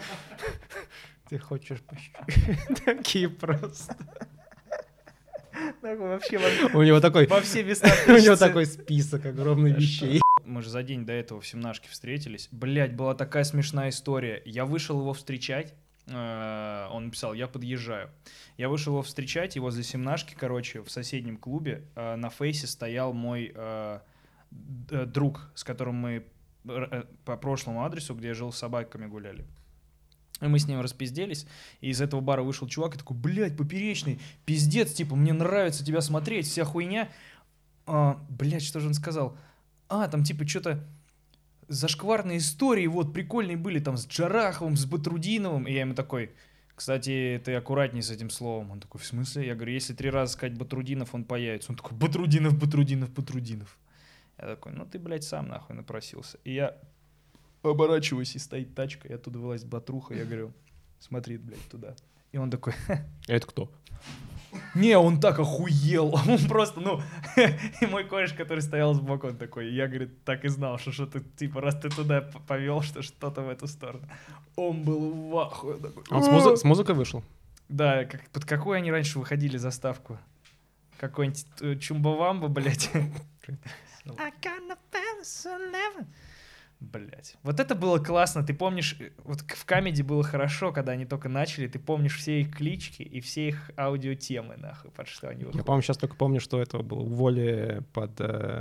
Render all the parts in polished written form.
Ты хочешь такие просто. Вообще У него такой... во все места У него такой список огромных вещей. Мы же за день до этого в Семнашке встретились. Блять, была такая смешная история. Я вышел его встречать. Он написал: я подъезжаю. Я вышел его встречать, и возле Семнашки, короче, в соседнем клубе на фейсе стоял мой друг, с которым мы по прошлому адресу, где я жил, с собаками гуляли. И мы с ним распизделись, и из этого бара вышел чувак и такой: блядь, Поперечный, пиздец, типа, мне нравится тебя смотреть, вся хуйня. Блядь, что же он сказал? Там типа что-то зашкварные истории, вот, прикольные были, там, с Джараховым, с Батрудиновым. И я ему такой: кстати, ты аккуратней с этим словом. Он такой: в смысле? Я говорю: если 3 раза сказать Батрудинов, он появится. Он такой: Батрудинов, Батрудинов, Батрудинов. Я такой: ну ты, блядь, сам нахуй напросился. И я оборачиваюсь, и стоит тачка, и оттуда вылазит Батруха. Я говорю: смотри, блядь, туда. И он такой: Это кто? Не, он так охуел. Он просто, и мой кореш, который стоял сбоку, он такой: я, говорит, так и знал, что что-то, типа, раз ты туда повел, что что-то в эту сторону. Он был в ахуе. Он с музыкой вышел? Да, под какую они раньше выходили заставку? Какой-нибудь Чумбавамба, блядь. Блять. Вот это было классно. Ты помнишь, вот в Камеди было хорошо, когда они только начали, ты помнишь все их клички и все их аудиотемы, нахуй, под что они выходят. Я, по-моему, сейчас только помню, что это был Воли под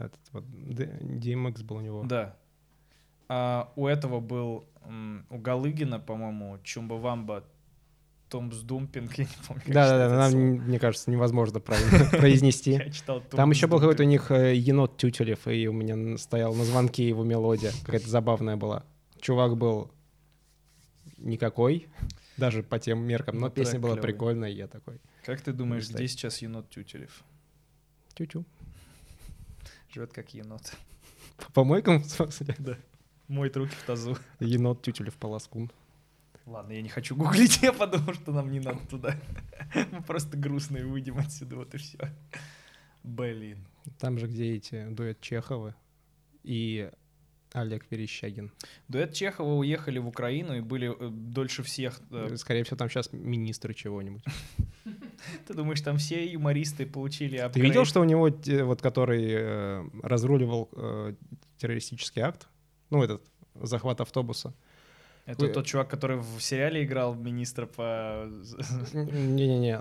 DMX был у него. Да. У этого был, у Галыгина, по-моему, Чумбавамба, Томсдумпинг, я не помню. Да, мне кажется, невозможно правильно произнести. Я читал Там еще был какой-то у них енот Тютелев, и у меня стоял на звонке его мелодия. Какая-то забавная была. Чувак был никакой, даже по тем меркам, но песня была прикольная, и я такой: как ты думаешь, где сейчас енот Тютелев? Тю-тю. Живет как енот. По помойкам, в смысле? Да. Моет руки в тазу. Енот Тютелев Полоскун. Ладно, я не хочу гуглить, я подумал, что нам не надо туда. Мы просто грустные выйдем отсюда, вот и все. Блин. Там же, где эти дуэт Чехова и Олег Верещагин. Дуэт Чехова уехали в Украину и были дольше всех. Скорее всего, там сейчас министры чего-нибудь. Ты думаешь, там все юмористы получили апгрейд? Ты видел, что у него, вот который разруливал террористический акт? Ну, этот захват автобуса. Это тот чувак, который в сериале играл министра по... Не-не-не.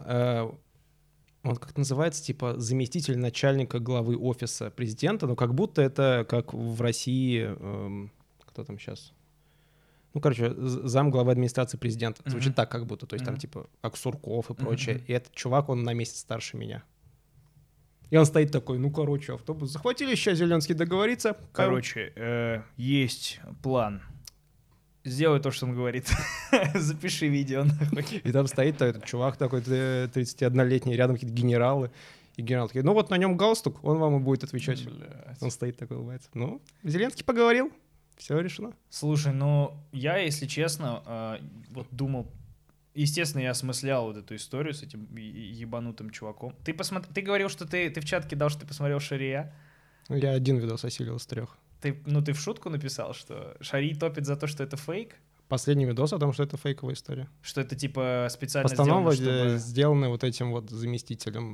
Он как называется, типа заместитель начальника главы офиса президента, но как будто это как в России... Кто там сейчас? Ну, короче, зам главы администрации президента. Звучит так, как будто. То есть там типа как Сурков и прочее. И этот чувак, он на месяц старше меня. И он стоит такой: ну, короче, автобус захватили, сейчас Зеленский договорится. Короче, есть план. Сделай то, что он говорит. Запиши видео, нахуй. И там стоит этот чувак такой 31-летний, рядом какие-то генералы. И генерал такой: ну вот на нем галстук, он вам и будет отвечать. Блядь. Он стоит такой, улыбается. Ну, Зеленский поговорил, все решено. Слушай, ну я, если честно, вот думал, естественно, я осмыслял вот эту историю с этим ебанутым чуваком. Ты говорил, что ты в чат кидал, что ты посмотрел Шария? Я один видос осилил из 3. Ты в шутку написал, что Шарий топит за то, что это фейк? Последний видос о том, что это фейковая история. Что это типа специально постанова сделано, чтобы... сделаны вот этим вот заместителем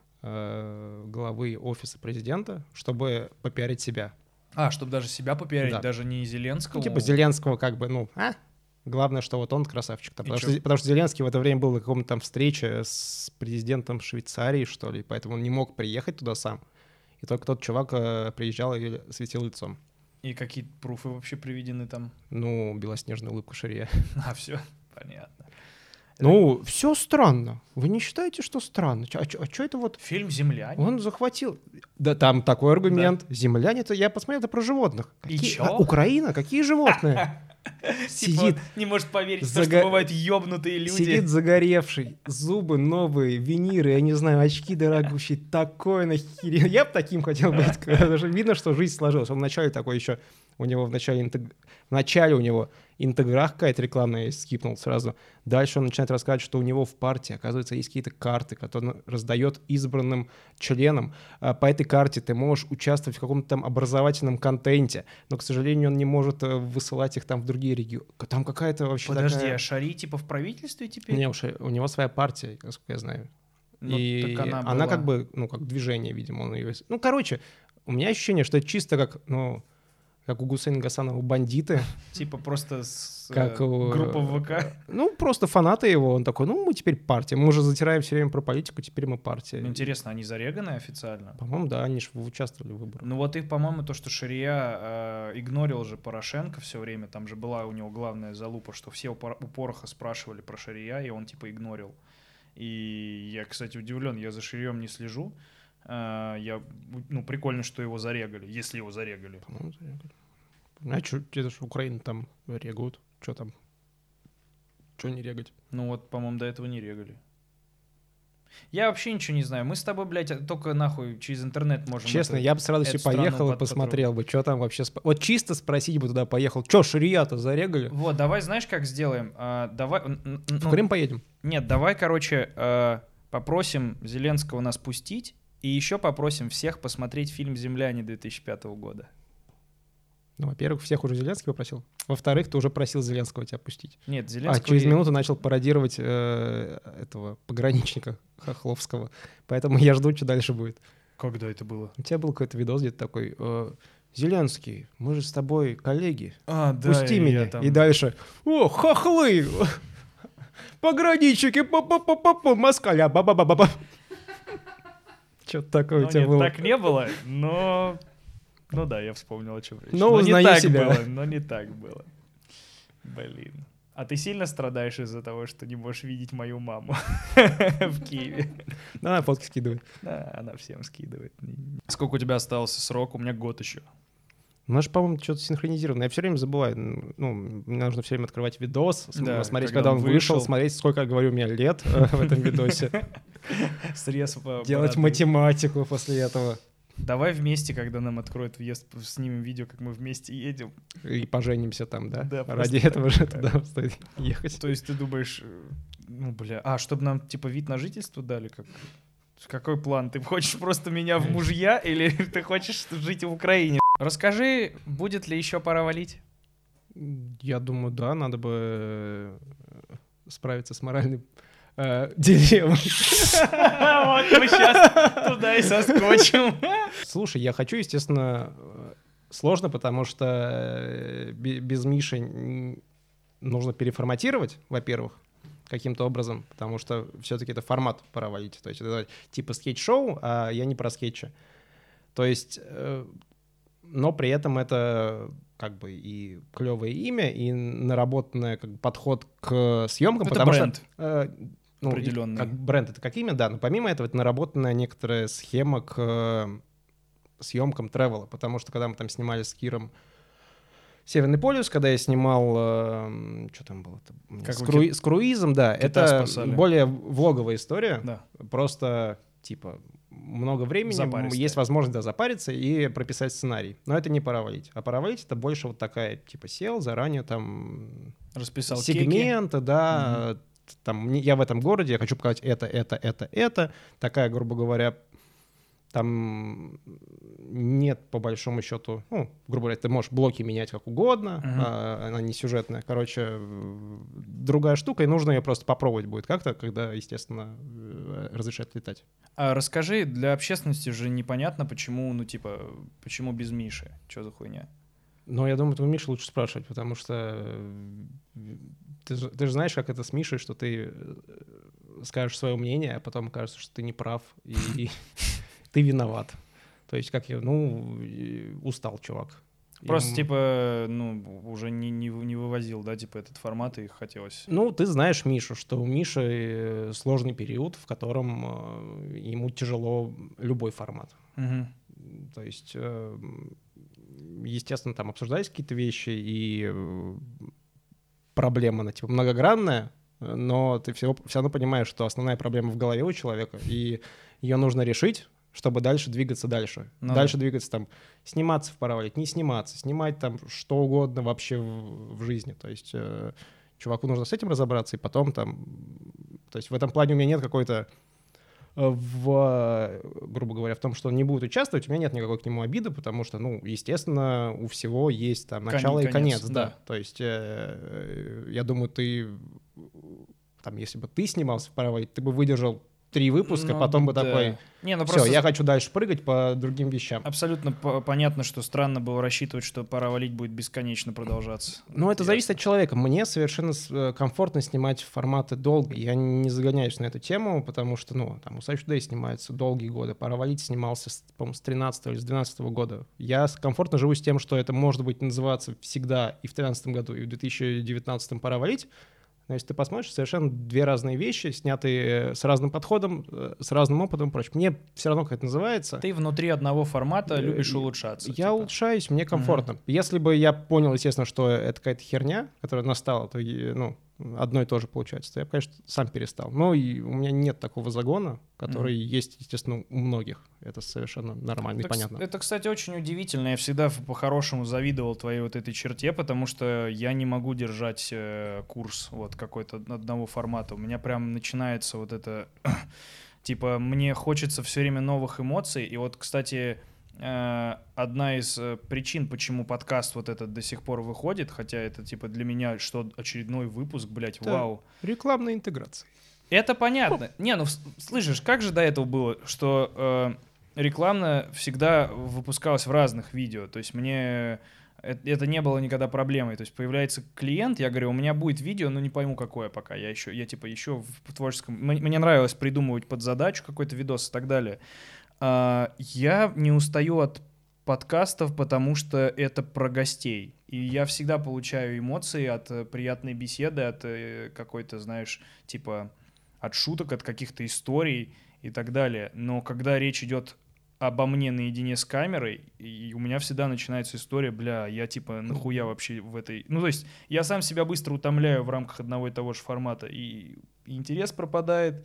главы офиса президента, чтобы попиарить себя. Чтобы даже себя попиарить, да. Даже не Зеленского? Ну, типа Зеленского как бы, главное, что вот он красавчик-то. Потому что Зеленский в это время был на каком-то там встрече с президентом Швейцарии, что ли, поэтому он не мог приехать туда сам. И только тот чувак приезжал и светил лицом. И какие пруфы вообще приведены там? Ну, белоснежная улыбка Шария. Все, понятно. Ну, все странно. Вы не считаете, что странно? А что это вот... Фильм «Земляне». Он захватил... Да, там такой аргумент. Да. «Земляне» — это, я посмотрел, это про животных. И чё? Украина? Какие животные? Сидит, не может поверить в то, что бывают ёбнуты люди. Сидит загоревший, зубы новые, вениры, я не знаю, очки дорогущие, такой нахер. Я бы таким хотел быть. Даже видно, что жизнь сложилась. Он вначале такой еще, у него в начале у него интеграх какая-то рекламная, я скипнул сразу. Дальше он начинает рассказывать, что у него в партии, оказывается, есть какие-то карты, которые он раздает избранным членам. По этой карте ты можешь участвовать в каком-то там образовательном контенте, но, к сожалению, он не может высылать их там в другие регионы. Там какая-то вообще Подожди, такая... а Шари типа в правительстве теперь? Не, у него своя партия, насколько я знаю. Ну, И так она она была. как бы, ну, как движение, видимо. Он ее... Ну, короче, у меня ощущение, что это чисто как, ну, как у Гусейна Гасанова бандиты. Типа просто Как группа в ВК. Ну, просто фанаты его. Он такой, ну, мы теперь партия. Мы уже затираем все время про политику, теперь мы партия. Ну, интересно, они зареганы официально? По-моему, да, они же участвовали в выборах. Ну вот их, по-моему, то, что Шария игнорил же Порошенко все время, там же была у него главная залупа, что все у Пороха спрашивали про Шария, и он типа игнорил. И я, кстати, удивлен, я за Шарием не слежу. Ну, прикольно, что его зарегали, если его зарегали. По-моему, зарегали. А что, это же Украина там регают. Что там? Что не регать? Ну вот, по-моему, до этого не регали. Я вообще ничего не знаю. Мы с тобой, блядь, только нахуй через интернет можем... Честно, я бы с радостью поехал и посмотрел бы, что там вообще... Вот чисто спросить бы туда поехал. Че, Шария-то зарегали? Вот, давай, знаешь, как сделаем? Давай... В Крым поедем? Нет, давай, короче, попросим Зеленского нас пустить, и еще попросим всех посмотреть фильм «Земляне» 2005 года. Ну, во-первых, всех уже Зеленский попросил. Во-вторых, ты уже просил Зеленского тебя пустить. Нет, Зеленского... А через минуту начал пародировать этого пограничника Хохловского. Поэтому я жду, что дальше будет. Когда это было? У тебя был какой-то видос где-то такой... Зеленский, мы же с тобой коллеги. Да, Пусти меня. там... И дальше... О, хохлы! Пограничники! Москаля! Ба-ба-ба-ба-ба! Что-то такое у тебя было. Так не было, но... Ну да, я вспомнил, о чем речь. Но не узнаю так себя. было, но не так было. Блин. А ты сильно страдаешь из-за того, что не можешь видеть мою маму в Киеве? Она фотки скидывает. Да, она всем скидывает. Сколько у тебя остался срок? У меня год еще. У нас же, по-моему, что-то синхронизировано. Я все время забываю. Ну, мне нужно все время открывать видос, Да, смотреть, когда он вышел, смотреть, сколько, говорю, у меня лет в этом видосе. Срез по Делать бороды. математику после этого. Давай вместе, когда нам откроют въезд, снимем видео, как мы вместе едем. И поженимся там, да? Да, Ради просто этого же туда стоит ехать. То есть ты думаешь, ну, бля, чтобы нам, типа, вид на жительство дали? Какой план? Ты хочешь просто меня в мужья или ты хочешь жить в Украине? Расскажи, будет ли еще пора валить? Я думаю, да, надо бы справиться с моральной дилеммой. Вот мы сейчас туда и соскочим. Слушай, я хочу, естественно, сложно, потому что без Миши нужно переформатировать, во-первых, каким-то образом, потому что все-таки это формат «Пора валить». То есть это типа скетч-шоу, а я не про скетчи. То есть, но при этом это как бы и клевое имя, и наработанный как бы подход к съемкам. Это потому бренд. Что, ну, определенный. как бренд — это как имя, да, но помимо этого это наработанная некоторая схема к съемкам тревела, потому что когда мы там снимали с Киром «Северный полюс», когда я снимал, что там было? С круизом, да, Кита это спасали. более влоговая история, Да. просто типа много времени, Запаристая. есть возможность, да, запариться и прописать сценарий, но это не «Пора валить», а «Пора валить» — это больше вот такая, типа, сел заранее там Расписал сегменты, да, там я в этом городе, я хочу показать это, такая, грубо говоря, там нет, по большому счету, ну, грубо говоря, ты можешь блоки менять как угодно, она не сюжетная. Короче, другая штука, и нужно ее просто попробовать будет как-то, когда, естественно, разрешат летать. А расскажи, для общественности же непонятно, почему, ну, типа, почему без Миши? Что за хуйня? Но я думаю, этого Мишу лучше спрашивать, потому что ты же знаешь, как это с Мишей, что ты скажешь свое мнение, а потом кажется, что ты не прав, и ты виноват. То есть, как я, устал чувак. Просто, типа, ну, уже не вывозил, да, типа, этот формат, и хотелось... Ну, ты знаешь Мишу, что у Миши сложный период, в котором ему тяжело любой формат. То есть, естественно, там обсуждались какие-то вещи, и проблема, она типа многогранная, но ты все равно понимаешь, что основная проблема в голове у человека, и ее нужно решить, чтобы дальше двигаться дальше. Ну Дальше да. двигаться там, сниматься в «Пора не сниматься, снимать там что угодно вообще в жизни. То есть чуваку нужно с этим разобраться, и потом там... То есть в этом плане у меня нет какой-то... грубо говоря, в том, что он не будет участвовать, у меня нет никакой к нему обиды, потому что, ну, естественно, у всего есть там начало и конец, да. То есть я думаю, ты... Там, если бы ты снимался в «Пора», ты бы выдержал 3 выпуска, потом бы такой, все, просто... я хочу дальше прыгать по другим вещам. Абсолютно понятно, что странно было рассчитывать, что «Пора валить» будет бесконечно продолжаться. Ну, это зависит от человека. Мне совершенно комфортно снимать форматы долго. Я не загоняюсь на эту тему, потому что, ну, там «Усач Today» снимается долгие годы, «Пора валить» снимался, по-моему, с 13 или с 12 года. Я комфортно живу с тем, что это может быть называться всегда и в 13 году, и в 2019 «Пора валить». Но если ты посмотришь, совершенно 2 разные вещи, снятые с разным подходом, с разным опытом и прочее. Мне все равно, как это называется. Ты внутри одного формата любишь улучшаться. Я типа. улучшаюсь, мне комфортно. Если бы я понял, естественно, что это какая-то херня, которая настала, то, ну, одно и то же получается, то я бы, конечно, сам перестал. Но и у меня нет такого загона, который есть, естественно, у многих. Это совершенно нормально и понятно. Это, кстати, очень удивительно. Я всегда по-хорошему завидовал твоей вот этой черте, потому что я не могу держать курс вот какой-то одного формата. У меня прям начинается вот это... Типа, мне хочется все время новых эмоций. И вот, кстати, одна из причин, почему подкаст вот этот до сих пор выходит, хотя это, типа, для меня что очередной выпуск, блядь, это вау. Рекламная интеграция. Это понятно. Не, ну, слышишь, как же до этого было, что рекламно всегда выпускалась в разных видео. То есть мне это не было никогда проблемой. То есть появляется клиент, я говорю, у меня будет видео, но не пойму, какое пока. Я типа еще в творческом... Мне нравилось придумывать под задачу какой-то видос и так далее. Я не устаю от подкастов, потому что это про гостей. И я всегда получаю эмоции от приятной беседы, от какой-то, знаешь, типа от шуток, от каких-то историй и так далее. Но когда речь идет обо мне наедине с камерой, и у меня всегда начинается история, бля, я типа нахуя вообще в этой... Ну, то есть я сам себя быстро утомляю в рамках одного и того же формата, и интерес пропадает,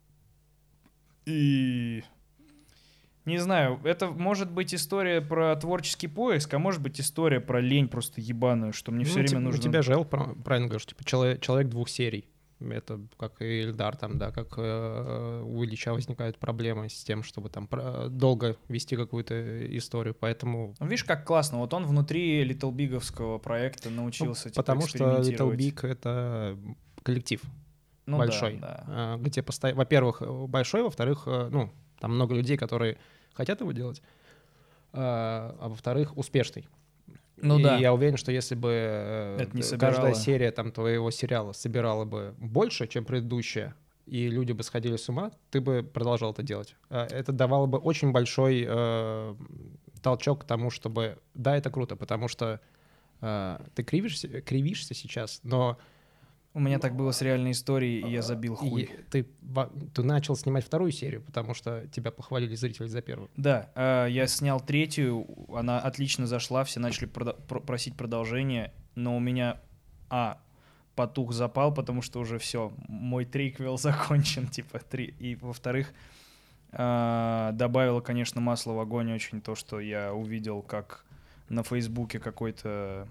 и... Не знаю, это может быть история про творческий поиск, а может быть история про лень просто ебаную, что мне все время нужно... У тебя же Эл правильно говоришь, типа человек 2 серий. Это как и Эльдар там, да, как у Ильича возникают проблемы с тем, чтобы там долго вести какую-то историю, поэтому... Видишь, как классно, вот он внутри Little Big-овского проекта научился типа, потому что Little Big — это коллектив большой, да. где во-первых, большой, во-вторых, ну, там много людей, которые хотят его делать, а во-вторых, успешный. Ну и да. Я уверен, что если бы каждая серия там твоего сериала собирала бы больше, чем предыдущая, и люди бы сходили с ума, ты бы продолжал это делать. Это давало бы очень большой толчок к тому, чтобы... Да, это круто, потому что ты кривишься сейчас, но... У меня так было с реальной историей, и я забил хуй. Ты начал снимать 2 серию, потому что тебя похвалили зрители за 1. Да, я снял 3, она отлично зашла, все начали просить продолжение, но у меня, потух запал, потому что уже все, мой триквел закончен, типа 3. И, во-вторых, добавило, конечно, масло в огонь очень то, что я увидел, как на Фейсбуке какой-то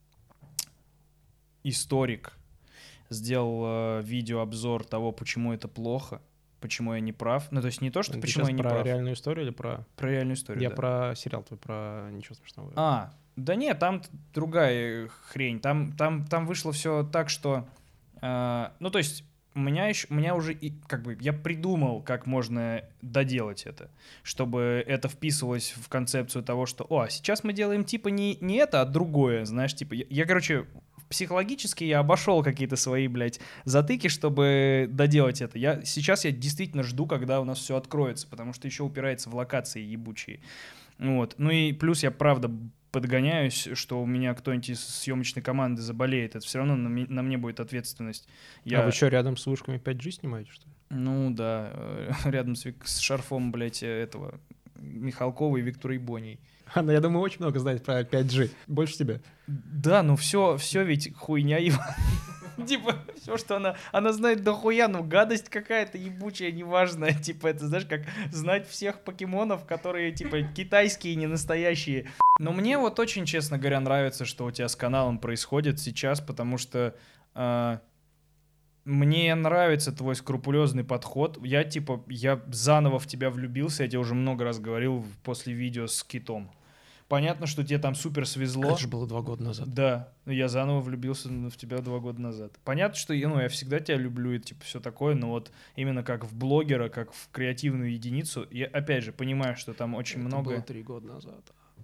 историк сделал видеообзор того, почему это плохо, почему я не прав. Ну, то есть не то, что почему я не прав. Про реальную историю или про... Про реальную историю, Я про сериал твой, про «Ничего смешного». Да нет, там другая хрень. Там вышло все так, что... ну, то есть у меня уже как бы я придумал, как можно доделать это, чтобы это вписывалось в концепцию того, что сейчас мы делаем типа не это, а другое, знаешь, типа я короче, психологически я обошел какие-то свои, блядь, затыки, чтобы доделать это. Сейчас я действительно жду, когда у нас все откроется, потому что еще упирается в локации ебучие. Вот. Ну и плюс я правда подгоняюсь, что у меня кто-нибудь из съемочной команды заболеет. Это все равно на мне будет ответственность. А вы что, рядом с вышками 5G снимаете, что ли? Ну да, рядом с шарфом, блядь, этого Михалкова и Виктора Ибоней. Анна, я думаю, очень много знает про 5G. Больше тебя. Да, ну все ведь хуйня, Иван. Типа, все, что она знает дохуя, ну, гадость какая-то ебучая, неважная. Типа, это, знаешь, как знать всех покемонов, которые, типа, китайские, не настоящие. Но мне вот очень, честно говоря, нравится, что у тебя с каналом происходит сейчас, потому что мне нравится твой скрупулезный подход. Я заново в тебя влюбился, я тебе уже много раз говорил после видео с Китом. Понятно, что тебе там супер свезло. Это же было 2 года назад. Да, я заново влюбился в тебя 2 года назад. Понятно, что я всегда тебя люблю и типа все такое, но вот именно как в блогера, как в креативную единицу, я опять же понимаю, что там очень это много... было 3 года назад.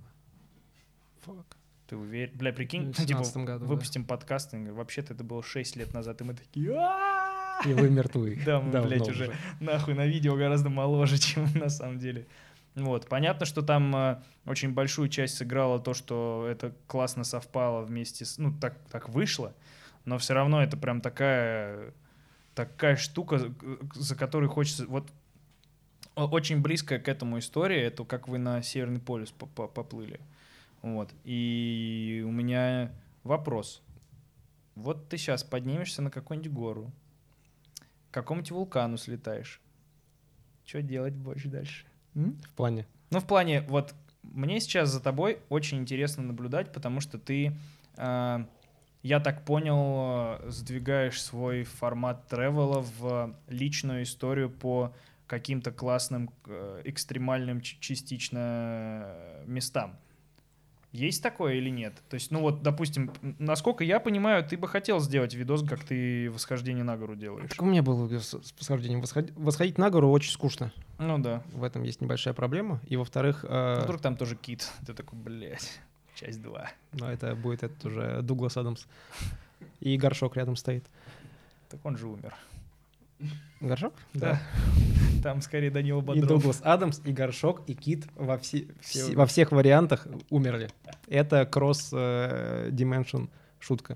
Фак. Ты уверен? Бля, прикинь, В 17 году, выпустим подкаст, и вообще-то это было 6 лет назад, и мы такие... И вы мертвы. Да, мы, блядь, уже нахуй на видео гораздо моложе, чем на самом деле. Вот, понятно, что там очень большую часть сыграло то, что это классно совпало вместе с... Ну, так вышло, но все равно это прям такая штука, за которой хочется... Вот очень близкая к этому история, это как вы на Северный полюс поплыли. Вот, и у меня вопрос. Вот ты сейчас поднимешься на какую-нибудь гору, к какому-нибудь вулкану слетаешь. Что делать больше дальше? В плане? Ну, в плане, вот, мне сейчас за тобой очень интересно наблюдать, потому что ты, я так понял, сдвигаешь свой формат тревела в личную историю по каким-то классным, экстремальным частично местам. Есть такое или нет? То есть, ну вот, допустим, насколько я понимаю, ты бы хотел сделать видос, как ты восхождение на гору делаешь. Так у меня было восхождение. Восходить на гору очень скучно. Ну да. В этом есть небольшая проблема. И во-вторых... Вдруг там тоже кит. Ты такой, блядь, часть 2. Но это будет уже Дуглас Адамс. И горшок рядом стоит. Так он же умер. Горшок? Да. Там скорее Данила Бодров. И Дуглас Адамс, и горшок, и кит во всех вариантах умерли. Это кросс-дименшн шутка.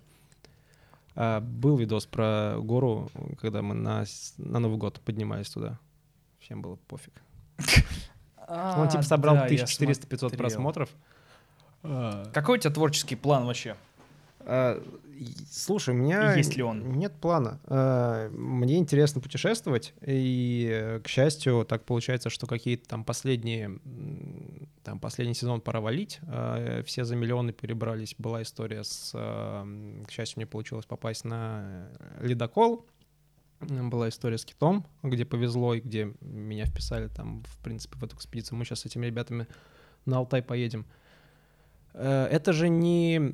Был видос про гору, когда мы на Новый год поднимались туда. Всем было пофиг. Он типа собрал 1400-500 просмотров. Какой у тебя творческий план вообще? Слушай, у меня есть ли он? Нет плана. Мне интересно путешествовать, и, к счастью, так получается, что какие-то там последний сезон пора валить. Все за миллионы перебрались. Была история к счастью, мне получилось попасть на ледокол. Была история с Китом, где повезло и где меня вписали там, в принципе, в эту экспедицию. Мы сейчас с этими ребятами на Алтай поедем. Это же не...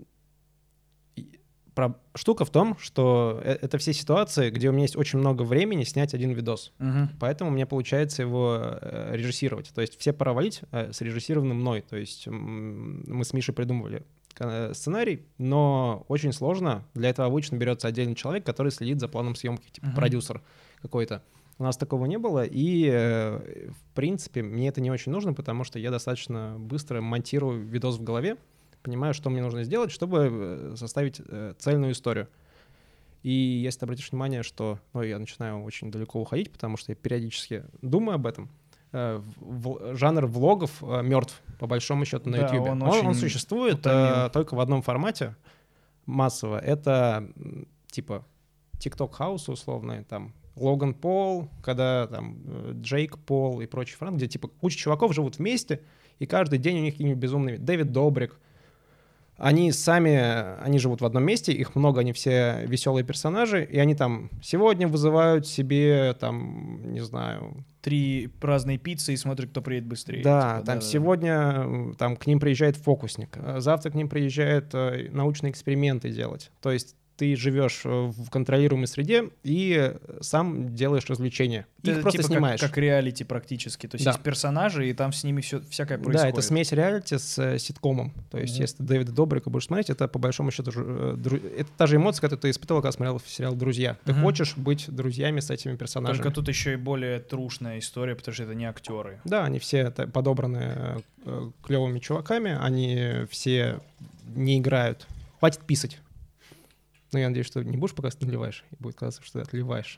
Штука в том, что это все ситуации, где у меня есть очень много времени снять один видос. Поэтому мне получается его режиссировать. То есть все пора валить срежиссированы мной. То есть мы с Мишей придумывали сценарий, но очень сложно. Для этого обычно берется отдельный человек, который следит за планом съемки, типа продюсер какой-то. У нас такого не было, и, в принципе, мне это не очень нужно, потому что я достаточно быстро монтирую видос в голове, понимаю, что мне нужно сделать, чтобы составить цельную историю. И если ты обратишь внимание, что я начинаю очень далеко уходить, потому что я периодически думаю об этом, жанр влогов мертв, по большому счету, на YouTube. Он существует только в одном формате массово. Это типа TikTok House условно, там Логан Пол, когда там Джейк Пол и прочий формат, где типа куча чуваков живут вместе, и каждый день у них какие-нибудь безумные... Дэвид Добрик. Они живут в одном месте, их много, они все веселые персонажи, и они там сегодня вызывают себе, там, не знаю... 3 разные пиццы и смотрят, кто приедет быстрее. Да, типа, сегодня там к ним приезжает фокусник, завтра к ним приезжают научные эксперименты делать. То есть ты живешь в контролируемой среде и сам делаешь развлечения. Их просто типа снимаешь. Как реалити практически. То есть есть персонажи, и там с ними всякое происходит. Да, это смесь реалити с ситкомом. То есть если ты Дэвида Добрика будешь смотреть, это по большому счету... Это та же эмоция, которую ты испытывал, когда смотрел сериал «Друзья». Ты хочешь быть друзьями с этими персонажами. Только тут еще и более трушная история, потому что это не актеры. Да, они все подобраны клевыми чуваками, они все не играют. Хватит писать. Ну, я надеюсь, что не будешь, пока ты наливаешь. И будет казаться, что ты отливаешь.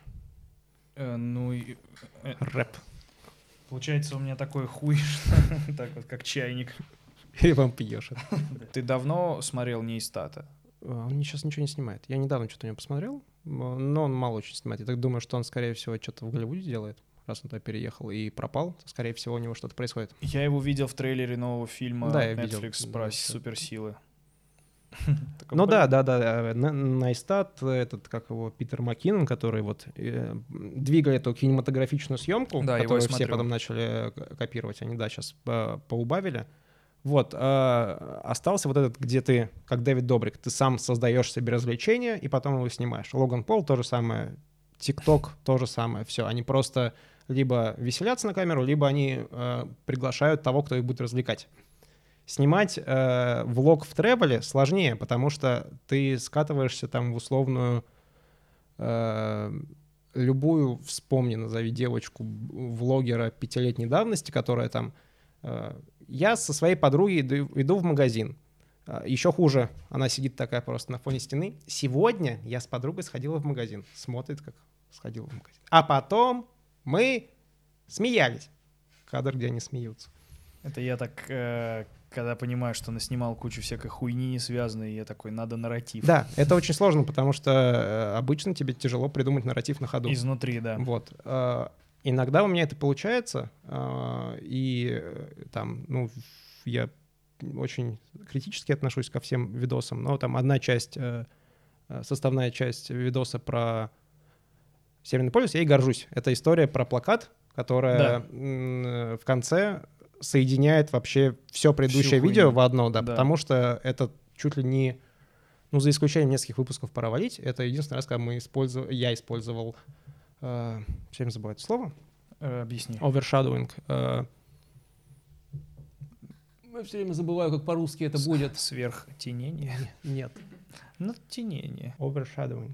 Рэп. Получается, у меня такой хуй, так вот, как чайник. И вам пьешь. Ты давно смотрел Нейстата? Он сейчас ничего не снимает. Я недавно что-то у него посмотрел, но он мало очень снимает. Я так думаю, что он, скорее всего, что-то в Голливуде делает, раз он туда переехал и пропал. Скорее всего, у него что-то происходит. Я его видел в трейлере нового фильма Да, я Netflix видел. про Да, суперсилы. Ну да. Найстат, этот, как его, Питер Маккинон, который вот двигает эту кинематографичную съемку, Да, его я которую все смотрю. потом начали копировать. Они, да, сейчас поубавили. Вот, остался вот этот, где ты, как Дэвид Добрик, ты сам создаешь себе развлечения и потом его снимаешь. Логан Пол то же самое, ТикТок то же самое, все. Они просто либо веселятся на камеру, либо они приглашают того, кто их будет развлекать. Снимать влог в тревеле сложнее, потому что ты скатываешься там в условную любую, вспомни, назови девочку, влогера 5-летней давности, которая там... Я со своей подругой иду в магазин. Еще хуже, она сидит такая просто на фоне стены. Сегодня я с подругой сходила в магазин. Смотрит, как сходила в магазин. А потом мы смеялись. Кадр, где они смеются. Это я так, когда понимаю, что наснимал кучу всякой хуйни не связанной, я такой, надо нарратив. Да, это очень сложно, потому что обычно тебе тяжело придумать нарратив на ходу. Изнутри, да. Вот. Иногда у меня это получается, и там, ну, я очень критически отношусь ко всем видосам, но там одна часть, составная часть видоса про Северный полюс, я и горжусь. Это история про плакат, которая в конце соединяет вообще все предыдущее видео в одно, да, потому что это чуть ли не, ну, за исключением нескольких выпусков «Пора валить», это единственный раз, когда я использовал, все время забываю это слово. Объясни. Overshadowing. Я все время забываю, как по-русски это будет. Сверхтенение? Нет. Надтенение. Overshadowing.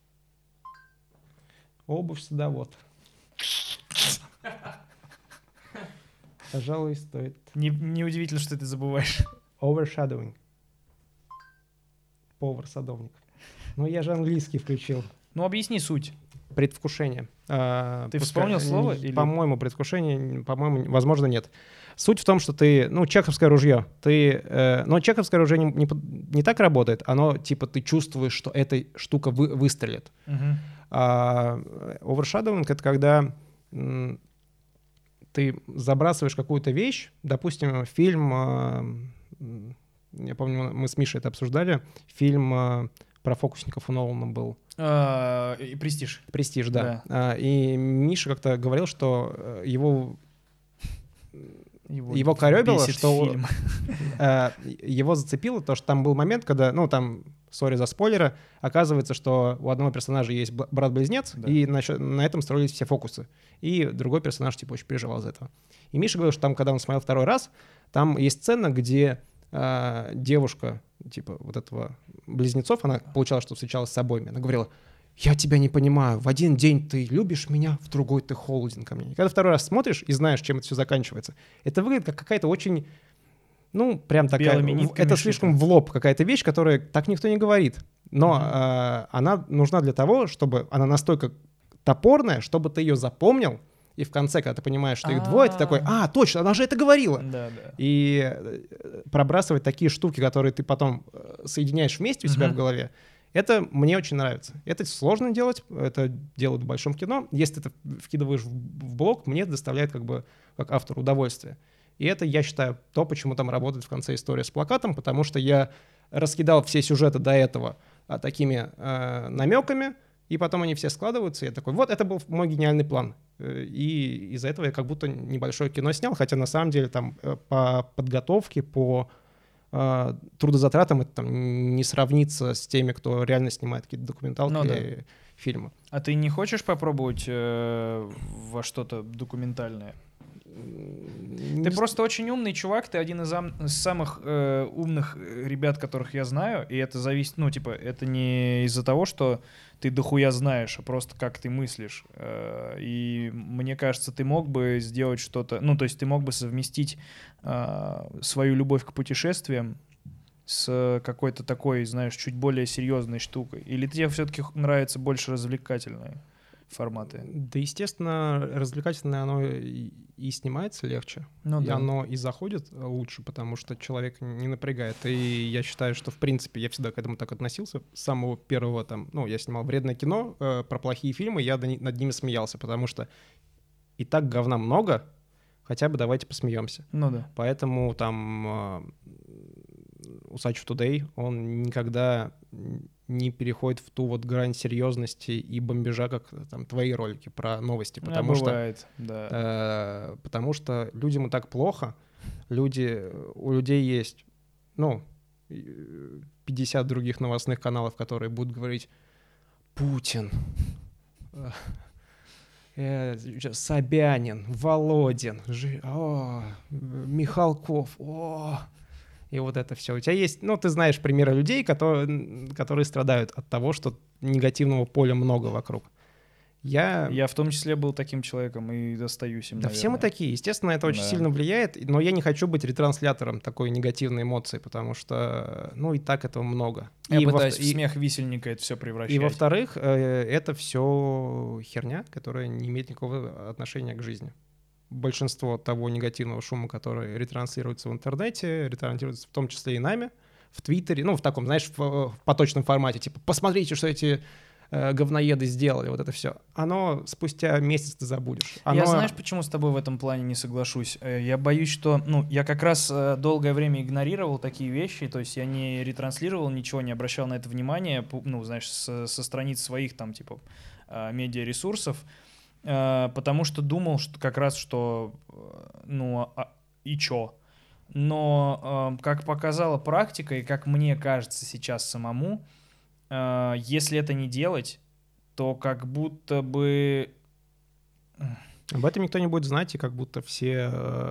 Обувь садовод. Пожалуй, стоит. Неудивительно, что ты забываешь. Overshadowing. Повар-садовник. Ну, я же английский включил. Ну, объясни суть. Предвкушение. Ты вспомнил слово? Или... По-моему, предвкушение, по-моему, возможно, нет. Суть в том, что ты, ну, чеховское ружье. Но чеховское ружье не так работает. Оно, типа, ты чувствуешь, что эта штука выстрелит. Overshadowing — это когда ты забрасываешь какую-то вещь, допустим, фильм, я помню, мы с Мишей это обсуждали, фильм про фокусников у Нолана был. «Престиж». «Престиж», да. И Миша как-то говорил, что его корёбило, что его зацепило то, что там был момент, когда, ну, там, сори за спойлеры, оказывается, что у одного персонажа есть брат-близнец, да. И на этом строились все фокусы. И другой персонаж, типа, очень переживал за это. И Миша говорил, что там, когда он смотрел второй раз, там есть сцена, где девушка, типа, вот этого близнецов, она получала, что встречалась с обоими. Она говорила: я тебя не понимаю, в один день ты любишь меня, в другой ты холоден ко мне. И когда второй раз смотришь и знаешь, чем это все заканчивается, это выглядит как какая-то очень, ну, прям такая, это слишком в лоб какая-то вещь, которая так никто не говорит. Но она нужна для того, чтобы она настолько топорная, чтобы ты ее запомнил, и в конце, когда ты понимаешь, что их двое, ты такой: точно, она же это говорила. Да, да. И пробрасывать такие штуки, которые ты потом соединяешь вместе у себя в голове, это мне очень нравится. Это сложно делать, это делают в большом кино. Если ты это вкидываешь в блог, мне это доставляет как бы как автору удовольствие. И это, я считаю, то, почему там работает в конце история с плакатом, потому что я раскидал все сюжеты до этого такими намеками, и потом они все складываются, и я такой: вот, это был мой гениальный план. И из-за этого я как будто небольшое кино снял, хотя на самом деле там по подготовке, по трудозатратам это там не сравнится с теми, кто реально снимает какие-то документалки или фильмы. А ты не хочешь попробовать во что-то документальное? Ты просто очень умный чувак, ты один из самых умных ребят, которых я знаю, и это зависит, ну, типа, это не из-за того, что ты дохуя знаешь, а просто как ты мыслишь. И мне кажется, ты мог бы сделать что-то, ну, то есть ты мог бы совместить свою любовь к путешествиям с какой-то такой, знаешь, чуть более серьезной штукой. Или тебе все-таки нравится больше развлекательное? форматы. Да, естественно, развлекательное оно и снимается легче, Ну и да. оно и заходит лучше, потому что человек не напрягает. И я считаю, что, в принципе, я всегда к этому так относился. С самого первого там, ну, я снимал вредное кино про плохие фильмы, я над ними смеялся, потому что и так говна много, хотя бы давайте посмеемся. Ну да. Поэтому там Усачев Today, он никогда не переходит в ту вот грань серьезности и бомбежа, как там твои ролики про новости, потому бывает, да. Потому что людям и так плохо, у людей есть, ну, 50 других новостных каналов, которые будут говорить Путин, Собянин, Володин, Михалков, и вот это все. У тебя есть, ну, ты знаешь примеры людей, которые страдают от того, что негативного поля много вокруг. Я в том числе был таким человеком и остаюсь им, Да, наверное. все мы такие. Естественно, это очень сильно влияет, но я не хочу быть ретранслятором такой негативной эмоции, потому что, ну, и так этого много. Я пытаюсь в смех висельника это все превращать. И, во-вторых, это все херня, которая не имеет никакого отношения к жизни. Большинство того негативного шума, который ретранслируется в интернете, ретранслируется в том числе и нами, в Твиттере, ну, в таком, знаешь, в поточном формате, типа, посмотрите, что эти говноеды сделали, вот это все. Оно спустя месяц ты забудешь. Я знаешь, почему с тобой в этом плане не соглашусь? Я боюсь, что, ну, я как раз долгое время игнорировал такие вещи, то есть я не ретранслировал ничего, не обращал на это внимания, ну, знаешь, со страниц своих там, типа, медиаресурсов, потому что думал, что как раз, что, ну, и чё? Но, как показала практика, и как мне кажется сейчас самому, если это не делать, то как будто бы... Об этом никто не будет знать, и как будто все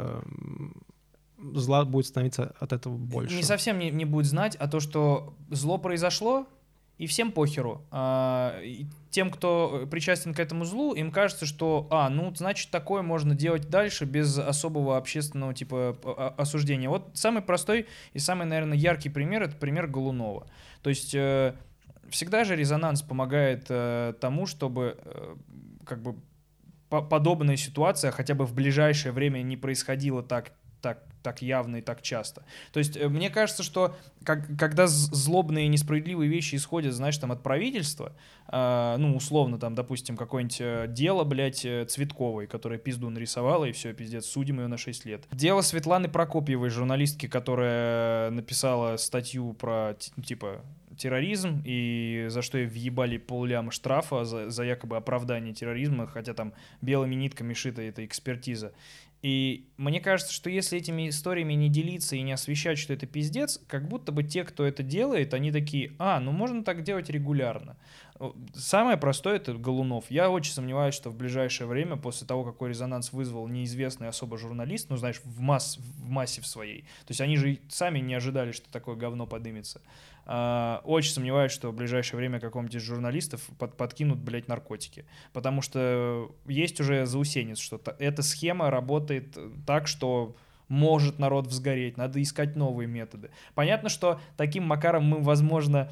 зла будет становиться от этого больше. Не совсем не будет знать, а то, что зло произошло, и всем похеру. Тем, кто причастен к этому злу, им кажется, что, ну, значит, такое можно делать дальше без особого общественного, типа, осуждения. Вот самый простой и самый, наверное, яркий пример — это пример Голунова. То есть всегда же резонанс помогает тому, чтобы как бы подобная ситуация хотя бы в ближайшее время не происходила так явно и так часто. То есть мне кажется, что когда злобные и несправедливые вещи исходят, знаешь, там от правительства, ну, условно, там, допустим, какое-нибудь дело, блядь, Цветковой, которая пизду нарисовала, и все, пиздец, судим ее на 6 лет. Дело Светланы Прокопьевой, журналистки, которая написала статью про, типа, терроризм, и за что ей въебали полляма штрафа за якобы оправдание терроризма, хотя там белыми нитками шита эта экспертиза. И мне кажется, что если этими историями не делиться и не освещать, что это пиздец, как будто бы те, кто это делает, они такие, ну можно так делать регулярно. Самое простое — это Голунов. Я очень сомневаюсь, что в ближайшее время, после того, какой резонанс вызвал неизвестный особо журналист, ну знаешь, в массе в своей, то есть они же сами не ожидали, что такое говно подымется. Очень сомневаюсь, что в ближайшее время какому-нибудь из журналистов подкинут, блядь, наркотики. Потому что есть уже заусенец, что эта схема работает так, что может народ взгореть, надо искать новые методы. Понятно, что таким макаром мы, возможно,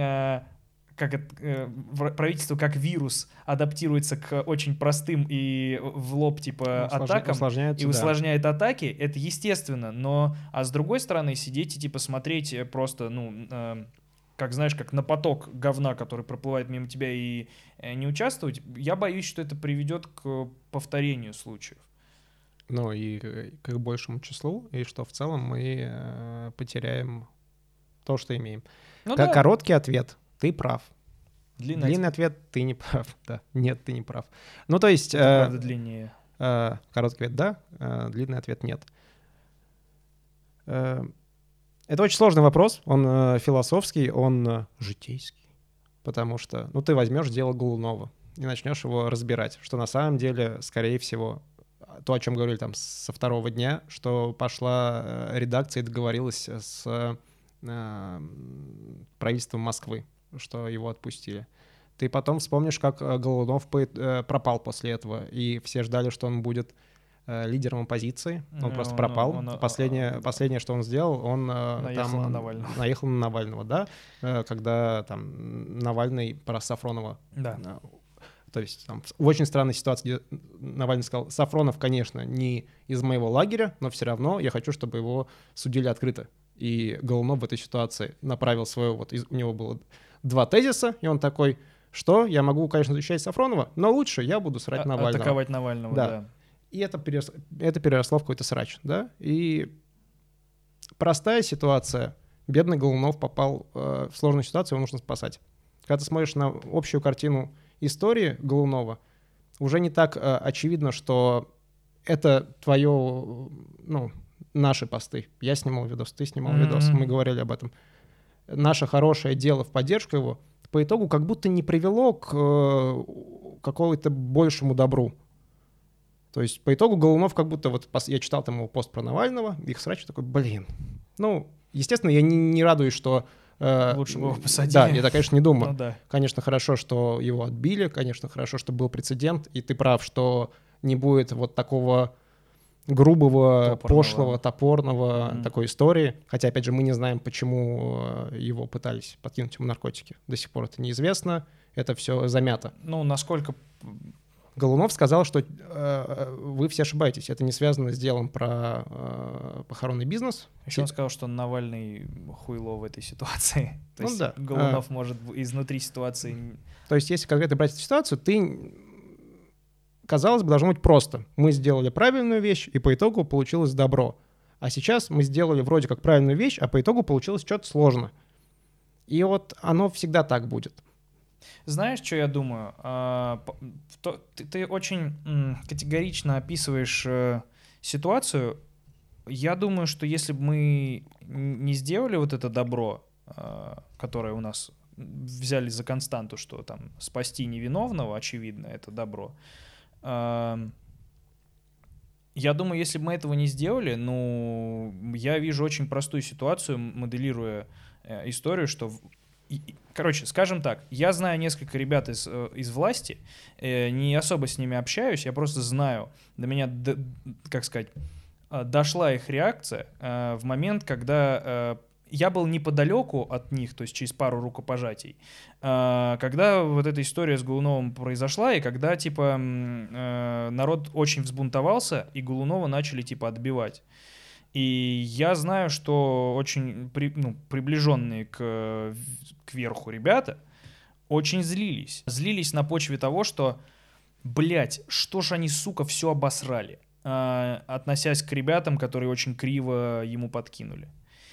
правительство как вирус адаптируется к очень простым и в лоб типа атакам и усложняет атаки, это естественно, но с другой стороны сидеть и типа смотреть просто, ну, как знаешь, как на поток говна, который проплывает мимо тебя, и не участвовать, я боюсь, что это приведет к повторению случаев. Ну и к большему числу, и что в целом мы потеряем то, что имеем. Ну, короткий ответ. Ты прав. Длинный ответ — ты не прав. Да, нет, ты не прав. Ну, то есть... Это правда длиннее. Короткий ответ — да, длинный ответ — нет. Это очень сложный вопрос. Он философский, он житейский. Потому что, ну, ты возьмешь дело Голунова и начнешь его разбирать, что на самом деле, скорее всего, то, о чем говорили там со второго дня, что пошла редакция и договорилась с правительством Москвы, что его отпустили. Ты потом вспомнишь, как Голунов пропал после этого, и все ждали, что он будет лидером оппозиции. Он просто пропал. Последнее, что он сделал, он наехал на Навального, да, когда там Навальный про Сафронова. Да. То есть там, в очень странной ситуации, где Навальный сказал, Сафронов, конечно, не из моего лагеря, но все равно я хочу, чтобы его судили открыто. И Голунов в этой ситуации направил свое, вот у него было 2 тезиса, и он такой, что я могу, конечно, защищать Сафронова, но лучше я буду срать Навального. Атаковать Навального, да. И это переросло в какой-то срач, да, и простая ситуация. Бедный Голунов попал в сложную ситуацию, его нужно спасать. Когда ты смотришь на общую картину истории Голунова, уже не так очевидно, что это твое, ну, наши посты. Я снимал видос, ты снимал видос, мы говорили об этом. Наше хорошее дело в поддержку его по итогу как будто не привело к какому-то большему добру. То есть по итогу Голунов как будто, вот я читал там его пост про Навального, их срач такой, блин. Ну, естественно, я не радуюсь, что... Лучше бы его посадили. Да, я так, конечно, не думаю. Ну, да. Конечно, хорошо, что его отбили, конечно, хорошо, что был прецедент, и ты прав, что не будет вот такого грубого, пошлого, топорного такой истории. Хотя, опять же, мы не знаем, почему его пытались подкинуть ему наркотики. До сих пор это неизвестно, это все замято. Ну, насколько... Голунов сказал, что вы все ошибаетесь, это не связано с делом про похоронный бизнес. Еще он сказал, что Навальный хуйло в этой ситуации. То ну есть да. Голунов может изнутри ситуации... То есть если конкретно брать эту ситуацию, казалось бы, должно быть просто. Мы сделали правильную вещь, и по итогу получилось добро. А сейчас мы сделали вроде как правильную вещь, а по итогу получилось что-то сложно. И вот оно всегда так будет. Знаешь, что я думаю? Ты очень категорично описываешь ситуацию. Я думаю, что если бы мы не сделали вот это добро, которое у нас взяли за константу, что там спасти невиновного, очевидно, это добро. Я думаю, если бы мы этого не сделали, ну, я вижу очень простую ситуацию, моделируя историю, что... Короче, скажем так, я знаю несколько ребят из власти, не особо с ними общаюсь, я просто знаю, до меня, как сказать, дошла их реакция в момент, когда я был неподалеку от них, то есть через пару рукопожатий, когда вот эта история с Голуновым произошла, и когда, типа, народ очень взбунтовался, и Голунова начали, типа, отбивать. И я знаю, что очень приближенные к верху ребята очень злились. Злились на почве того, что, блядь, что ж они, сука, все обосрали, относясь к ребятам, которые очень криво ему подкинули.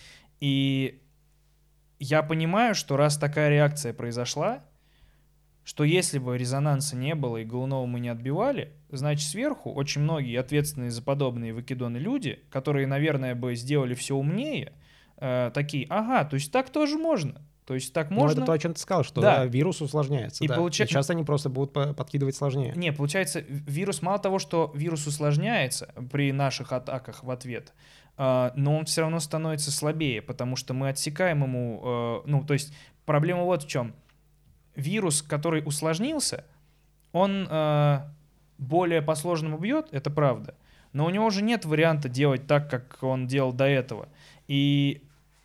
И я понимаю, что раз такая реакция произошла, что если бы резонанса не было и Голунова мы не отбивали, значит, сверху очень многие ответственные за подобные выкидоны люди, которые, наверное, бы сделали все умнее, такие, ага, то есть так тоже можно. То есть так можно. Ну, это то, о чем ты сказал, что да. Вирус усложняется. И да. Сейчас они просто будут подкидывать сложнее. Не, получается, вирус, мало того, что вирус усложняется при наших атаках в ответ, но он все равно становится слабее, потому что мы отсекаем ему... то есть проблема вот в чем. Вирус, который усложнился, он более по-сложному бьет, это правда, но у него уже нет варианта делать так, как он делал до этого. И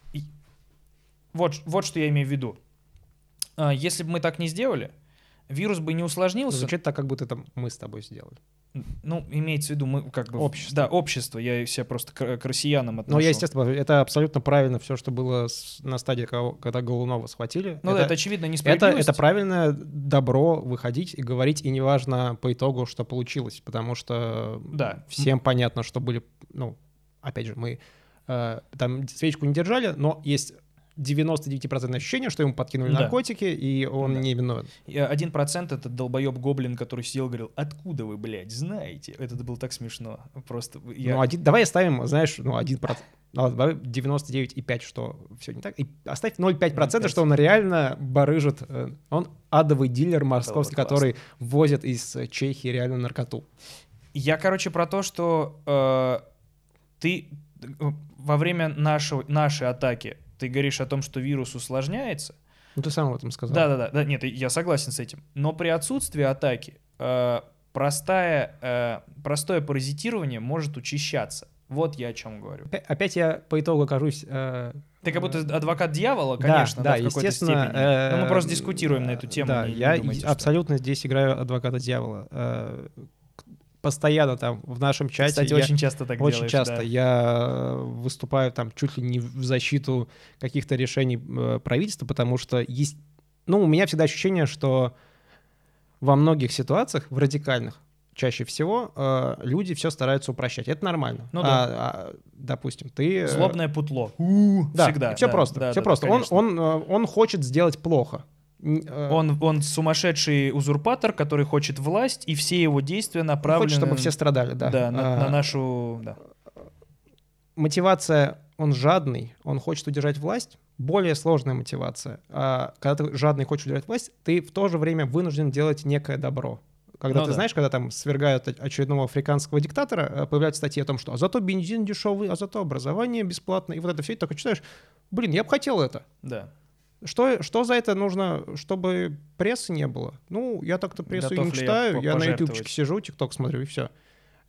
вот что я имею в виду. Если бы мы так не сделали, вирус бы не усложнился. Звучит так, как будто это мы с тобой сделали. Ну, имеется в виду, мы как бы... Общество. Да, общество. Я себя просто к россиянам отношу. Ну, естественно, это абсолютно правильно все, что было на стадии, когда Голунова схватили. Ну, это очевидно несправедливость. Это правильное добро выходить и говорить, и неважно по итогу, что получилось, потому что всем понятно, что были... Ну, опять же, мы там свечку не держали, но есть... 99% ощущения, что ему подкинули наркотики, и он не виновен. 1% это долбоеб-гоблин, который сидел и говорил, откуда вы, блядь, знаете? Это было так смешно. Просто давай оставим, знаешь, 1%. Давай 99,5%, что все не так. И оставь 0,5%, что он реально барыжит. Он адовый дилер московский, который возит из Чехии реально наркоту. Я, короче, про то, что ты во время нашей атаки ты говоришь о том, что вирус усложняется. Ну, ты сам об этом сказал. Да. Нет, я согласен с этим. Но при отсутствии атаки простое паразитирование может учащаться. Вот я о чем говорю. Опять я по итогу окажусь... Ты как будто адвокат дьявола, конечно, да, в какой-то естественно, степени. Но мы просто дискутируем на эту тему. Да, не я думайте, абсолютно здесь играю адвоката дьявола. Постоянно там в нашем чате... Кстати, очень часто так очень делаешь, часто да. я выступаю там чуть ли не в защиту каких-то решений правительства, потому что есть... Ну, у меня всегда ощущение, что во многих ситуациях, в радикальных, чаще всего люди все стараются упрощать. Это нормально. Ну да. Допустим, ты... Злобное путло. Да, Всегда. все просто. Да, все да, просто. конечно. Он хочет сделать плохо. Он сумасшедший узурпатор, который хочет власть, и все его действия направлены... Хочет, чтобы все страдали, да. Да, на нашу... Да. Мотивация, он жадный, он хочет удержать власть. Более сложная мотивация. Когда ты жадный хочешь удержать власть, ты в то же время вынужден делать некое добро. Когда знаешь, когда там свергают очередного африканского диктатора, появляются статьи о том, что зато бензин дешевый, а зато образование бесплатное, и вот это все, и только читаешь, я бы хотел это. Да. Что за это нужно, чтобы прессы не было? Ну, я так-то прессу и не читаю, я на ютубчике сижу, тикток смотрю, и все.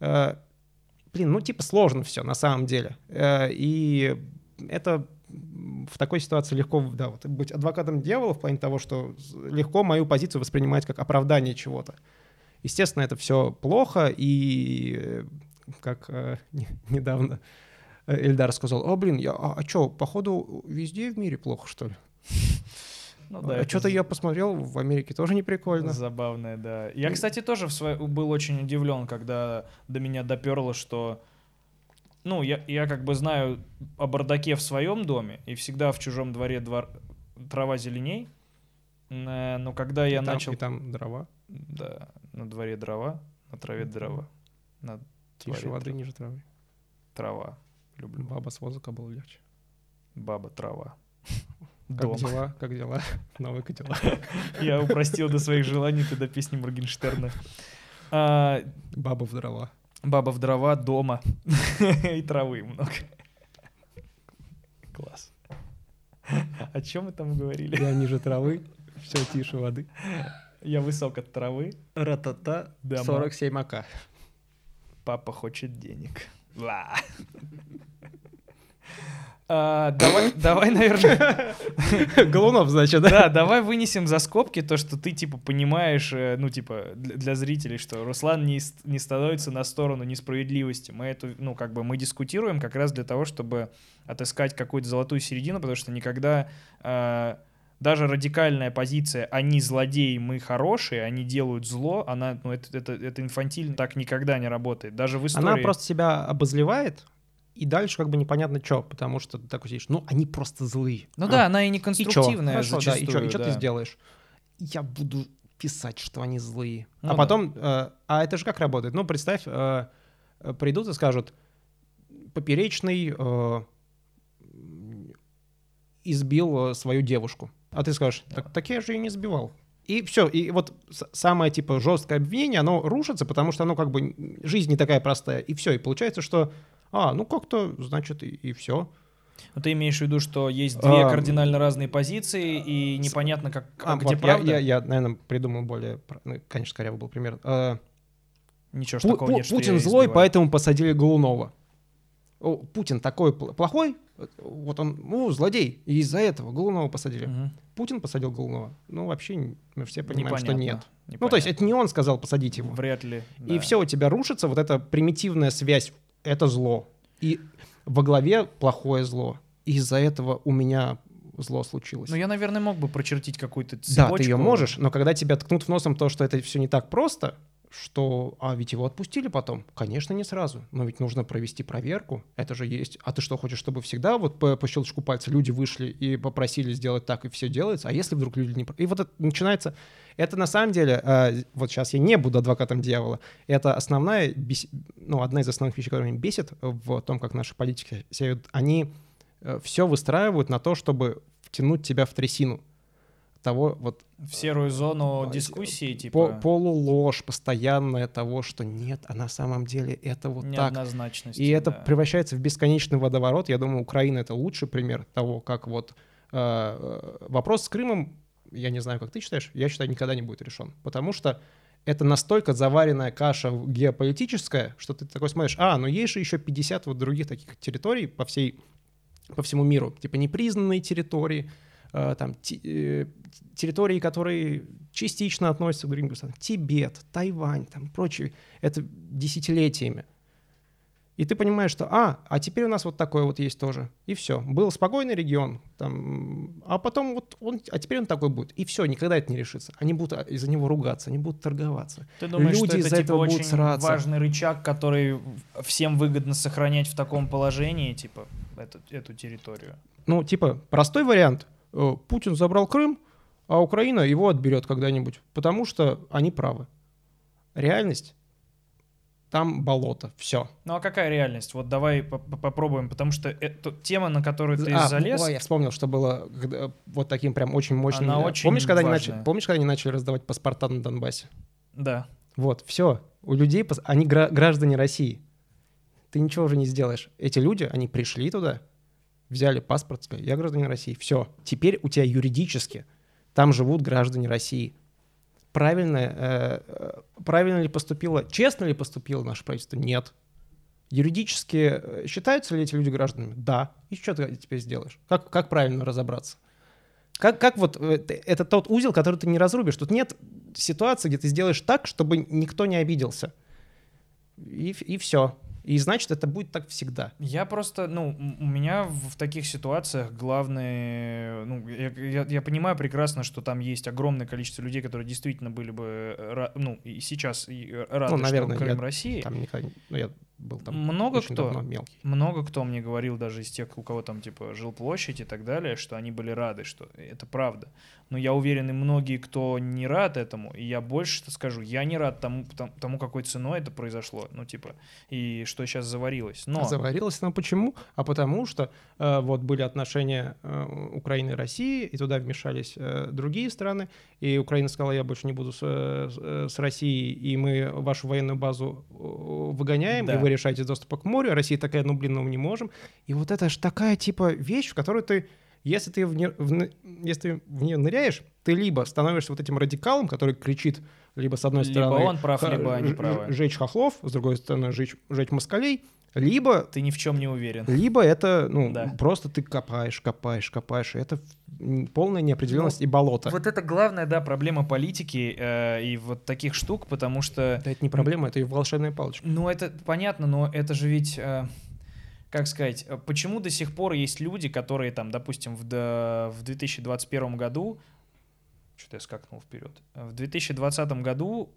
Сложно все на самом деле. И это в такой ситуации легко, да, вот, быть адвокатом дьявола в плане того, что легко мою позицию воспринимать как оправдание чего-то. Естественно, это все плохо, и как недавно Эльдар сказал, что, походу, везде в мире плохо, что ли? Ну, да, что-то я посмотрел, в Америке тоже не прикольно. Забавное, да. Я, кстати, тоже был очень удивлен, когда до меня доперло, что... Ну, я как бы знаю о бардаке в своем доме, и всегда в чужом дворе трава зеленей. Но когда я начал... И там дрова. Да, на дворе дрова, на траве дрова. Тише воды, ниже травы. Трава. Люблю. Баба с воздуха было легче. Баба, трава. Как дела? Новый Кадиллак. Я упростил до своих желаний, ты до песни Моргенштерна. Баба в дрова. Баба в дрова, дома. И травы много. Класс. О чем мы там говорили? Я ниже травы, все тише воды. Я высок от травы. Ратата, 47 АК. Папа хочет денег. Давай, наверное... Голунов, значит, да? Да, давай вынесем за скобки то, что ты, понимаешь, для зрителей, что Руслан не становится на сторону несправедливости. Мы дискутируем как раз для того, чтобы отыскать какую-то золотую середину, потому что никогда... Даже радикальная позиция «они злодеи, мы хорошие», «они делают зло», это инфантильно, так никогда не работает. Даже в истории... Она просто себя обозлевает, и дальше непонятно что, потому что ты такой сидишь, они просто злые. Да, она и не конструктивная зачастую. И что ты сделаешь? Я буду писать, что они злые. Потом, это же как работает? Представь, придут и скажут, Поперечный избил свою девушку. А ты скажешь, так я же ее не сбивал. И все, и вот самое жесткое обвинение, оно рушится, потому что оно жизнь не такая простая. И все, и получается, что как-то, значит, и все. Но ты имеешь в виду, что есть две кардинально разные позиции, и непонятно, где правда? Я, наверное, придумал более... конечно, корявый был пример. Ничего ж такого нет, что Путин злой, поэтому посадили Голунова. Путин такой плохой, вот он, злодей, и из-за этого Голунова посадили. Угу. Путин посадил Голунова? Вообще мы все понимаем, непонятно, что нет. Непонятно. То есть это не он сказал посадить его. Вряд ли. Да. И все у тебя рушится, вот эта примитивная связь, это зло. И во главе плохое зло. И из-за этого у меня зло случилось. Я, наверное, мог бы прочертить какую-то цепочку. Да, ты ее можешь, но когда тебя ткнут в носом то, что это все не так просто, что, ведь его отпустили потом. Конечно, не сразу, но ведь нужно провести проверку, это же есть. А ты что, хочешь, чтобы всегда по щелчку пальца люди вышли и попросили сделать так, и все делается? А если вдруг люди не... И вот это начинается... Это на самом деле, вот сейчас я не буду адвокатом дьявола, это одна из основных вещей, которые меня бесит в том, как наши политики себя ведут. Они все выстраивают на то, чтобы втянуть тебя в трясину. В серую зону дискуссии, полуложь постоянная того, что нет, а на самом деле это вот так. Неоднозначность. И это превращается в бесконечный водоворот. Я думаю, Украина — это лучший пример того, как вопрос с Крымом, я не знаю, как ты считаешь, я считаю, никогда не будет решен. Потому что это настолько заваренная каша геополитическая, что ты такой смотришь, ну есть же еще 50 вот других таких территорий по всему миру, типа непризнанные территории, там территории, которые частично относятся к другим государствам, Тибет, Тайвань, там прочие, это десятилетиями. И ты понимаешь, что, а теперь у нас вот такой вот есть тоже. И все. Был спокойный регион, там, а потом вот теперь он такой будет. И все, никогда это не решится. Они будут из-за него ругаться, они будут торговаться. Ты думаешь, люди что это из-за типа этого будут очень сраться. важный рычаг, который всем выгодно сохранять в таком положении, типа, эту территорию? Ну, типа, простой вариант. Путин забрал Крым, а Украина его отберет когда-нибудь, потому что они правы. Реальность. Там болото, все. Ну а какая реальность? Вот давай попробуем, потому что это тема, на которую ты залез. Я вспомнил, что было вот таким прям очень мощным. Она очень помнишь, когда они начали раздавать паспорта на Донбассе? Да. Вот, все. У людей, они граждане России. Ты ничего уже не сделаешь. Эти люди, они пришли туда, взяли паспорт, сказали, я гражданин России. Все. Теперь у тебя юридически там живут граждане России. Правильно ли поступило, честно ли поступило наше правительство? Нет. Юридически считаются ли эти люди гражданами? Да. И что ты теперь сделаешь? Как правильно разобраться? Как вот это тот узел, который ты не разрубишь? Тут нет ситуации, где ты сделаешь так, чтобы никто не обиделся. И все. И значит, это будет так всегда. Я просто, у меня в таких ситуациях главное, я понимаю прекрасно, что там есть огромное количество людей, которые действительно были бы, и сейчас рады, наверное, что Крым России. Там никогда, я был там много очень кто, давно, мелкий. Много кто мне говорил, даже из тех, у кого там типа жилплощадь и так далее, что они были рады, что это правда. Но я уверен, и многие, кто не рад этому, и я больше скажу, я не рад тому, какой ценой это произошло, и что сейчас заварилось. Заварилось, но почему? А потому что вот были отношения Украины и России, и туда вмешались другие страны, и Украина сказала, я больше не буду с Россией, и мы вашу военную базу выгоняем, да. И вы решаете доступ к морю, а Россия такая, мы не можем. И вот это же такая типа вещь, в которую ты, если ты в нее ныряешь, ты либо становишься вот этим радикалом, который кричит, либо с одной стороны... Либо он прав, либо они правы. Жечь хохлов, с другой стороны жечь москалей, либо... Ты ни в чем не уверен. Либо это, просто ты копаешь, и это полная неопределенность и болото. Вот это главная, проблема политики и вот таких штук, потому что... Да это не проблема, это и волшебная палочка. Это понятно, но это же ведь... Как сказать, почему до сих пор есть люди, которые там, допустим, в 2021 году, что-то я скакнул вперед, в 2020 году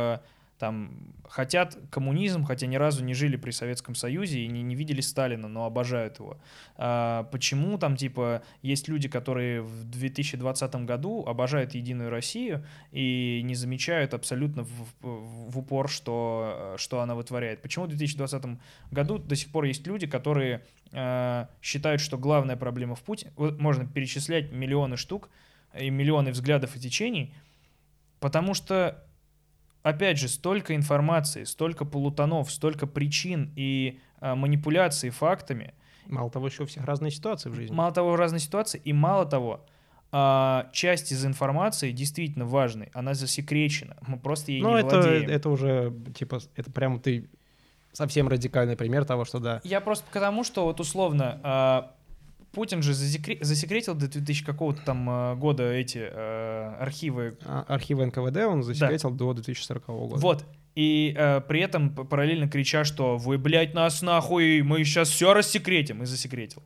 там хотят коммунизм, хотя ни разу не жили при Советском Союзе и не видели Сталина, но обожают его. Почему там типа есть люди, которые в 2020 году обожают Единую Россию и не замечают абсолютно в упор, что она вытворяет? Почему в 2020 году до сих пор есть люди, которые считают, что главная проблема в Путине, можно перечислять миллионы штук и миллионы взглядов и течений, потому что опять же, столько информации, столько полутонов, столько причин и манипуляций фактами. Мало того, еще у всех разные ситуации в жизни. Мало того, разные ситуации, и мало того, часть из информации действительно важной, она засекречена, мы просто ей не владеем. Это уже, типа, это прямо ты совсем радикальный пример того, что да. Я просто потому, что вот условно... Путин же засекретил до 2000 какого-то там года эти архивы. Архивы НКВД он засекретил до 2040 года. Вот. И при этом параллельно крича, что вы, блядь, нас нахуй, мы сейчас все рассекретим, и засекретил.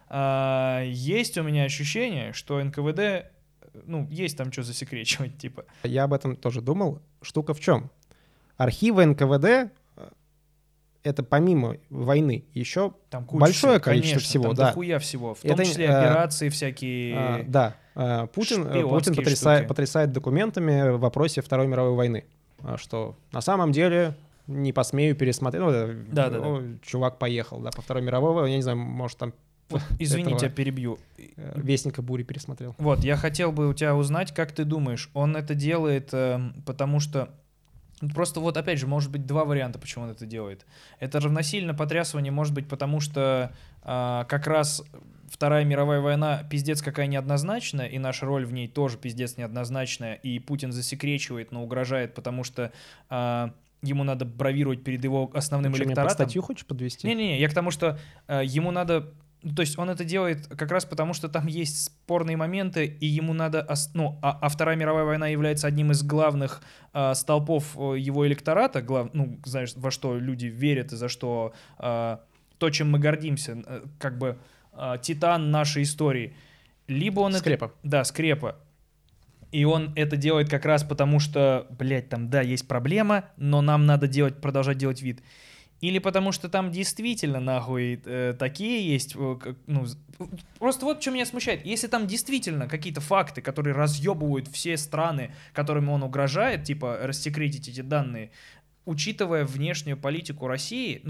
Есть у меня ощущение, что НКВД, есть там что засекречивать, типа. Я об этом тоже думал. Штука в чем? Архивы НКВД это помимо войны еще там большое количество всего. Там дохуя всего, в том числе операции всякие. Путин потрясает документами в вопросе Второй мировой войны. Что на самом деле не посмею пересмотреть. Чувак поехал по Второй мировой, я не знаю, может там... Извините, я перебью. Вестника бури пересмотрел. Вот, я хотел бы у тебя узнать, как ты думаешь, он это делает, потому что просто вот, опять же, может быть, два варианта, почему он это делает. Это равносильно потрясывание, может быть, потому что как раз Вторая мировая война пиздец какая неоднозначная, и наша роль в ней тоже пиздец неоднозначная, и Путин засекречивает, но угрожает, потому что ему надо бравировать перед его основным Ты что, меня под электоратом. статью хочешь подвести? Не-не-не, я к тому, что ему надо... То есть он это делает как раз потому, что там есть спорные моменты, и ему надо... А Вторая мировая война является одним из главных столпов его электората, знаешь, во что люди верят и за что... то, чем мы гордимся, как бы титан нашей истории. Либо он Скрепа. Да, скрепа. И он это делает как раз потому, что, блядь, там, да, есть проблема, но нам надо продолжать делать вид. Или потому что там действительно, нахуй, такие есть... просто вот что меня смущает. Если там действительно какие-то факты, которые разъебывают все страны, которыми он угрожает, типа, рассекретить эти данные, учитывая внешнюю политику России,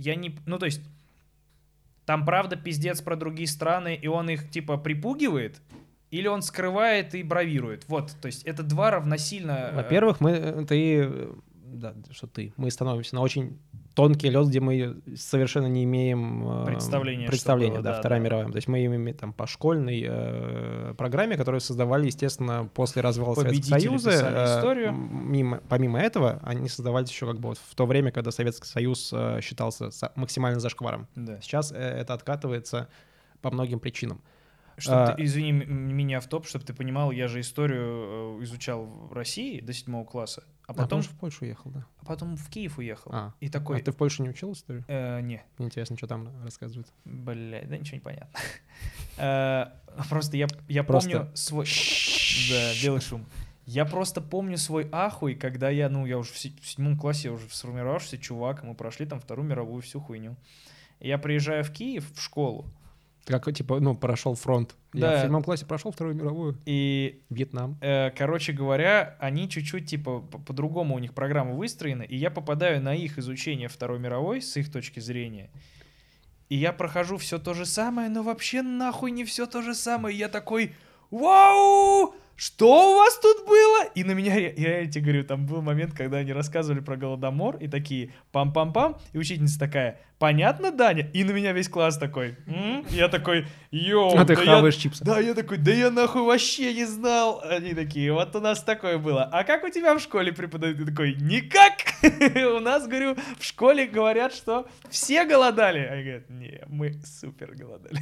там правда пиздец про другие страны, и он их, типа, припугивает, или он скрывает и бравирует. Вот, то есть это два равносильно... Во-первых, мы становимся на очень тонкий лед, где мы совершенно не имеем представления, было, Вторая мировая. То есть мы имеем там по школьной программе, которую создавали, естественно, после развала Советского Союза. Помимо этого, они создавались еще как бы вот в то время, когда Советский Союз считался максимально зашкваром. Да. Сейчас это откатывается по многим причинам. Извини меня в топ, чтобы ты понимал, я же историю изучал в России до 7 класса, а потом в Польшу уехал, да. А потом в Киев уехал. И такой... А ты в Польше не учил историю? Не. Мне интересно, что там рассказывают. Блядь, да ничего не понятно. Просто я помню свой... Да, белый шум. Я просто помню свой ахуй, когда я уже в 7 классе, я уже сформировавшийся чувак, мы прошли там Вторую мировую всю хуйню. Я приезжаю в Киев в школу. Как, типа, прошел фронт. Да. Я в 7 классе прошел Вторую мировую. И... Вьетнам. Короче говоря, они чуть-чуть, типа, по-другому у них программа выстроена, и я попадаю на их изучение Второй мировой с их точки зрения. И я прохожу все то же самое, но вообще нахуй не все то же самое. И я такой, вау! Что у вас тут было? И на меня, я тебе говорю, там был момент, когда они рассказывали про Голодомор, и такие пам-пам-пам, и учительница такая, понятно, Даня? И на меня весь класс такой, Я такой, йоу. А ты хаваешь чипсы. Да, я такой, да я нахуй вообще не знал. Они такие, вот у нас такое было. А как у тебя в школе преподают? Я такой, никак. У нас, говорю, в школе говорят, что все голодали. Они говорят, не, мы супер голодали.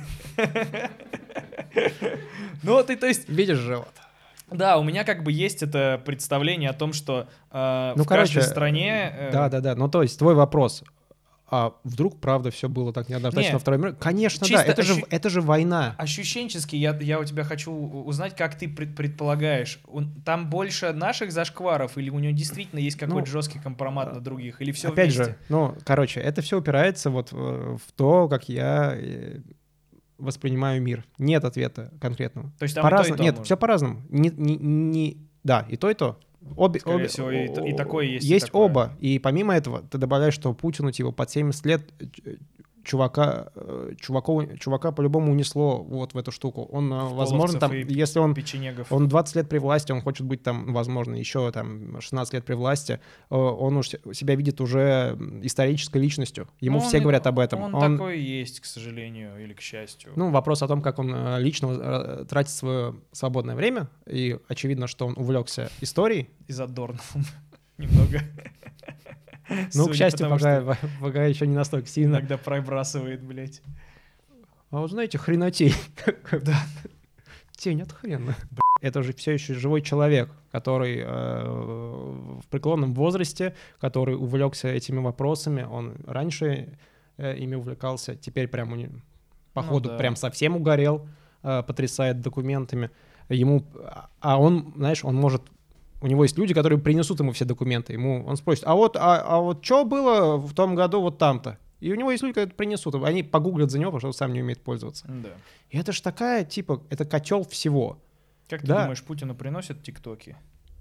Ну, ты, то есть... Видишь живот. Да, у меня как бы есть это представление о том, что в каждой стране... Да. Ну, то есть твой вопрос, а вдруг, правда, все было так неоднозначно во Второй мировой? Конечно, да, это же война. Ощущенчески я у тебя хочу узнать, как ты предполагаешь, там больше наших зашкваров, или у него действительно есть какой-то жесткий компромат на других, или все опять вместе? Опять же, это все упирается вот в то, как я... воспринимаю мир. Нет ответа конкретного. То есть там и то, Нет, все по-разному. Да, и то, и то. Скорее всего, и такое есть. Есть оба. И помимо этого, ты добавляешь, что Путину типа под 70 лет чувака по-любому унесло вот в эту штуку. Он, возможно, там, если он 20 лет при власти, он хочет быть там, возможно, еще там 16 лет при власти, он уж себя видит уже исторической личностью. Ему все говорят об этом. Он такой и есть, к сожалению, или к счастью. Вопрос о том, как он лично тратит свое свободное время, и очевидно, что он увлекся историей. И Задорновым немного. К счастью, пока еще не настолько сильно. Иногда пробрасывает, блядь. А вот знаете, хренотень. Да. Тень от хрена. Это же все еще живой человек, который в преклонном возрасте, который увлекся этими вопросами. Он раньше ими увлекался, теперь прям походу прям совсем угорел, потрясает документами. Он, знаешь, он может... У него есть люди, которые принесут ему все документы. Он спросит, а вот что было в том году вот там-то? И у него есть люди, которые это принесут. Они погуглят за него, потому что он сам не умеет пользоваться. Да. И это же такая, типа, это котел всего. Как ты думаешь, Путину приносят тиктоки?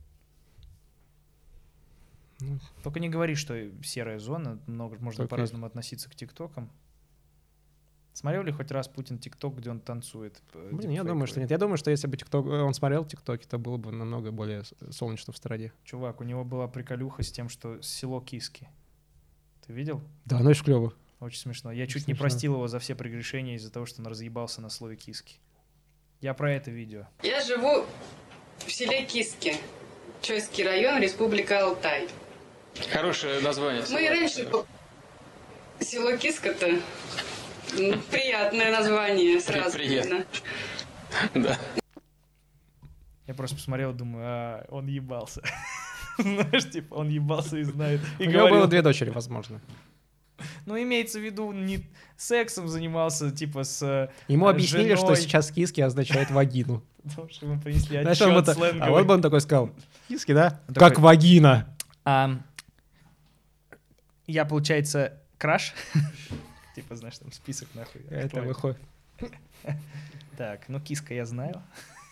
Только не говори, что серая зона, можно по-разному относиться к тиктокам. Смотрел ли хоть раз Путин ТикТок, где он танцует? Я думаю, что нет. Я думаю, что если бы он смотрел ТикТоки, то было бы намного более солнечно в стране. Чувак, у него была приколюха с тем, что село Киски. Ты видел? Да, оно ж клево. Очень смешно. Я чуть не Смешно. простил его за все прегрешения из-за того, что он разъебался на слове киски. Я про это видео. Я живу в селе Киски, Чойский район, Республика Алтай. Хорошее название. Мы и раньше... Село Киска-то приятное название, сразу Приятно. видно. Да. Я просто посмотрел, думаю, он ебался. Знаешь, типа, он ебался и знает. И У него говорил, было 2 дочери, возможно. ну, имеется в виду, не сексом занимался, типа, с Ему объяснили, что женой. сейчас киски означает вагину. Потому что ему принесли Знаешь, он отчет бы сленговый. а вот бы он такой сказал, киски, да? Он Как такой, вагина. Я, получается, краш. Типа, знаешь, там список нахуй. Это выходит. Так, ну киска я знаю.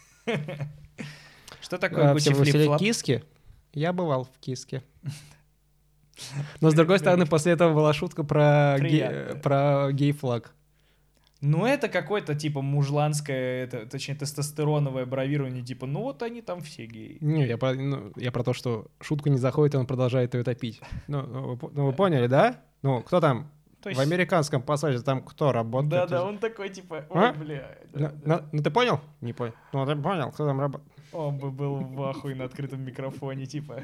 Что такое Гуччи В селе флип-флоп? Киски я бывал в Киске. Но, с другой стороны, после этого была шутка Приятно. про гей-флаг. Ну, это какое-то, типа, мужланское, точнее, тестостероновое бравирование, типа, ну вот они там все геи. Не, я про то, что шутка не заходит, и он продолжает ее топить. Ну, вы поняли, да? Ну, кто там? То есть- В американском посольстве там кто работает? Да-да, он такой, типа, А? ой, бля. да. Ну, ты понял? Не понял. Ну, ты понял, кто там работает? Он бы был в ахуе на открытом микрофоне, типа.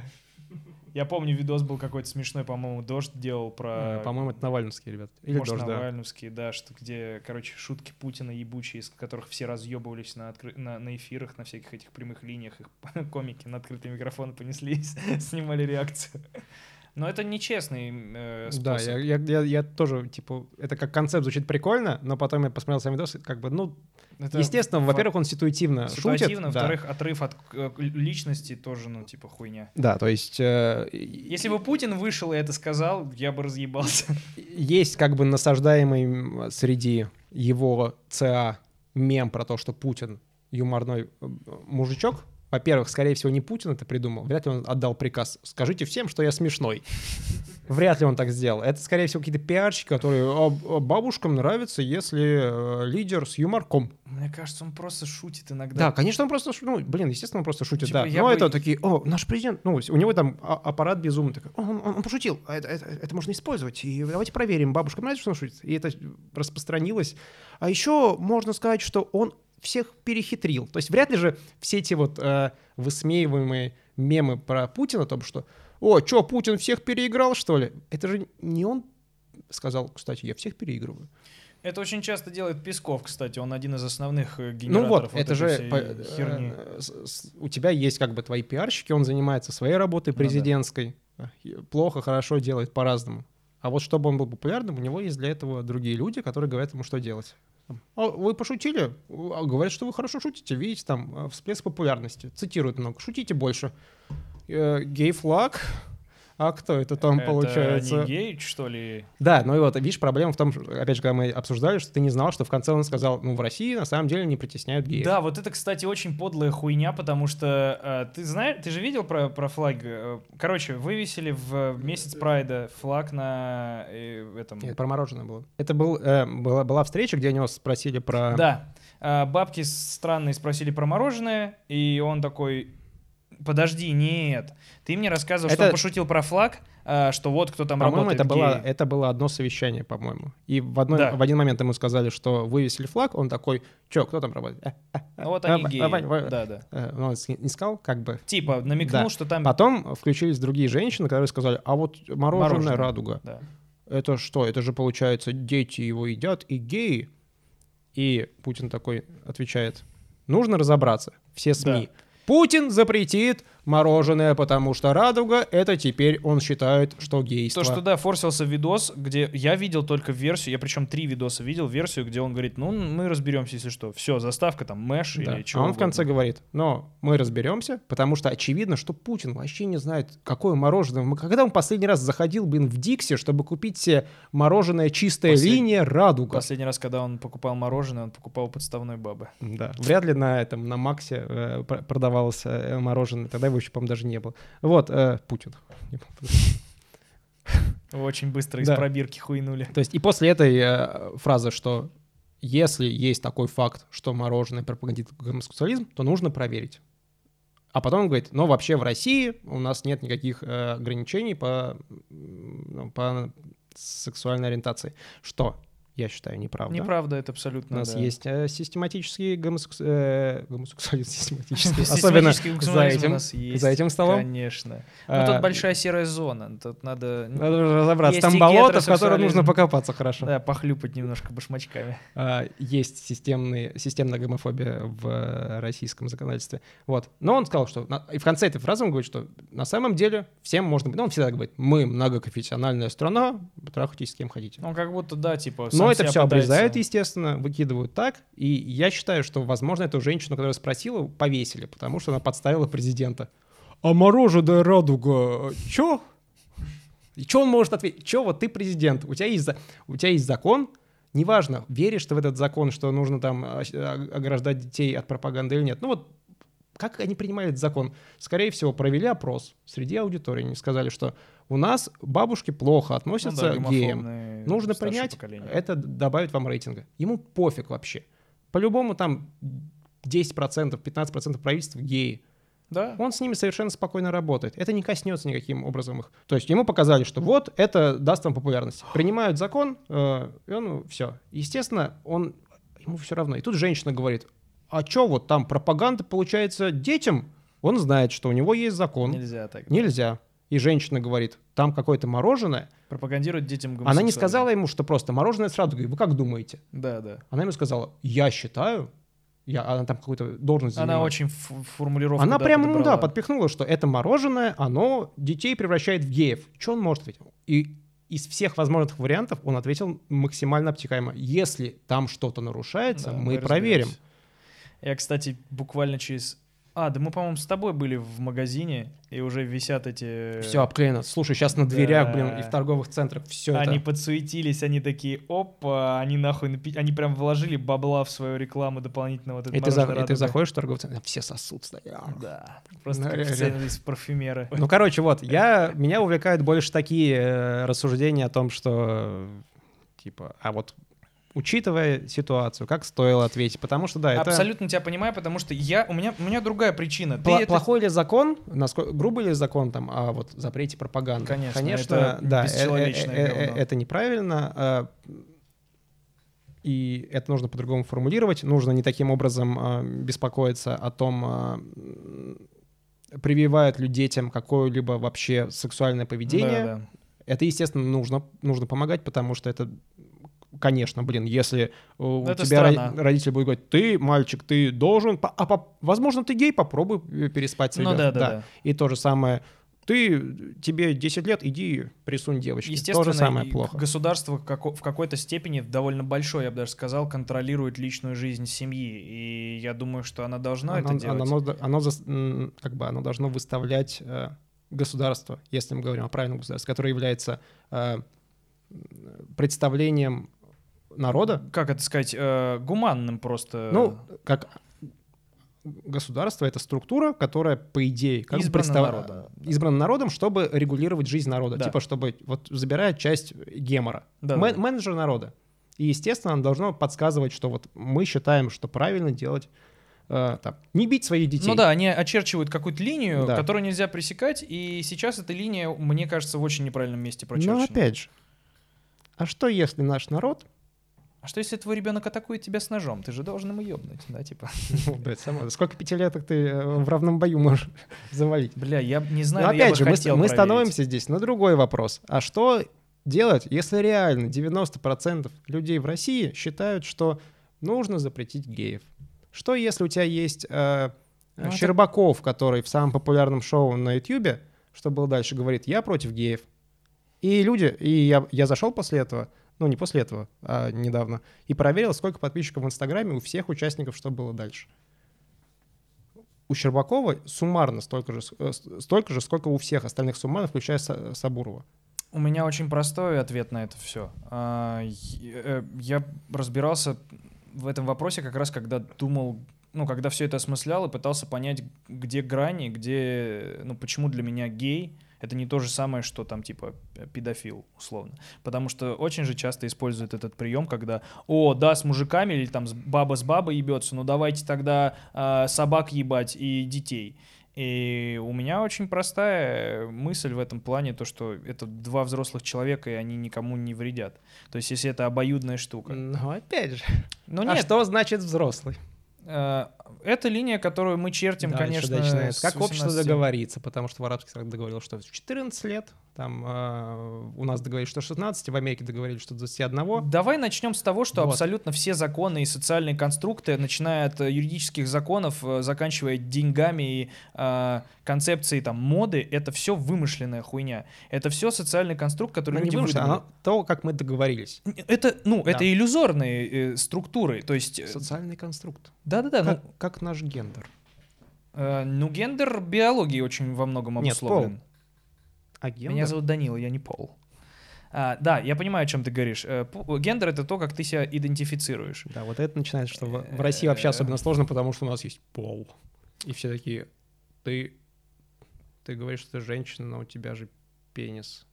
Я помню, видос был какой-то смешной, по-моему, Дождь делал про... По-моему, это Навальновский, ребят. Или Может, Дождь, да. Навальновский, да, что где, короче, шутки Путина ебучие, из которых все разъебывались на эфирах, на всяких этих прямых линиях, их комики на открытый микрофон понеслись, снимали реакцию. Но это нечестный Да, способ. я тоже, типа, это как концепт звучит прикольно, но потом я посмотрел сам видос, и как бы, ну, Это естественно, во-первых, он ситуативно ситуативно, шутит. Да. во-вторых, отрыв от личности тоже, ну, типа, хуйня. Да, то есть Если бы Путин вышел и это сказал, я бы разъебался. есть как бы насаждаемый среди его ЦА мем про то, что Путин юморной мужичок. Во-первых, скорее всего, не Путин это придумал. Вряд ли он отдал приказ. Скажите всем, что я смешной. Вряд ли он так сделал. Это, скорее всего, какие-то пиарщики, которые бабушкам нравится, если лидер с юморком. Мне кажется, он просто шутит иногда. Да, конечно, он просто, естественно, он просто шутит, Типа, да. я Но бы- это такие, наш президент, у него там аппарат безумный, такой, он пошутил, это можно использовать, и давайте проверим, бабушкам нравится, что он шутит. И это распространилось. А еще можно сказать, что он всех перехитрил. То есть вряд ли же все эти вот высмеиваемые мемы про Путина, о том, что Путин всех переиграл, что ли? Это же не он сказал, кстати, я всех переигрываю. Это очень часто делает Песков, кстати. Он один из основных Ну генераторов вот, это этой же всей херни. у тебя есть как бы твои пиарщики, он занимается своей работой Ну да. президентской. Плохо, хорошо делает по-разному. А вот чтобы он был популярным, у него есть для этого другие люди, которые говорят ему, что делать. Вы пошутили? Говорят, что вы хорошо шутите. Видите, там всплеск популярности. Цитируют много. Шутите больше. Гей-флаг. А кто это там получается? Это не гей, что ли? Да, ну и вот, видишь, проблема в том, что, опять же, когда мы обсуждали, что ты не знал, что в конце он сказал, в России на самом деле не притесняют геев. Да, вот это, кстати, очень подлая хуйня, потому что ты знаешь, ты же видел про флаг? Короче, вывесили в месяц Прайда флаг на этом... Нет, про мороженое было. Это была встреча, где у него спросили про... Да, бабки странные спросили про мороженое, и он такой... Подожди, нет. Ты мне рассказывал, что Это- он пошутил про флаг, что вот кто там По-моему, работает это было одно совещание, по-моему. И Да. в один момент ему сказали, что вывесили флаг, он такой, кто там работает? Ну вот они а, геи. а, Да. Ну, он не сказал, как бы. Типа намекнул, Да. что там... Потом включились другие женщины, которые сказали, а вот мороженое радуга. Да. Это что? Это же, получается, дети его едят и геи. И Путин такой отвечает, нужно разобраться, все СМИ. Да. Путин запретит мороженое, потому что радуга — это теперь он считает, что гейство. То, что, да, форсился видос, где я видел только версию, я причем 3 видоса видел, версию, где он говорит, ну, мы разберемся, если что. Все, заставка там, мэш Да. или А чего. он в конце говорит, но мы разберемся, потому что очевидно, что Путин вообще не знает, какое мороженое. Когда он последний раз заходил, в Дикси, чтобы купить себе мороженое чистая линия радуга? Последний раз, когда он покупал мороженое, он покупал у подставной бабы. Да. Вряд ли на Максе продавалось мороженое. Тогда его еще, по-моему, даже не было. Вот, Путин. Очень быстро из Да. пробирки хуйнули. То есть и после этой фразы, что если есть такой факт, что мороженое пропагандирует гомосексуализм, то нужно проверить. А потом он говорит, но вообще в России у нас нет никаких ограничений по сексуальной ориентацией. Что, я считаю, неправда. Неправда, это абсолютно, У нас да. есть систематический гомосексуализм, систематический, особенно за этим столом. Конечно. Но тут большая серая зона, тут надо разобраться. Есть Там и болото, в которое гетеросексуализм. нужно покопаться хорошо. да, похлюпать немножко башмачками. Есть системная гомофобия в российском законодательстве. Вот. Но он сказал, что... И в конце этой фразы он говорит, что на самом деле всем можно быть... Ну, он всегда говорит, мы многоконфессиональная страна, трахайтесь с кем хотите. Ну, как будто, да, типа... Но это себя все пытается- обрезают, естественно, выкидывают так. И я считаю, что, возможно, эту женщину, которая спросила, повесили, потому что она подставила президента. А мороженое радуга, чё? И чё он может ответить? Чё, вот ты президент, у тебя есть закон, неважно, веришь ты в этот закон, что нужно там ограждать детей от пропаганды или нет. Ну вот, как они принимали этот закон? Скорее всего, провели опрос среди аудитории. Они сказали, что у нас бабушки плохо относятся к геям. гомофобные Нужно старшее принять, поколение. это добавит вам рейтинга. Ему пофиг вообще. По-любому там 10%, 15% правительства геи. Да. Он с ними совершенно спокойно работает. Это не коснется никаким образом их. То есть ему показали, что вот это даст вам популярность. Принимают закон, и он все. Естественно, ему все равно. И тут женщина говорит, а что вот там пропаганда получается детям? Он знает, что у него есть закон. Нельзя так. Нельзя. И женщина говорит, там какое-то мороженое. Пропагандирует детям Она не гомосексуализм. сказала ему, что просто мороженое с радугой. Вы как думаете? Да, да. Она ему сказала, я считаю, она там какую-то должность Она занимает. очень формулировку Она да, прямо, подобрала. подпихнула, что это мороженое, оно детей превращает в геев. Что он может ответить? И из всех возможных вариантов он ответил максимально обтекаемо. Если там что-то нарушается, Да, мы разберемся. проверим. Я, кстати, буквально через... да мы, по-моему, с тобой были в магазине, и уже висят эти... Все обклеено. Слушай, сейчас на дверях, и в торговых центрах все Они это... подсуетились, они такие, опа, они нахуй, они прям вложили бабла в свою рекламу дополнительно. Вот это И ты мороженое заходишь радуга. в торговый центр, все сосуд стоят. Да, просто Ну, как реально. вцепились в парфюмеры. Ну, короче, вот, меня увлекают больше такие рассуждения о том, что, типа, а вот учитывая ситуацию, как стоило ответить, потому что, да, это... Абсолютно тебя понимаю, потому что у меня другая причина. Плохой ли закон, грубый ли закон там, о вот запрете пропаганды? Конечно, это да, бесчеловечное говно. это неправильно, и это нужно по-другому формулировать, нужно не таким образом беспокоиться о том, прививают ли детям какое-либо вообще сексуальное поведение. Да. Это, естественно, нужно помогать, потому что это... Конечно, если у Это тебя страна. родители будут говорить, ты, мальчик, ты должен... возможно, ты гей, попробуй переспать с Ну ребенком. да. И то же самое, тебе 10 лет, иди присунь девочке. Естественно, То же самое и плохо. государство в какой-то степени, довольно большой, я бы даже сказал, контролирует личную жизнь семьи. И я думаю, что она должна это делать. Оно должно выставлять государство, если мы говорим о правильном государстве, которое является представлением народа. Как это сказать? Гуманным просто. Ну, как государство — это структура, которая, по идее, избрана народом, чтобы регулировать жизнь народа. Да. Типа, чтобы забирать часть гемора. Да. Менеджер народа. И, естественно, оно должно подсказывать, что вот мы считаем, что правильно делать, не бить своих детей. Ну да, они очерчивают какую-то линию, Да. которую нельзя пресекать, и сейчас эта линия, мне кажется, в очень неправильном месте прочерчена. Но опять же, а что если наш народ... А что если твой ребенок атакует тебя с ножом? Ты же должен ему ёбнуть, да, типа? Сколько пятилеток ты в равном бою можешь завалить? Бля, я не знаю, Но но я опять бы же, хотел мы проверить. становимся здесь на другой вопрос. А что делать, если реально 90% людей в России считают, что нужно запретить геев? Что если у тебя есть Щербаков, который в самом популярном шоу на Ютьюбе, что было дальше, говорит, я против геев. И я зашел после этого, ну не после этого, а недавно, и проверил, сколько подписчиков в Инстаграме у всех участников, что было дальше. У Щербакова суммарно столько же, сколько у всех остальных суммарно, включая Сабурова. У меня очень простой ответ на это все. Я разбирался в этом вопросе как раз, когда думал, когда все это осмыслял и пытался понять, где грани, почему для меня гей — это не то же самое, что там типа педофил, условно. Потому что очень же часто используют этот прием, когда, с мужиками или там баба с бабой ебется, давайте тогда собак ебать и детей. И у меня очень простая мысль в этом плане, то, что это два взрослых человека, и они никому не вредят. То есть, если это обоюдная штука. Ну, опять же. Но А нет, что значит взрослый? это линия, которую мы чертим, Дальше конечно, начинается. с Как общество 18. договорится, потому что в арабских странах договорилось, что в 14 лет, там у нас договорились, что 16, в Америке договорились, что 21. Давай начнем с того, что Вот. абсолютно все законы и социальные конструкты, начиная от юридических законов, заканчивая деньгами и концепцией там моды, это все вымышленная хуйня. Это все социальный конструкт, который Ну, не люди вымышленно, выдумали. то, как мы договорились. Это, Да. это иллюзорные структуры, то есть... Социальный конструкт. Да-да-да, Как наш гендер. гендер биологии очень во многом Нет, обусловлен. А гендер? Меня зовут Данила, я не Пол. Да, я понимаю, о чем ты говоришь. Гендер — это то, как ты себя идентифицируешь. Да, вот это начинается, что в России вообще особенно сложно, потому что у нас есть пол. И все такие, ты говоришь, что ты женщина, но у тебя же пенис.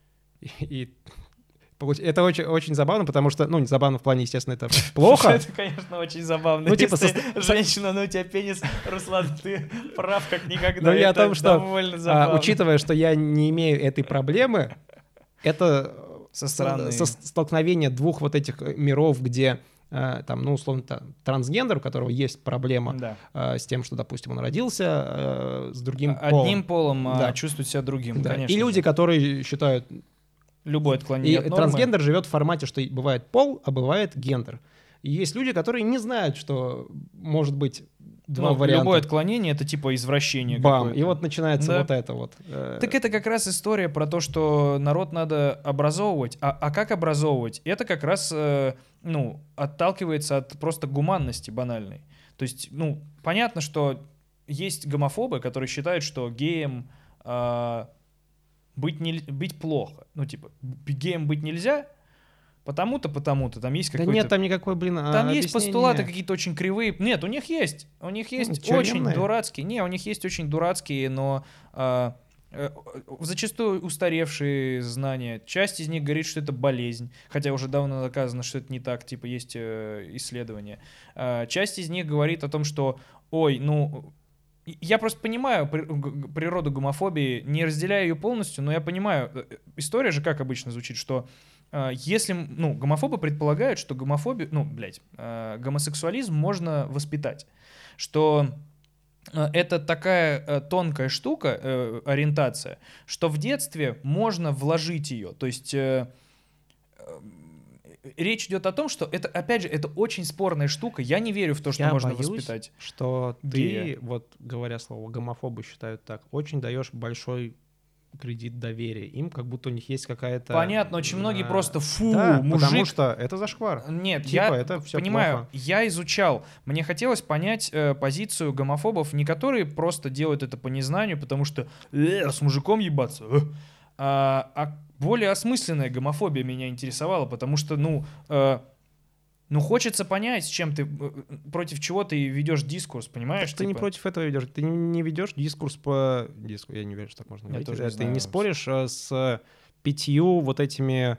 И это очень, очень забавно, потому что, ну, не забавно в плане, естественно, это плохо. Это, конечно, очень забавно. Ну, типа, Если женщина, но у тебя пенис, Руслан, ты прав как никогда. Но я о Это том, что, довольно забавно. учитывая, что я не имею этой проблемы, это Со стороны. столкновение двух вот этих миров, где там, ну, условно, трансгендер, у которого есть проблема Да. с тем, что, допустим, он родился с другим полом. Одним полом, Да. чувствует себя другим, Да. конечно. И люди, же. которые считают... Любое И отклонение от нормы. трансгендер живет в формате, что бывает пол, а бывает гендер. И есть люди, которые не знают, что может быть два Ну, варианта. любое отклонение — это типа извращение Бам! какое-то. И вот начинается Да. вот это вот. Так это как раз история про то, что народ надо образовывать. А как образовывать? Это как раз, отталкивается от просто гуманности банальной. То есть, понятно, что есть гомофобы, которые считают, что геем быть плохо. Ну, типа, геем быть нельзя, потому-то, там есть Да какой-то... нет, там никакой, Там есть объяснения. постулаты какие-то очень кривые. Нет, у них есть. У них есть очень тюремные. дурацкие. Не, у них есть очень дурацкие, но зачастую устаревшие знания. Часть из них говорит, что это болезнь. Хотя уже давно доказано, что это не так. Типа есть исследования. Часть из них говорит о том, что я просто понимаю природу гомофобии, не разделяю ее полностью, но я понимаю. История же как обычно звучит, что если, гомофобы предполагают, что гомосексуализм можно воспитать, что это такая тонкая штука, ориентация, что в детстве можно вложить ее. То есть речь идет о том, что это, опять же, это очень спорная штука. Я не верю в то, что Я можно боюсь, воспитать. что гея. ты, вот говоря слово гомофобы считают так, очень даешь большой кредит доверия им, как будто у них есть какая-то... Понятно, очень многие просто да, мужик. потому что это зашквар. Нет, Типа, я это всё понимаю, плохо. я изучал. Мне хотелось понять позицию гомофобов, не которые просто делают это по незнанию, потому что с мужиком ебаться, а более осмысленная гомофобия меня интересовала, потому что, хочется понять, с чем ты, против чего ты ведешь дискурс, понимаешь? Ты не типа? против этого ведешь. Ты не ведешь дискурс по... Я не верю, что так можно Я говорить. тоже не Ты знаю. не споришь с 5 вот этими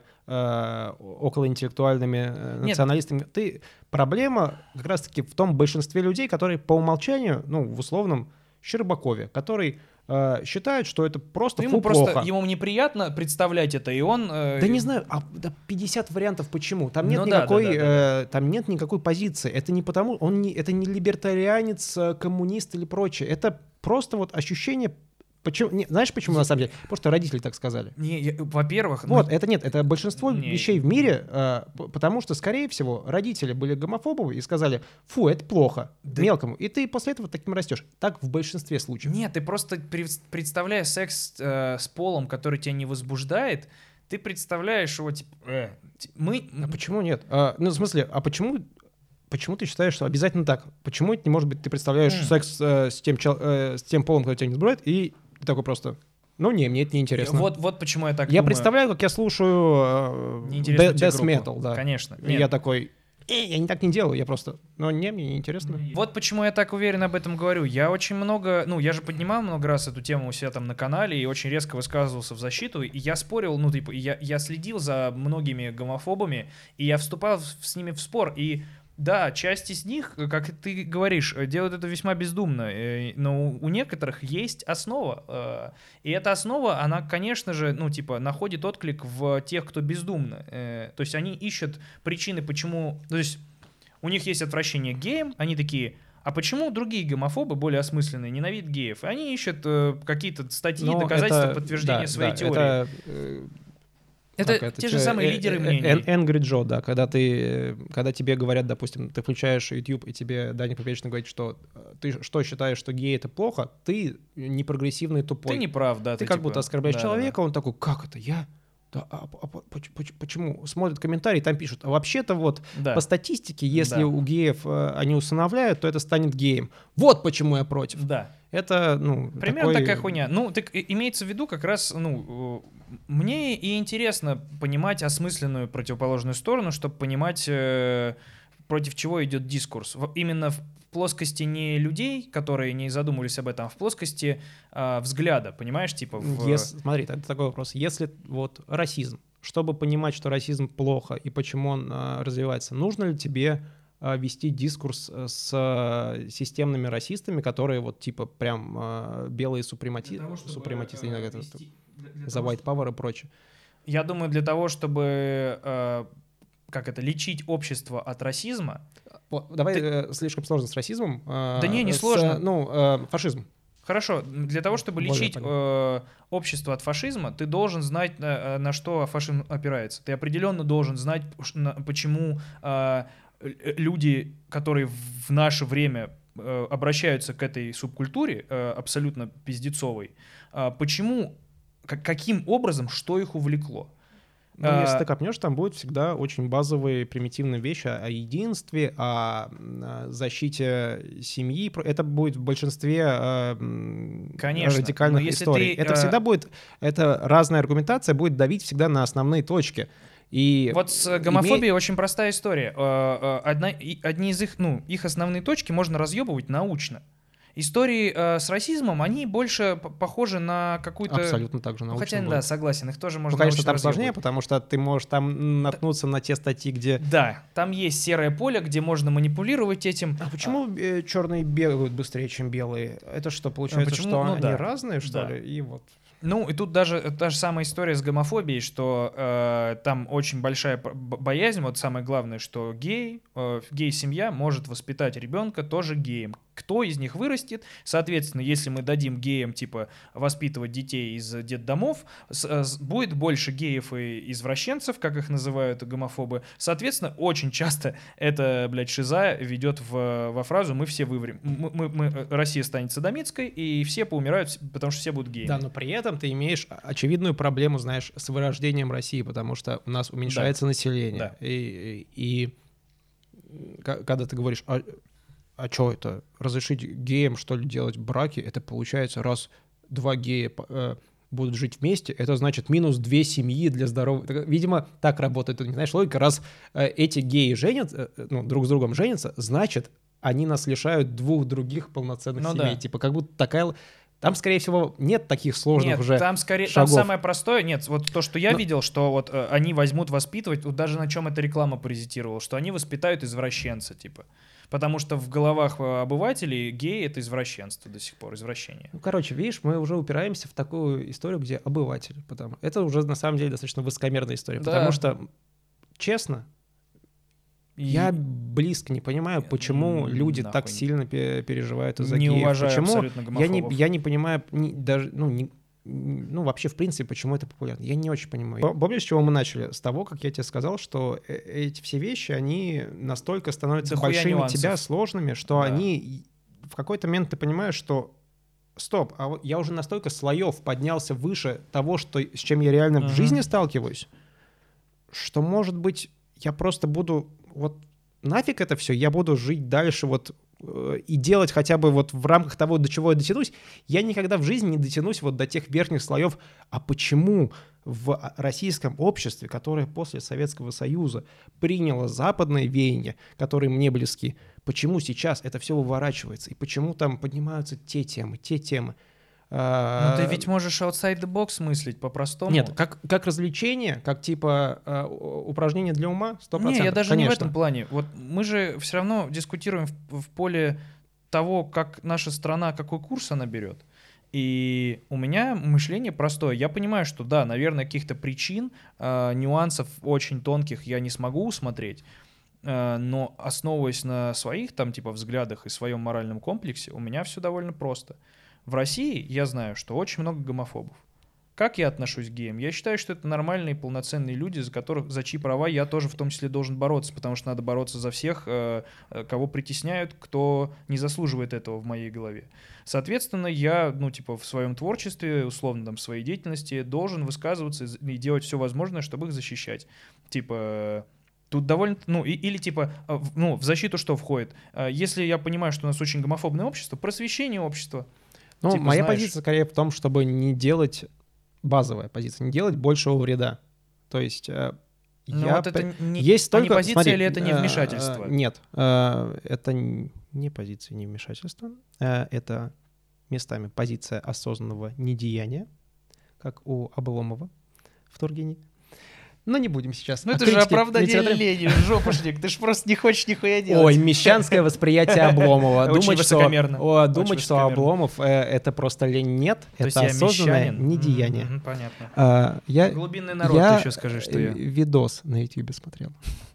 околоинтеллектуальными националистами. Проблема как раз-таки в том большинстве людей, которые по умолчанию, в условном Щербакове, который считают, что это просто Ему плохо. ему неприятно представлять это, и он... Да не знаю, 50 вариантов почему. Там нет там нет никакой позиции. Это не потому, это не либертарианец, коммунист или прочее. Это просто вот ощущение. Знаешь почему на самом деле? Потому что родители так сказали. Во-первых... Вот, это большинство вещей в мире, потому что, скорее всего, родители были гомофобовы и сказали, фу, это плохо, мелкому. И ты после этого таким растешь. Так в большинстве случаев. Нет, ты просто представляя секс с полом, который тебя не возбуждает, ты представляешь его, типа, А почему нет? В смысле, а почему ты считаешь, что обязательно так? Почему это не может быть, ты представляешь секс с тем полом, который тебя не возбуждает, и ты такой просто... мне это неинтересно. Вот почему я так Я думаю. представляю, как я слушаю death metal, да. Конечно. И я такой, я так не делаю, я просто... мне неинтересно. Вот почему я так уверен об этом говорю. Я очень много... я же поднимал много раз эту тему у себя там на канале и очень резко высказывался в защиту, и я спорил, я следил за многими гомофобами, и я вступал с ними в спор, и Да, часть из них, как ты говоришь, делают это весьма бездумно, но у некоторых есть основа, и эта основа, она, конечно же, ну, типа, находит отклик в тех, кто бездумно, то есть они ищут причины, почему, то есть у них есть отвращение к геям, они такие, а почему другие гомофобы, более осмысленные, ненавидят геев? И они ищут какие-то статьи, Но доказательства, это, подтверждения да, своей да, теории. Это те же самые лидеры мнений. Angry Joe, да, когда тебе говорят, допустим, ты включаешь YouTube, и тебе Даня Поперечный говорит, что ты что считаешь, что гей — это плохо, ты непрогрессивный, тупой. Ты не прав, да. Ты как типа, будто оскорбляешь да, человека, да. он такой, как это, я? Да, почему? Смотрят комментарии, там пишут, а вообще-то вот Да. по статистике, если Да. у геев они усыновляют, то это станет геем. Вот почему я против. Да. Это, ну, Примерно такой... такая хуйня. Ну, так имеется в виду как раз, ну, мне и интересно понимать осмысленную противоположную сторону, чтобы понимать, против чего идет дискурс. Именно в плоскости не людей, которые не задумывались об этом, а в плоскости взгляда, понимаешь, типа... Смотри, это такой вопрос. Если вот расизм, чтобы понимать, что расизм плохо и почему он развивается, нужно ли тебе вести дискурс с системными расистами, которые вот типа прям белые супрематисты, не знаю, как это, за white power и прочее? Я думаю, для того, чтобы лечить общество от расизма. Давай слишком сложно с расизмом. Да не сложно. Фашизм. Хорошо, для того, чтобы лечить общество от фашизма, ты должен знать, на что фашизм опирается. Ты определенно должен знать, почему люди, которые в наше время обращаются к этой субкультуре, абсолютно пиздецовой, почему, каким образом, что их увлекло. Ну, если ты копнешь, там будут всегда очень базовые примитивные вещи о единстве, о защите семьи. Это будет в большинстве радикальных историй. Это всегда будет, это разная аргументация будет давить всегда на основные точки. И вот с гомофобией очень простая история. Одни из их основные точки можно разъебывать научно. Истории с расизмом, они больше похожи на какую-то... Абсолютно так же научно. Хотя, будет. Да, согласен, их тоже можно конечно, там сложнее, потому что ты можешь там наткнуться на те статьи, где... Да, там есть серое поле, где можно манипулировать этим. А почему черные бегают быстрее, чем белые? Это что, получается, что они разные, что ли? И вот... Ну, и тут даже та же самая история с гомофобией, что там очень большая боязнь. Вот самое главное, что гей-семья может воспитать ребенка тоже геем. Кто из них вырастет? Соответственно, если мы дадим геям, типа, воспитывать детей из детдомов, будет больше геев и извращенцев, как их называют гомофобы. Соответственно, очень часто эта, шиза ведет во фразу «мы все вымрем». Россия станет содомитской, и все поумирают, потому что все будут геями. Да, но при этом ты имеешь очевидную проблему, знаешь, с вырождением России, потому что у нас уменьшается население. Да. И когда ты говоришь... А что это? Разрешить геям, что ли, делать браки? Это получается, раз 2 гея будут жить вместе, это значит минус 2 семьи для здорового... Видимо, так работает, не знаешь, логика. Раз эти геи женятся, друг с другом женятся, значит, они нас лишают 2 других полноценных семей. Да. Типа как будто такая... Там, скорее всего, нет таких сложных уже там шагов. Там самое простое, вот то, что я видел, что вот они возьмут воспитывать, вот даже на чем эта реклама паразитировала, что они воспитают извращенца, типа. Потому что в головах обывателей гей — это извращенство до сих пор, извращение. Видишь, мы уже упираемся в такую историю, где обыватель. Это уже, на самом деле, достаточно высокомерная история. Да. Потому что, честно, я близко не понимаю, почему люди так сильно переживают из-за геев. Не уважаю почему абсолютно гомофобов. Я не понимаю даже... вообще, в принципе, почему это популярно. Я не очень понимаю. Помнишь, с чего мы начали? С того, как я тебе сказал, что эти все вещи, они настолько становятся большими для тебя, сложными, что они... В какой-то момент ты понимаешь, что стоп, а вот я уже настолько слоев поднялся выше того, с чем я реально в жизни сталкиваюсь, что, может быть, я просто буду... Вот нафиг это все, я буду жить дальше и делать хотя бы в рамках того, до чего я дотянусь. Я никогда в жизни не дотянусь до тех верхних слоев. А почему в российском обществе, которое после Советского Союза приняло западные веяния, которые мне близки, почему сейчас это все выворачивается? И почему там поднимаются те темы? Ну ты ведь можешь outside the box мыслить по-простому. Нет, как развлечение, как типа упражнение для ума, 100%. Не, я даже конечно. не в этом плане. Вот мы же все равно дискутируем в поле того, как наша страна, какой курс она берет. И у меня мышление простое. Я понимаю, что да, наверное, каких-то причин, нюансов очень тонких я не смогу усмотреть, но основываясь на своих там типа взглядах и своем моральном комплексе, у меня все довольно просто. В России я знаю, что очень много гомофобов. Как я отношусь к геям? Я считаю, что это нормальные, полноценные люди, за чьи права я тоже в том числе должен бороться, потому что надо бороться за всех, кого притесняют, кто не заслуживает этого в моей голове. Соответственно, я, в своем творчестве, условно, в своей деятельности должен высказываться и делать все возможное, чтобы их защищать. Тут довольно, в защиту что входит? Если я понимаю, что у нас очень гомофобное общество, просвещение общества. Моя позиция скорее в том, чтобы не делать... Базовая позиция. Не делать большего вреда. То есть есть только... не позиция или это не вмешательство? Нет. Это не позиция, не вмешательство. Это местами позиция осознанного недеяния, как у Обломова в Тургене. Но не будем сейчас. Это же оправдание лени, жопошник. Ты же просто не хочешь нихуя делать. Ой, мещанское восприятие Обломова. Очень высокомерно. Думать, что Обломов — это просто лень, нет. Это осознанное недеяние. Понятно. Глубинный народ, ты еще скажи, что я. Видос на YouTube смотрел.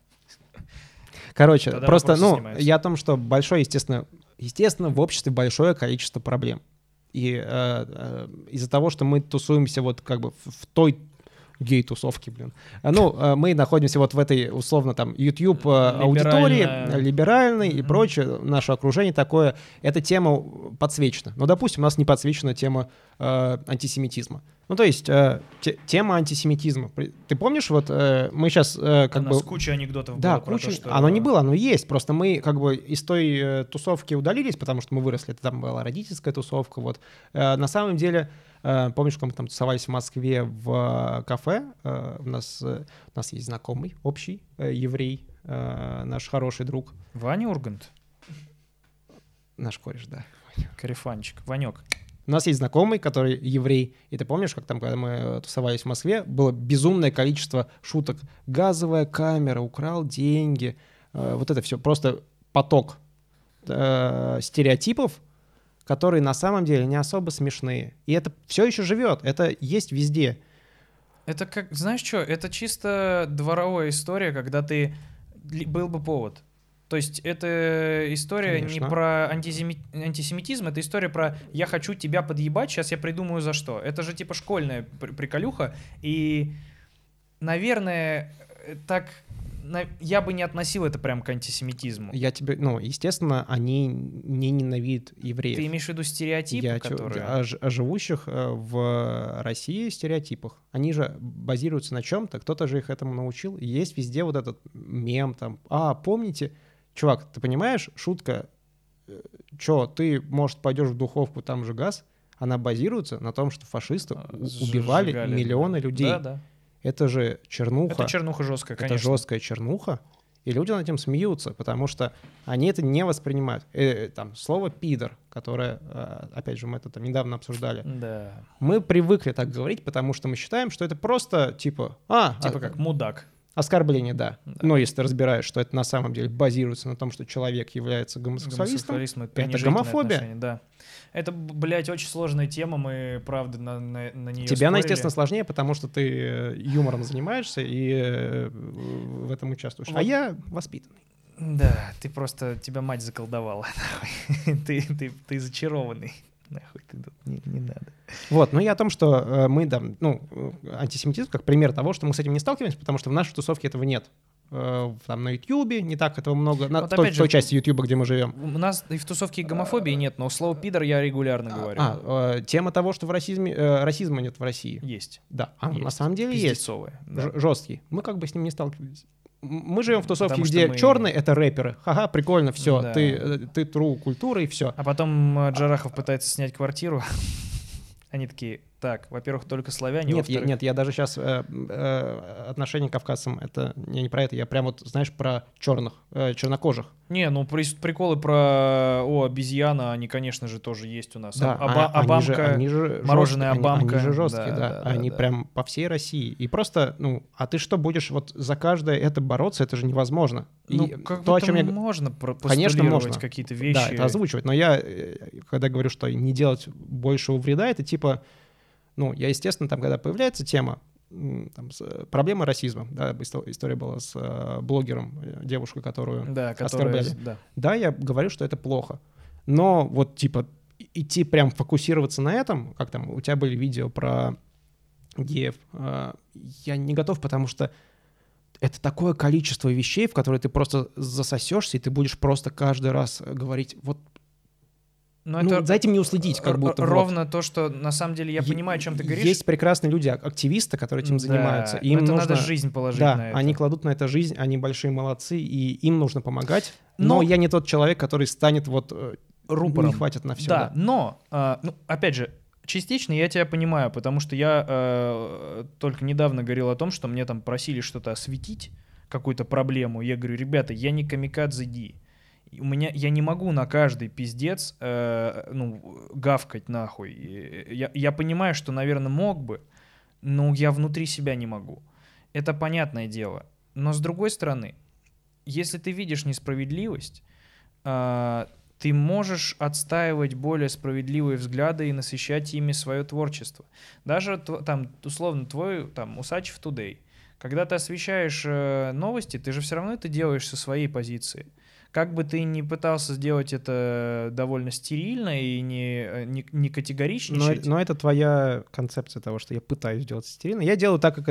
Короче, просто, я о том, что большое, естественно, в обществе большое количество проблем. И из-за того, что мы тусуемся вот как бы в той гей-тусовки, мы находимся вот в этой, условно, там, YouTube-аудитории, либеральной и прочее, наше окружение такое, эта тема подсвечена. Но, допустим, у нас не подсвечена тема антисемитизма. То есть тема антисемитизма. Ты помнишь, вот мы сейчас у нас куча анекдотов было про то, что... Оно не было, оно есть. Просто мы как бы из той тусовки удалились, потому что мы выросли. Там была родительская тусовка. Вот. На самом деле... Помнишь, когда мы там тусовались в Москве в кафе? У нас есть знакомый, общий еврей, наш хороший друг. Ваня Ургант? Наш кореш, да. Карифанчик, Ванек. У нас есть знакомый, который еврей. И ты помнишь, как там, когда мы тусовались в Москве, было безумное количество шуток. Газовая камера, украл деньги. Вот это все. Просто поток стереотипов, которые на самом деле не особо смешные. И это все еще живет, это есть везде. Это как, знаешь что, это чисто дворовая история, когда был бы повод. То есть это история не про антисемитизм, это история про «я хочу тебя подъебать, сейчас я придумаю за что». Это же типа школьная приколюха, и, наверное, так... Я бы не относил это прям к антисемитизму. Естественно, они не ненавидят евреев. Ты имеешь в виду стереотипы, которые... О живущих в России стереотипах. Они же базируются на чем-то, кто-то же их этому научил. И есть везде вот этот мем там. Помните? Чувак, ты понимаешь, шутка, ты, может, пойдешь в духовку, там же газ, она базируется на том, что фашисты убивали миллионы людей. Да. Это же чернуха. Это чернуха жесткая, конечно. Это жесткая чернуха, и люди над этим смеются, потому что они это не воспринимают. Там слово «пидор», которое, опять же, мы это там недавно обсуждали. Да. Мы привыкли так говорить, потому что мы считаем, что это просто типа как мудак. Оскорбление, да. Но если ты разбираешь, что это на самом деле базируется на том, что человек является гомосексуалистом, это гомофобия. Да. Это, очень сложная тема, мы, правда, на нее Тебе она, спорили. естественно, сложнее, потому что ты юмором занимаешься и в этом участвуешь. А я воспитанный. Да, тебя мать заколдовала. Ты зачарованный. Нахуй ты тут не надо. Вот, я о том, что мы, антисемитизм как пример того, что мы с этим не сталкиваемся, потому что в нашей тусовке этого нет. Там на Ютьюбе не так этого много, на той части Ютьюба, где мы живем. У нас и в тусовке гомофобии нет, но слово «пидор» я регулярно говорю. Тема того, что расизма нет в России. Есть. Да, на самом деле есть. Да. Жесткий. Мы как бы с ним не сталкивались. Мы живем в тусовке, где черные — это рэперы. Ха-ха, прикольно, все. Да. Ты тру культура и все. А потом Джарахов пытается снять квартиру. Они такие: Так, во-первых, только славяне, Нет, во-вторых... нет, я даже сейчас отношение к кавказцам, это я не про это, я прям вот, знаешь, про чернокожих. Не, ну приколы про обезьяна, они, конечно же, тоже есть у нас. Да, Обамка, они же мороженое жесткие, Обамка. они же жесткие, да. Они прям по всей России. И просто, а ты что, будешь вот за каждое это бороться? Это же невозможно. Ну, и как то, будто о чем я... можно Конечно, можно какие-то вещи. Да, это озвучивать. Но я, когда говорю, что не делать большего вреда, это типа, я, естественно, там, когда появляется тема, проблема расизма, да, история была с блогером, девушкой, которую оскорбляли. Да, я говорю, что это плохо. Но вот, типа, идти прям фокусироваться на этом, как там, у тебя были видео про геев, я не готов, потому что это такое количество вещей, в которые ты просто засосешься, и ты будешь просто каждый раз говорить, вот, это за этим не уследить, как будто. Ровно то, что на самом деле я понимаю, о чем ты говоришь. Есть прекрасные люди, активисты, которые этим занимаются. Им это нужно... надо жизнь положить на это. Да, они кладут на это жизнь, они большие молодцы, и им нужно помогать. Но я не тот человек, который станет вот... рупором. Не хватит на все. Да, но, опять же, частично я тебя понимаю, потому что я только недавно говорил о том, что мне там просили что-то осветить, какую-то проблему. Я говорю, ребята, я не камикадзе Ди. Я не могу на каждый пиздец гавкать нахуй. Я понимаю, что, наверное, мог бы, но я внутри себя не могу. Это понятное дело. Но с другой стороны, если ты видишь несправедливость, ты можешь отстаивать более справедливые взгляды и насыщать ими свое творчество. Даже там, условно, твой Усачев Today. Когда ты освещаешь новости, ты же все равно это делаешь со своей позиции. Как бы ты ни пытался сделать это довольно стерильно и не категоричничать. Но это твоя концепция того, что я пытаюсь сделать стерильно. Я делаю так,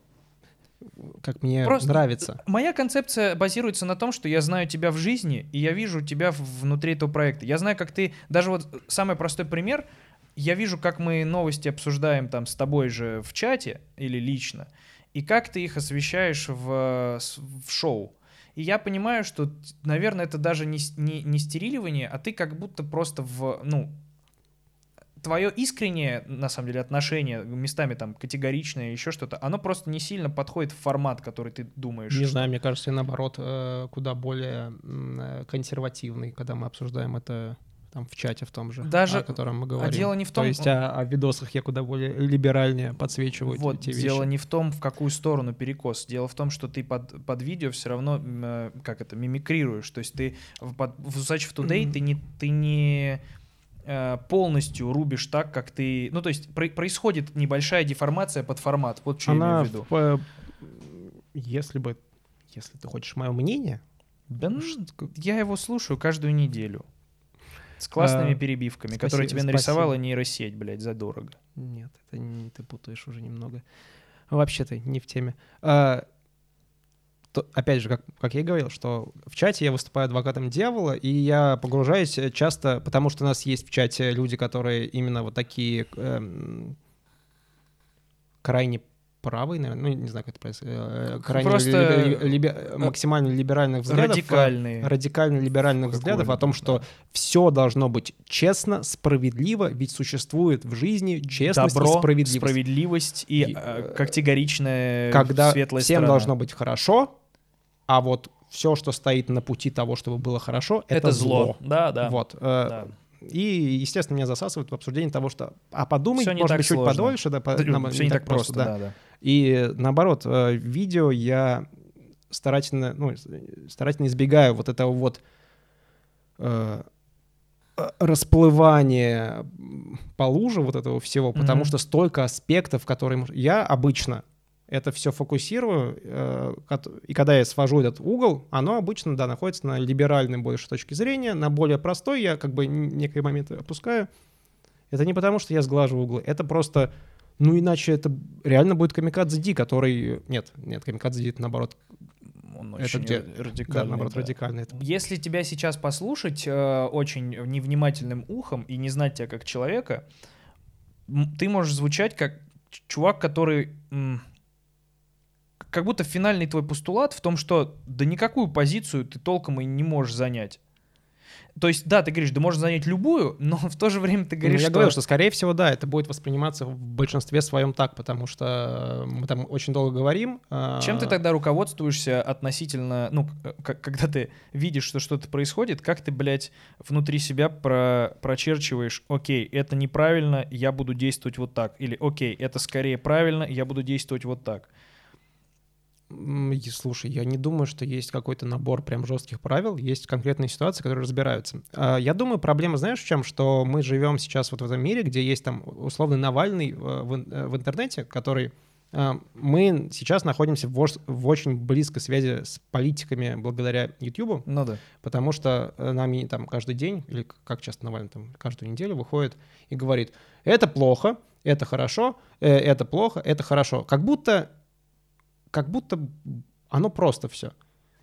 как мне нравится. Моя концепция базируется на том, что я знаю тебя в жизни, и я вижу тебя внутри этого проекта. Я знаю, как ты... Даже вот самый простой пример. Я вижу, как мы новости обсуждаем там с тобой же в чате или лично, и как ты их освещаешь в шоу. И я понимаю, что, наверное, это даже не стериливание, а ты как будто просто твое искреннее, на самом деле, отношение, местами там категоричное, еще что-то, оно просто не сильно подходит в формат, который ты думаешь. Не знаю, мне кажется, наоборот, куда более консервативный, когда мы обсуждаем это там в чате в том же, о котором мы говорим. А дело не в том... То есть о видосах я куда более либеральнее подсвечиваю эти вещи. Дело не в том, в какую сторону перекос. Дело в том, что ты под видео все равно, мимикрируешь. То есть ты в Усачев Today ты не полностью рубишь так, как ты... Ну, то есть происходит небольшая деформация под формат. Вот что я имею в виду. Если ты хочешь мое мнение... Да, я его слушаю каждую неделю. С классными перебивками, которые тебе нарисовала нейросеть, блядь, задорого. Нет, ты путаешь уже немного. Вообще ты не в теме. Опять же, как я и говорил, что в чате я выступаю адвокатом дьявола, и я погружаюсь часто, потому что у нас есть в чате люди, которые именно вот такие крайне правые, наверное, не знаю, как это происходит, крайне максимально либеральных взглядов, радикально либеральных взглядов о том, что все должно быть честно, справедливо, ведь существует в жизни честность и справедливость и категоричная когда светлая всем сторона. Должно быть хорошо, а вот все, что стоит на пути того, чтобы было хорошо, это зло. Да. Вот. Да. И, естественно, меня засасывают в обсуждение того, что подумать, может быть, чуть сложно. подольше. Все не так просто, да. И наоборот, видео я старательно избегаю вот этого вот расплывания по луже вот этого всего, потому что столько аспектов, которые... Я обычно это все фокусирую, и когда я свожу этот угол, оно обычно, находится на либеральной больше точки зрения, на более простой я некие моменты опускаю. Это не потому, что я сглаживаю углы, это просто, иначе это реально будет камикадзе Ди, который... Нет, камикадзе Ди, это наоборот... Он очень радикальный. Да, наоборот, радикальный. Если тебя сейчас послушать очень невнимательным ухом и не знать тебя как человека, ты можешь звучать как чувак, который... Как будто финальный твой постулат в том, что да никакую позицию ты толком и не можешь занять. То есть, да, ты говоришь, да можно занять любую, но в то же время ты Ну, говоришь, я что... говорю, что, скорее всего, да, это будет восприниматься в большинстве своем так, потому что мы там очень долго говорим. Чем ты тогда руководствуешься относительно, ну, когда ты видишь, что что-то происходит, как ты, блядь, внутри себя прочерчиваешь, окей, это неправильно, я буду действовать вот так, или окей, это скорее правильно, я буду действовать вот так? Слушай, я не думаю, что есть какой-то набор прям жестких правил, есть конкретные ситуации, которые разбираются. Я думаю, проблема, знаешь, в чем? Что мы живем сейчас вот в этом мире, где есть там условный Навальный в интернете, который... Мы сейчас находимся в очень близкой связи с политиками благодаря YouTube, Ну да. потому что нами там каждый день, или как часто Навальный там каждую неделю выходит и говорит, это плохо, это хорошо, это плохо, это хорошо. Как будто оно просто все.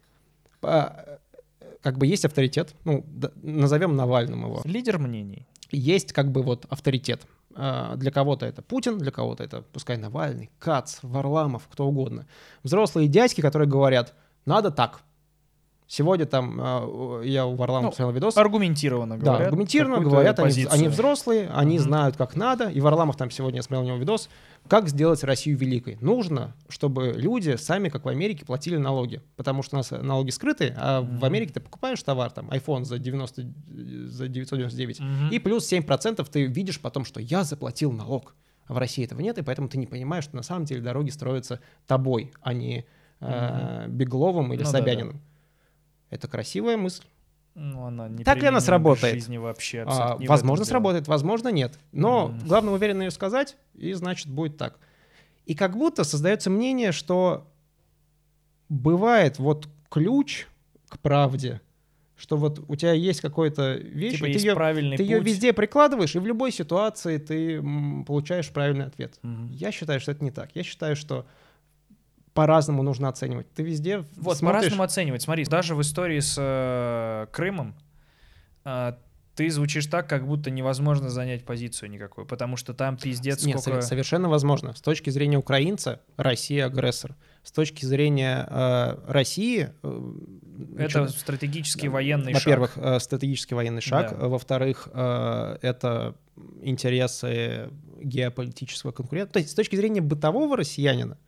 Как бы есть авторитет, ну, назовем Навальным его. Лидер мнений. Есть как бы вот авторитет. Для кого-то это Путин, для кого-то это, пускай Навальный, Кац, Варламов, кто угодно. Взрослые дядьки, которые говорят, надо так. Сегодня там я у Варламова смотрел видос. Аргументированно говорят. Да, аргументированно говорят, они взрослые, они знают, как надо. И Варламов там сегодня, я смотрел у него видос, как сделать Россию великой. Нужно, чтобы люди сами, как в Америке, платили налоги. Потому что у нас налоги скрыты, а в Америке ты покупаешь товар, там, iPhone за 999, и плюс 7% ты видишь потом, что я заплатил налог. А в России этого нет, и поэтому ты не понимаешь, что на самом деле дороги строятся тобой, а не Бегловым или Собяниным. Да. Это красивая мысль. Ну, она не так ли она сработает? Жизни вообще возможно, сработает, возможно, нет. Но главное уверенно ее сказать, и значит будет так. И как будто создается мнение, что бывает вот ключ к правде, что вот у тебя есть какая-то вещь, типа и есть ты ее везде прикладываешь, и в любой ситуации ты получаешь правильный ответ. Я считаю, что это не так. Я считаю, что по-разному нужно оценивать. Ты везде вот, смотришь... по-разному оценивать. Смотри, даже в истории с Крымом ты звучишь так, как будто невозможно занять позицию никакую, потому что там пиздец сколько... Нет, совершенно возможно. С точки зрения украинца, Россия агрессор. С точки зрения России... это стратегический военный шаг. Во-первых, стратегический военный шаг. Да. Во-вторых, это интересы геополитического конкурента. То есть с точки зрения бытового россиянина,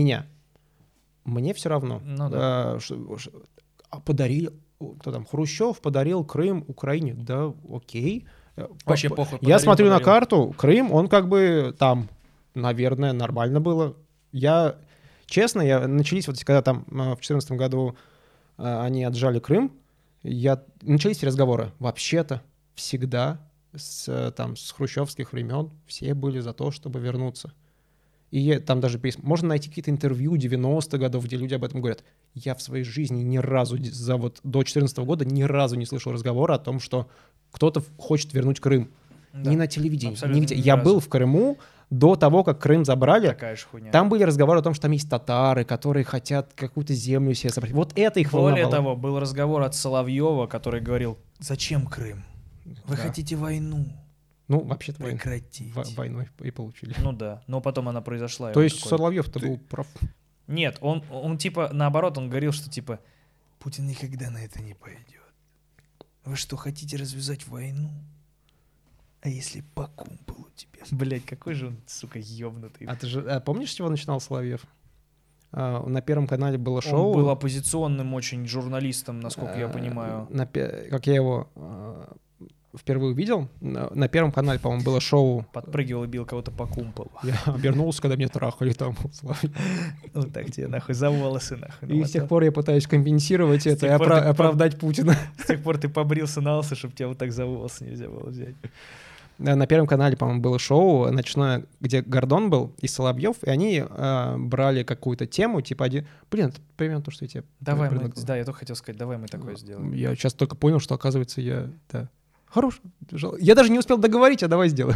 мне все равно. Ну, да. Подарили, кто там, Хрущев подарил Крым Украине. Да, окей. Вообще похуй. Я смотрю на карту, Крым, он как бы там, наверное, нормально было. Честно, начались вот когда там в 2014 году они отжали Крым, начались все разговоры. Вообще-то всегда с хрущевских времен все были за то, чтобы вернуться. И там даже можно найти какие-то интервью 90-х годов, где люди об этом говорят. Я в своей жизни ни разу до 2014 года ни разу не слышал разговора о том, что кто-то хочет вернуть Крым. Да. Ни на телевидении. Я был в Крыму до того, как Крым забрали. Такая же хуйня. Там были разговоры о том, что там есть татары, которые хотят какую-то землю себе забрать. Вот это их волновало. Более того, был разговор от Соловьева, который говорил, зачем Крым? Вы хотите войну? Ну, вообще-то войной и получили. Ну да, но потом она произошла. То есть Соловьев-то был прав. Нет, он типа, наоборот, он говорил, что типа, Путин никогда на это не пойдет. Вы что, хотите развязать войну? А если по кумполу тебе? Блять, какой же он, сука, ёбнутый. А ты же помнишь, с чего начинал Соловьев? На Первом канале было шоу. Он был оппозиционным очень журналистом, насколько я понимаю. Как я его... впервые увидел. На Первом канале, по-моему, было шоу. Подпрыгивал и бил кого-то по кумполу. Я обернулся, когда меня трахали там. Вот так тебе нахуй за волосы нахуй. И с тех пор я пытаюсь компенсировать это и оправдать Путина. С тех пор ты побрился на лысо, чтобы тебя вот так за волосы нельзя было взять. На Первом канале, по-моему, было шоу ночное, где Гордон был и Соловьев, и они брали какую-то тему, типа один... Блин, это примерно то, что я тебе предлагал. Да, я только хотел сказать, давай мы такое сделаем. Я сейчас только понял, что, оказывается, Да. Хорош. Я даже не успел договорить, а давай сделаем.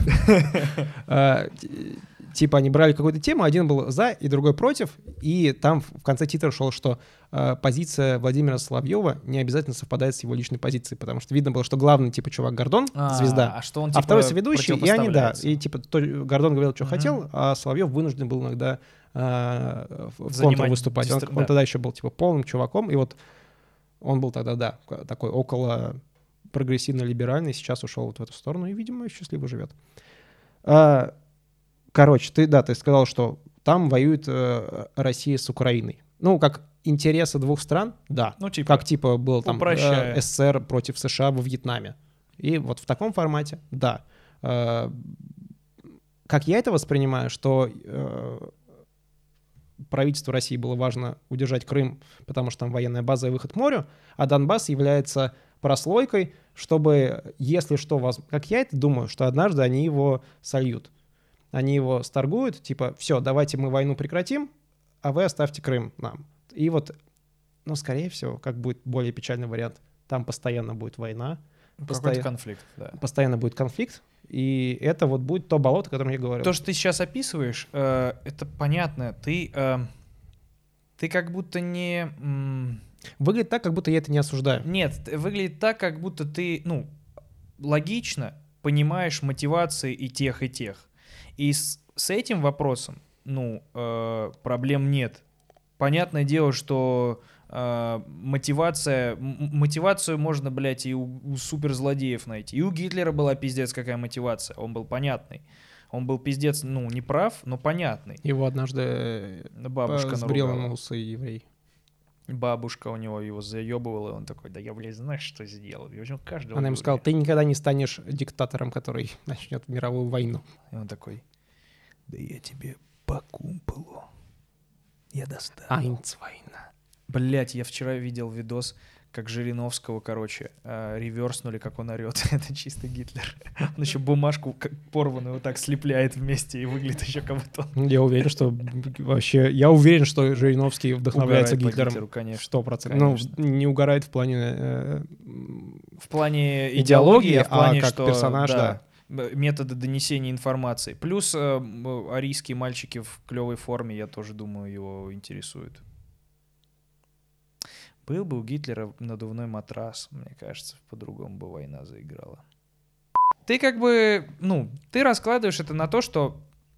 Типа они брали какую-то тему, один был за и другой против, и там в конце титра шел, что позиция Владимира Соловьева не обязательно совпадает с его личной позицией, потому что видно было, что главный типа чувак Гордон, звезда, а второй соведущий, и они, да, и типа Гордон говорил, что хотел, а Соловьев вынужден был иногда в контур выступать. Он тогда еще был типа полным чуваком, и вот он был тогда, да, такой около прогрессивно-либеральный, сейчас ушел вот в эту сторону и, видимо, счастливо живет. Короче, ты сказал, что там воюет Россия с Украиной. Ну, как интересы двух стран, да. Ну, типа, как типа был там упрощая. СССР против США во Вьетнаме. И вот в таком формате, да. Как я это воспринимаю, что правительству России было важно удержать Крым, потому что там военная база и выход к морю, а Донбасс является прослойкой, чтобы, если что, как я это думаю, что однажды они его сольют. Они его сторгуют, типа, все, давайте мы войну прекратим, а вы оставьте Крым нам. И вот, ну, скорее всего, как будет более печальный вариант, там постоянно будет война. Какой-то конфликт, да. Постоянно будет конфликт, и это вот будет то болото, о котором я говорил. То, что ты сейчас описываешь, это понятно. Ты как будто не... Выглядит так, как будто я это не осуждаю. Нет, выглядит так, как будто ты, ну, логично понимаешь мотивации и тех, и тех. И с этим вопросом, ну, проблем нет. Понятное дело, что мотивацию можно, блядь, и у суперзлодеев найти. И у Гитлера была пиздец какая мотивация. Он был понятный. Он был пиздец, ну, не прав, но понятный. Его однажды бабушка сбрила наругала. на усы еврей. Бабушка у него его заебывала, и он такой, да я, блядь, знаешь, что сделал? Я возьму каждого. Она ему сказала, ты никогда не станешь диктатором, который начнет мировую войну. И он такой, да я тебе по кумполу. Я достану. Айнцвайна. Блять, я вчера видел видос, как Жириновского, короче, реверснули, как он орет. Это чисто Гитлер. Он еще бумажку порванную вот так слепляет вместе и выглядит еще как будто он... Я уверен, что вообще... Я уверен, что Жириновский вдохновляется угорает по Гитлером. Гитлеру, конечно. 100%. Конечно. Ну, не угорает в плане... В плане идеологии, а в плане, как что, персонаж, да. Методы донесения информации. Плюс арийские мальчики в клевой форме, я тоже думаю, его интересуют. Был бы у Гитлера надувной матрас, мне кажется, по-другому бы война заиграла. Ты как бы, ну, ты раскладываешь это на то, что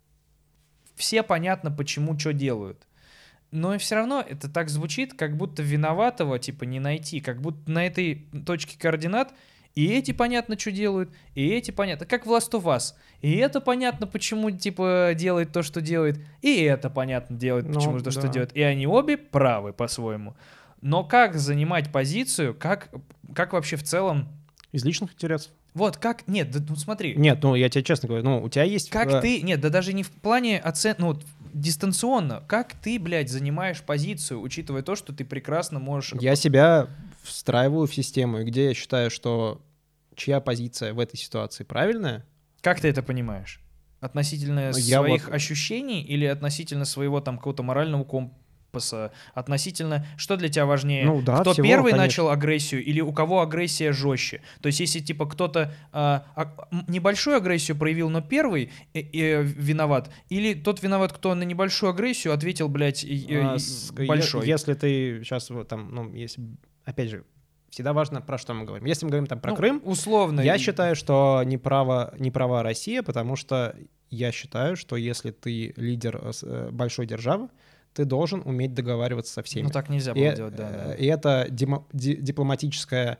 все понятно, почему, что делают. Но и все равно это так звучит, как будто виноватого, типа, не найти. Как будто на этой точке координат и эти понятно, что делают, и эти понятно. Как в Last of Us. И это понятно, почему, типа, делает то, что делает. И это понятно делает, почему то, что делает. И они обе правы по-своему. Но как занимать позицию, как вообще в целом... Из личных интересов. Вот как... Нет, да, ну смотри. Нет, ну я тебе честно говорю, ну у тебя есть... Как ты... Нет, да даже не в плане ну вот, дистанционно. Как ты, блядь, занимаешь позицию, учитывая то, что ты прекрасно можешь... Я себя встраиваю в систему, и где я считаю, что чья позиция в этой ситуации правильная. Как ты это понимаешь? Относительно своих ощущений или относительно своего там какого-то морального компаса? Относительно... Что для тебя важнее? Ну, да, кто всего, первый конечно. начал агрессию или у кого агрессия жестче? То есть если типа кто-то небольшую агрессию проявил, но первый виноват, или тот виноват, кто на небольшую агрессию ответил, блядь, большой? Если ты сейчас там, ну, если... Опять же, всегда важно, про что мы говорим. Если мы говорим там про Крым, условно. Я считаю, что не права Россия, потому что я считаю, что если ты лидер большой державы, ты должен уметь договариваться со всеми. Ну так нельзя было делать, да. И это дипломатическая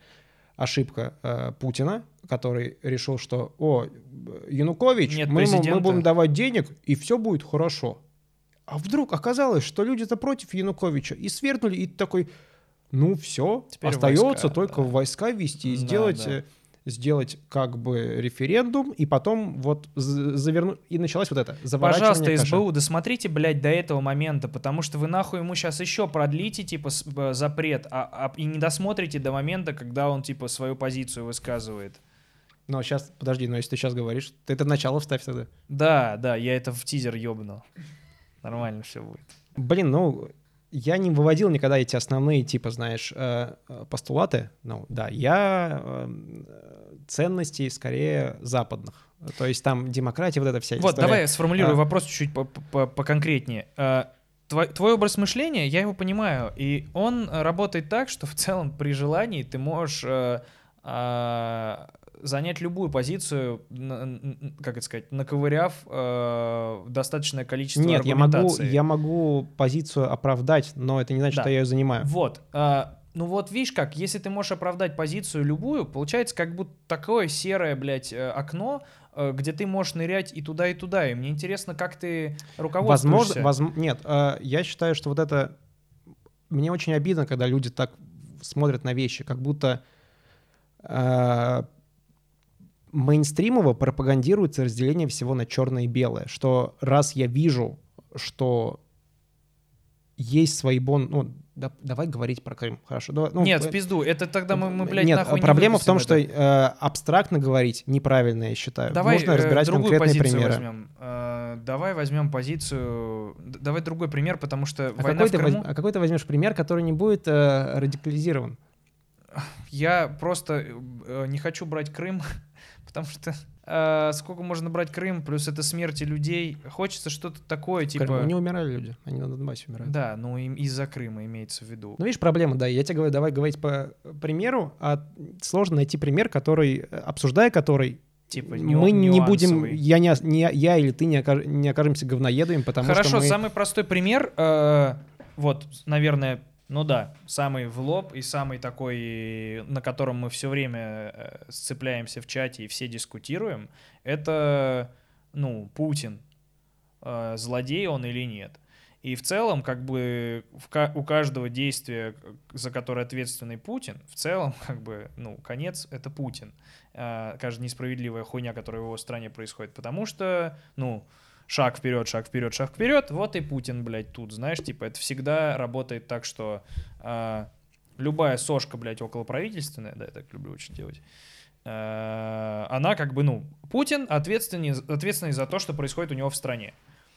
ошибка Путина, который решил, что Янукович, мы будем давать денег, и все будет хорошо. А вдруг оказалось, что люди-то против Януковича, и свергнули, и такой... Ну все, теперь остается войска, только войска ввести и сделать как бы референдум, и потом вот завернуть, и началось вот это заворачивание каша. Пожалуйста, СБУ, досмотрите, блядь, до этого момента, потому что вы нахуй ему сейчас еще продлите, типа, запрет, и не досмотрите до момента, когда он, типа, свою позицию высказывает. Но сейчас, подожди, но если ты сейчас говоришь, ты это начало вставь тогда. Да, я это в тизер ёбнул. Нормально все будет. Блин, ну... Я не выводил никогда эти основные, типа, знаешь, постулаты. Ну, да, я ценностей скорее западных. То есть там демократия, вот эта вся история. Вот, давай я сформулирую вопрос чуть-чуть поконкретнее. Твой образ мышления, я его понимаю, и он работает так, что в целом при желании ты можешь занять любую позицию, как это сказать, наковыряв достаточное количество аргументации. Нет, я могу позицию оправдать, но это не значит, что я ее занимаю. Вот. Ну вот видишь как, если ты можешь оправдать позицию любую, получается как будто такое серое, блядь, окно, где ты можешь нырять и туда, и туда. И мне интересно, как ты руководствуешься. Нет, я считаю, что вот это... Мне очень обидно, когда люди так смотрят на вещи, как будто мейнстримово пропагандируется разделение всего на черное и белое, что раз я вижу, что есть свои давай говорить про Крым, хорошо? Нет, в пизду, это тогда мы блядь, нет, нахуй не проблема в том, выпустим это. что абстрактно говорить неправильно, я считаю. Давай нужно разбирать другую конкретные позицию примеры. возьмем. Давай возьмем позицию... Давай другой пример, потому что А война в Крыму... какой ты возьмешь пример, который не будет радикализирован? Я просто не хочу брать Крым, потому что сколько можно брать Крым, плюс это смерти людей. Хочется что-то такое, типа... В Крыму не умирали люди, они на Донбассе умирают. Да, ну из-за Крыма имеется в виду. Ну, видишь, проблема, да. Я тебе говорю, давай говорить по примеру, а сложно найти пример, который, обсуждая который, типа мы не будем, нюансовый. я или ты не окажемся говноедами, потому что Хорошо, мы... самый простой пример, вот, наверное, ну да, самый в лоб и самый такой, на котором мы все время сцепляемся в чате и все дискутируем, это, ну, Путин. Злодей он или нет. И в целом, как бы, у каждого действия, за которое ответственный Путин, в целом, как бы, ну, конец — это Путин. Каждая несправедливая хуйня, которая в его стране происходит. Потому что, ну, шаг вперед, шаг вперед, шаг вперед, вот и Путин, блядь, тут, знаешь, типа, это всегда работает так, что любая сошка, блядь, околоправительственная, да, я так люблю очень делать, она как бы, ну, Путин ответственный за то, что происходит у него в стране.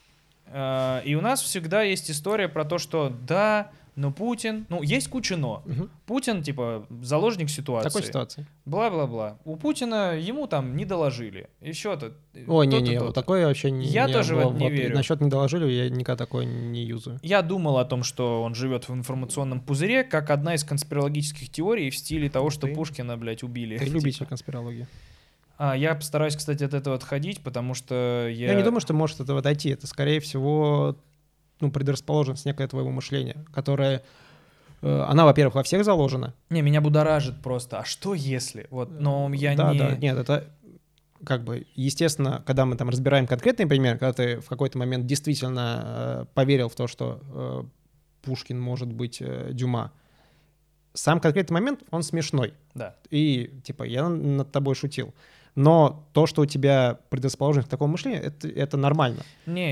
И у нас всегда есть история про то, что да, но Путин... Ну, есть куча «но». Путин, типа, заложник ситуации. Такой ситуации. Бла-бла-бла. У Путина ему там не доложили. Еще-то. Ой, не-не, вот такое вообще не... Я тоже в это не верю. Насчет не доложили, я никогда такое не юзаю. Я думал о том, что он живет в информационном пузыре, как одна из конспирологических теорий в стиле того, что Пушкина, блядь, убили. Ты любитель конспирологии. Я постараюсь, кстати, от этого отходить, потому что Я не думаю, что может от этого дойти. Это, скорее всего, ну, предрасположенность некое твоего мышления, которая... Она, во-первых, во всех заложена. Не, меня будоражит просто. А что если? Вот, но я да, не... Да, нет, это как бы, естественно, когда мы там разбираем конкретный пример, когда ты в какой-то момент действительно поверил в то, что Пушкин может быть Дюма, сам конкретный момент, он смешной. Да. И, типа, я над тобой шутил. Но то, что у тебя предрасположенность к такому мышлению, это нормально.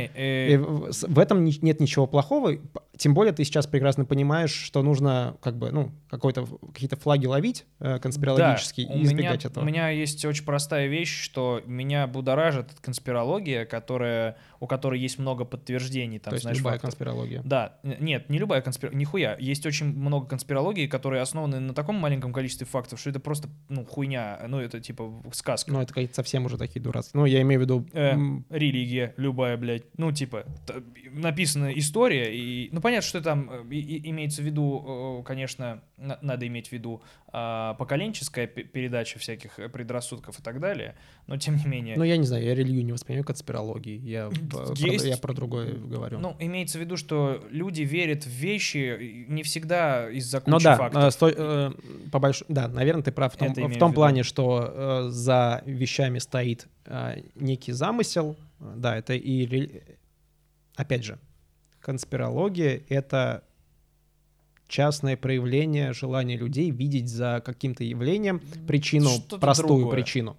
В этом нет ничего плохого. Тем более ты сейчас прекрасно понимаешь, что нужно как бы, ну, какие-то флаги ловить конспирологические, да, и избегать этого. У меня есть очень простая вещь, что меня будоражит конспирология, у которой есть много подтверждений. Там, то есть знаешь, любая фактов. Конспирология. Да, нет, не любая конспирология, нихуя. Есть очень много конспирологий, которые основаны на таком маленьком количестве фактов, что это просто, ну, хуйня, ну, это типа сказка. Ну, это какие-то совсем уже такие дурацкие. Ну, я имею в виду... Религия любая, блядь. Ну, типа, написана история, и... Ну, понятно, что там имеется в виду, конечно, надо иметь в виду поколенческая передача всяких предрассудков и так далее, но тем не менее... Ну, я не знаю, я религию не воспринимаю конспирологией. Я про другое говорю. Ну, имеется в виду, что люди верят в вещи не всегда из-за кучи фактов. Да, наверное, ты прав в том плане, что за вещами стоит некий замысел. Да, это и... Опять же, конспирология — это частное проявление желания людей видеть за каким-то явлением причину, что-то простую другое. Причину.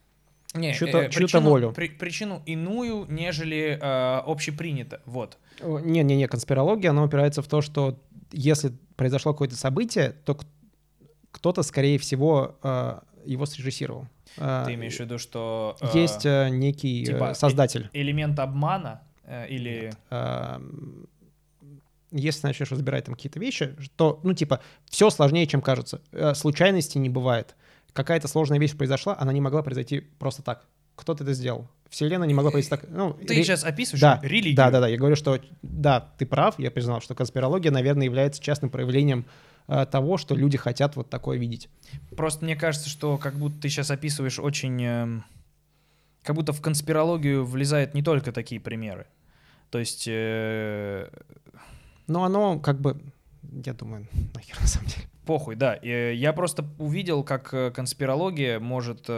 Чью-то волю. Причину иную, нежели общепринято. Вот. Не, конспирология, она упирается в то, что если произошло какое-то событие, то кто-то, скорее всего, его срежиссировал. Ты имеешь в виду, что... Есть некий типа создатель. Элемент обмана? Или... Если начнешь разбирать там какие-то вещи, то, ну, типа, все сложнее, чем кажется. Случайностей не бывает. Какая-то сложная вещь произошла, она не могла произойти просто так. Кто-то это сделал. Вселенная не могла произойти так. Ну, ты сейчас описываешь религию. Да. Я говорю, что да, ты прав, я признал, что конспирология, наверное, является частным проявлением того, что люди хотят вот такое видеть. Просто мне кажется, что как будто ты сейчас описываешь очень... Как будто в конспирологию влезают не только такие примеры. То есть... Ну, оно как бы... Я думаю, нахер на самом деле. Похуй, да. Я просто увидел, как конспирология может...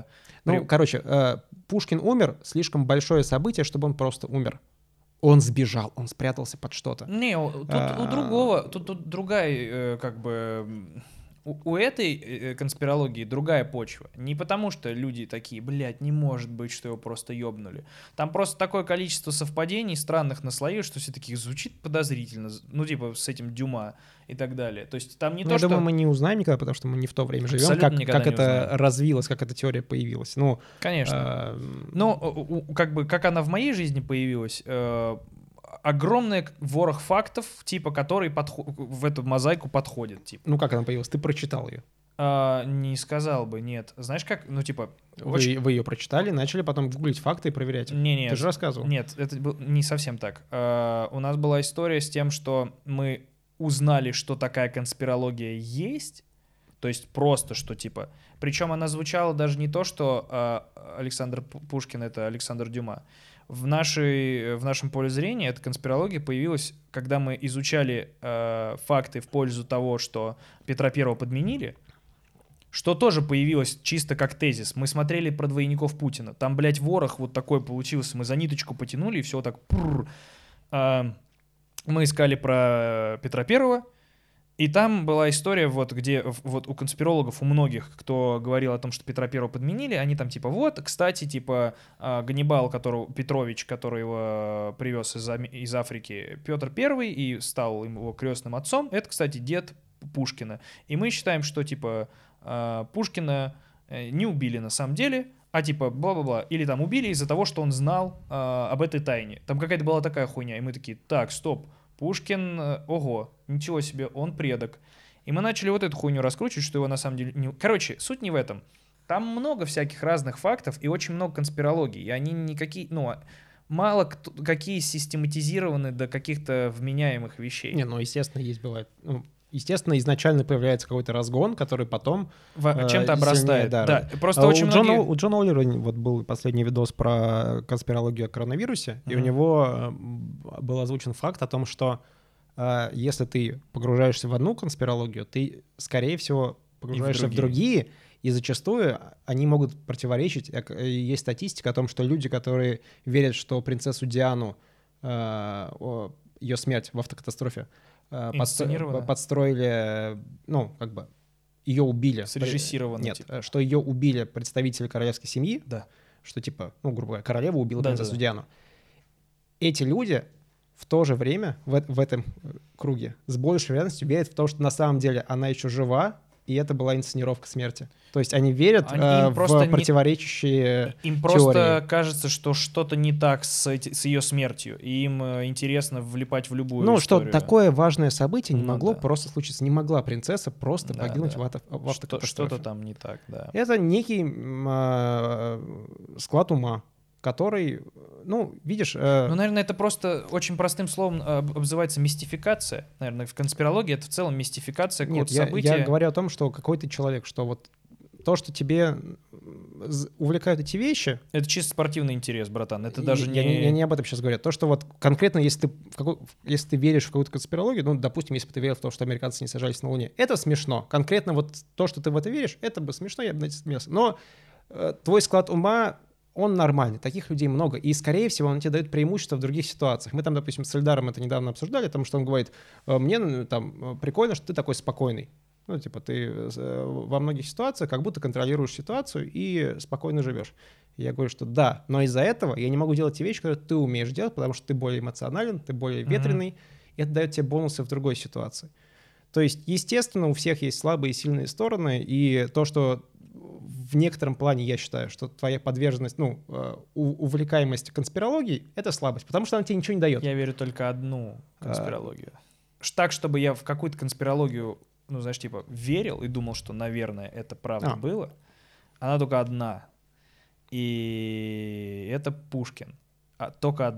Пушкин умер, слишком большое событие, чтобы он просто умер. Он сбежал, он спрятался под что-то. Не, тут у другого, тут другая, как бы... У этой конспирологии другая почва. Не потому, что люди такие, блядь, не может быть, что его просто ёбнули. Там просто такое количество совпадений странных наслоилось, что все такие звучит подозрительно. Ну, типа, с этим Дюма и так далее. То есть там не то, я что... думаю, мы не узнаем никогда, потому что мы не в то время живем, как это развилось, как эта теория появилась. Ну, конечно. Но как она в моей жизни появилась... огромный ворох фактов, типа, который в эту мозаику подходит. Типа. Ну, как она появилась? Ты прочитал ее? Не сказал бы, нет. Знаешь как? Ну, типа... Вы ее прочитали, начали потом гуглить факты и проверять их? Нет. Ты же рассказывал. Нет, это было не совсем так. У нас была история с тем, что мы узнали, что такая конспирология есть, то есть просто, что типа... Причем она звучала даже не то, что Александр Пушкин — это Александр Дюма. В нашем поле зрения эта конспирология появилась, когда мы изучали факты в пользу того, что Петра Первого подменили, что тоже появилось чисто как тезис. Мы смотрели про двойников Путина. Там, блядь, ворох вот такой получился. Мы за ниточку потянули, и все так... Мы искали про Петра Первого, и там была история, где у конспирологов, у многих, кто говорил о том, что Петра Первого подменили, они там типа, кстати, типа Ганнибал, Петрович, который его привез из Африки, Петр Первый, и стал его крестным отцом, это, кстати, дед Пушкина. И мы считаем, что типа Пушкина не убили на самом деле, а типа бла-бла-бла, или там убили из-за того, что он знал об этой тайне. Там какая-то была такая хуйня, и мы такие, так, стоп, Пушкин, ого, ничего себе, он предок. И мы начали вот эту хуйню раскручивать, что его на самом деле не... Короче, суть не в этом. Там много всяких разных фактов и очень много конспирологий. И они никакие, мало какие систематизированы до каких-то вменяемых вещей. Не, естественно, бывает. Естественно, изначально появляется какой-то разгон, который потом... чем-то обрастает. Да. Просто очень у Джона Оливера вот был последний видос про конспирологию о коронавирусе, и у него был озвучен факт о том, что если ты погружаешься в одну конспирологию, ты, скорее всего, погружаешься в другие, и зачастую они могут противоречить. Есть статистика о том, что люди, которые верят, что принцессу Диану, ее смерть в автокатастрофе, подстроили, ее убили. Срежиссировано. Нет, что ее убили представители королевской семьи, да. Что типа, грубо говоря, королева убила принцессу Диану. Эти люди в то же время в этом круге с большей вероятностью верят в то, что на самом деле она еще жива, и это была инсценировка смерти. То есть они верят в противоречащие Им просто кажется, что что-то не так с ее смертью, и им интересно влипать в любую историю. Что такое важное событие не могло просто случиться. Не могла принцесса просто погибнуть в автокатастрофе. Что-то там не так, да. Это некий склад ума, который, видишь... наверное, это просто очень простым словом обзывается мистификация. Наверное, в конспирологии это в целом мистификация какого-то события. Я говорю о том, что какой-то человек, что вот то, что тебе увлекают эти вещи... Это чисто спортивный интерес, братан. Это даже Я не об этом сейчас говорю. То, что вот конкретно, если ты веришь в какую-то конспирологию, допустим, если бы ты верил в то, что американцы не сажались на Луне, это смешно. Конкретно вот то, что ты в это веришь, это бы смешно, я бы смеялся. Но твой склад ума... он нормальный, таких людей много, и, скорее всего, он тебе дает преимущество в других ситуациях. Мы там, допустим, с Эльдаром это недавно обсуждали, потому что он говорит, мне там прикольно, что ты такой спокойный. Ты во многих ситуациях как будто контролируешь ситуацию и спокойно живешь. И я говорю, что да, но из-за этого я не могу делать те вещи, которые ты умеешь делать, потому что ты более эмоционален, ты более ветреный, и это дает тебе бонусы в другой ситуации. То есть, естественно, у всех есть слабые и сильные стороны, и то, что в некотором плане я считаю, что твоя подверженность, увлекаемость конспирологией — это слабость, потому что она тебе ничего не дает. Я верю только одну конспирологию. Так, чтобы я в какую-то конспирологию, верил и думал, что, наверное, это правда было, она только одна. И это Пушкин. Только одна.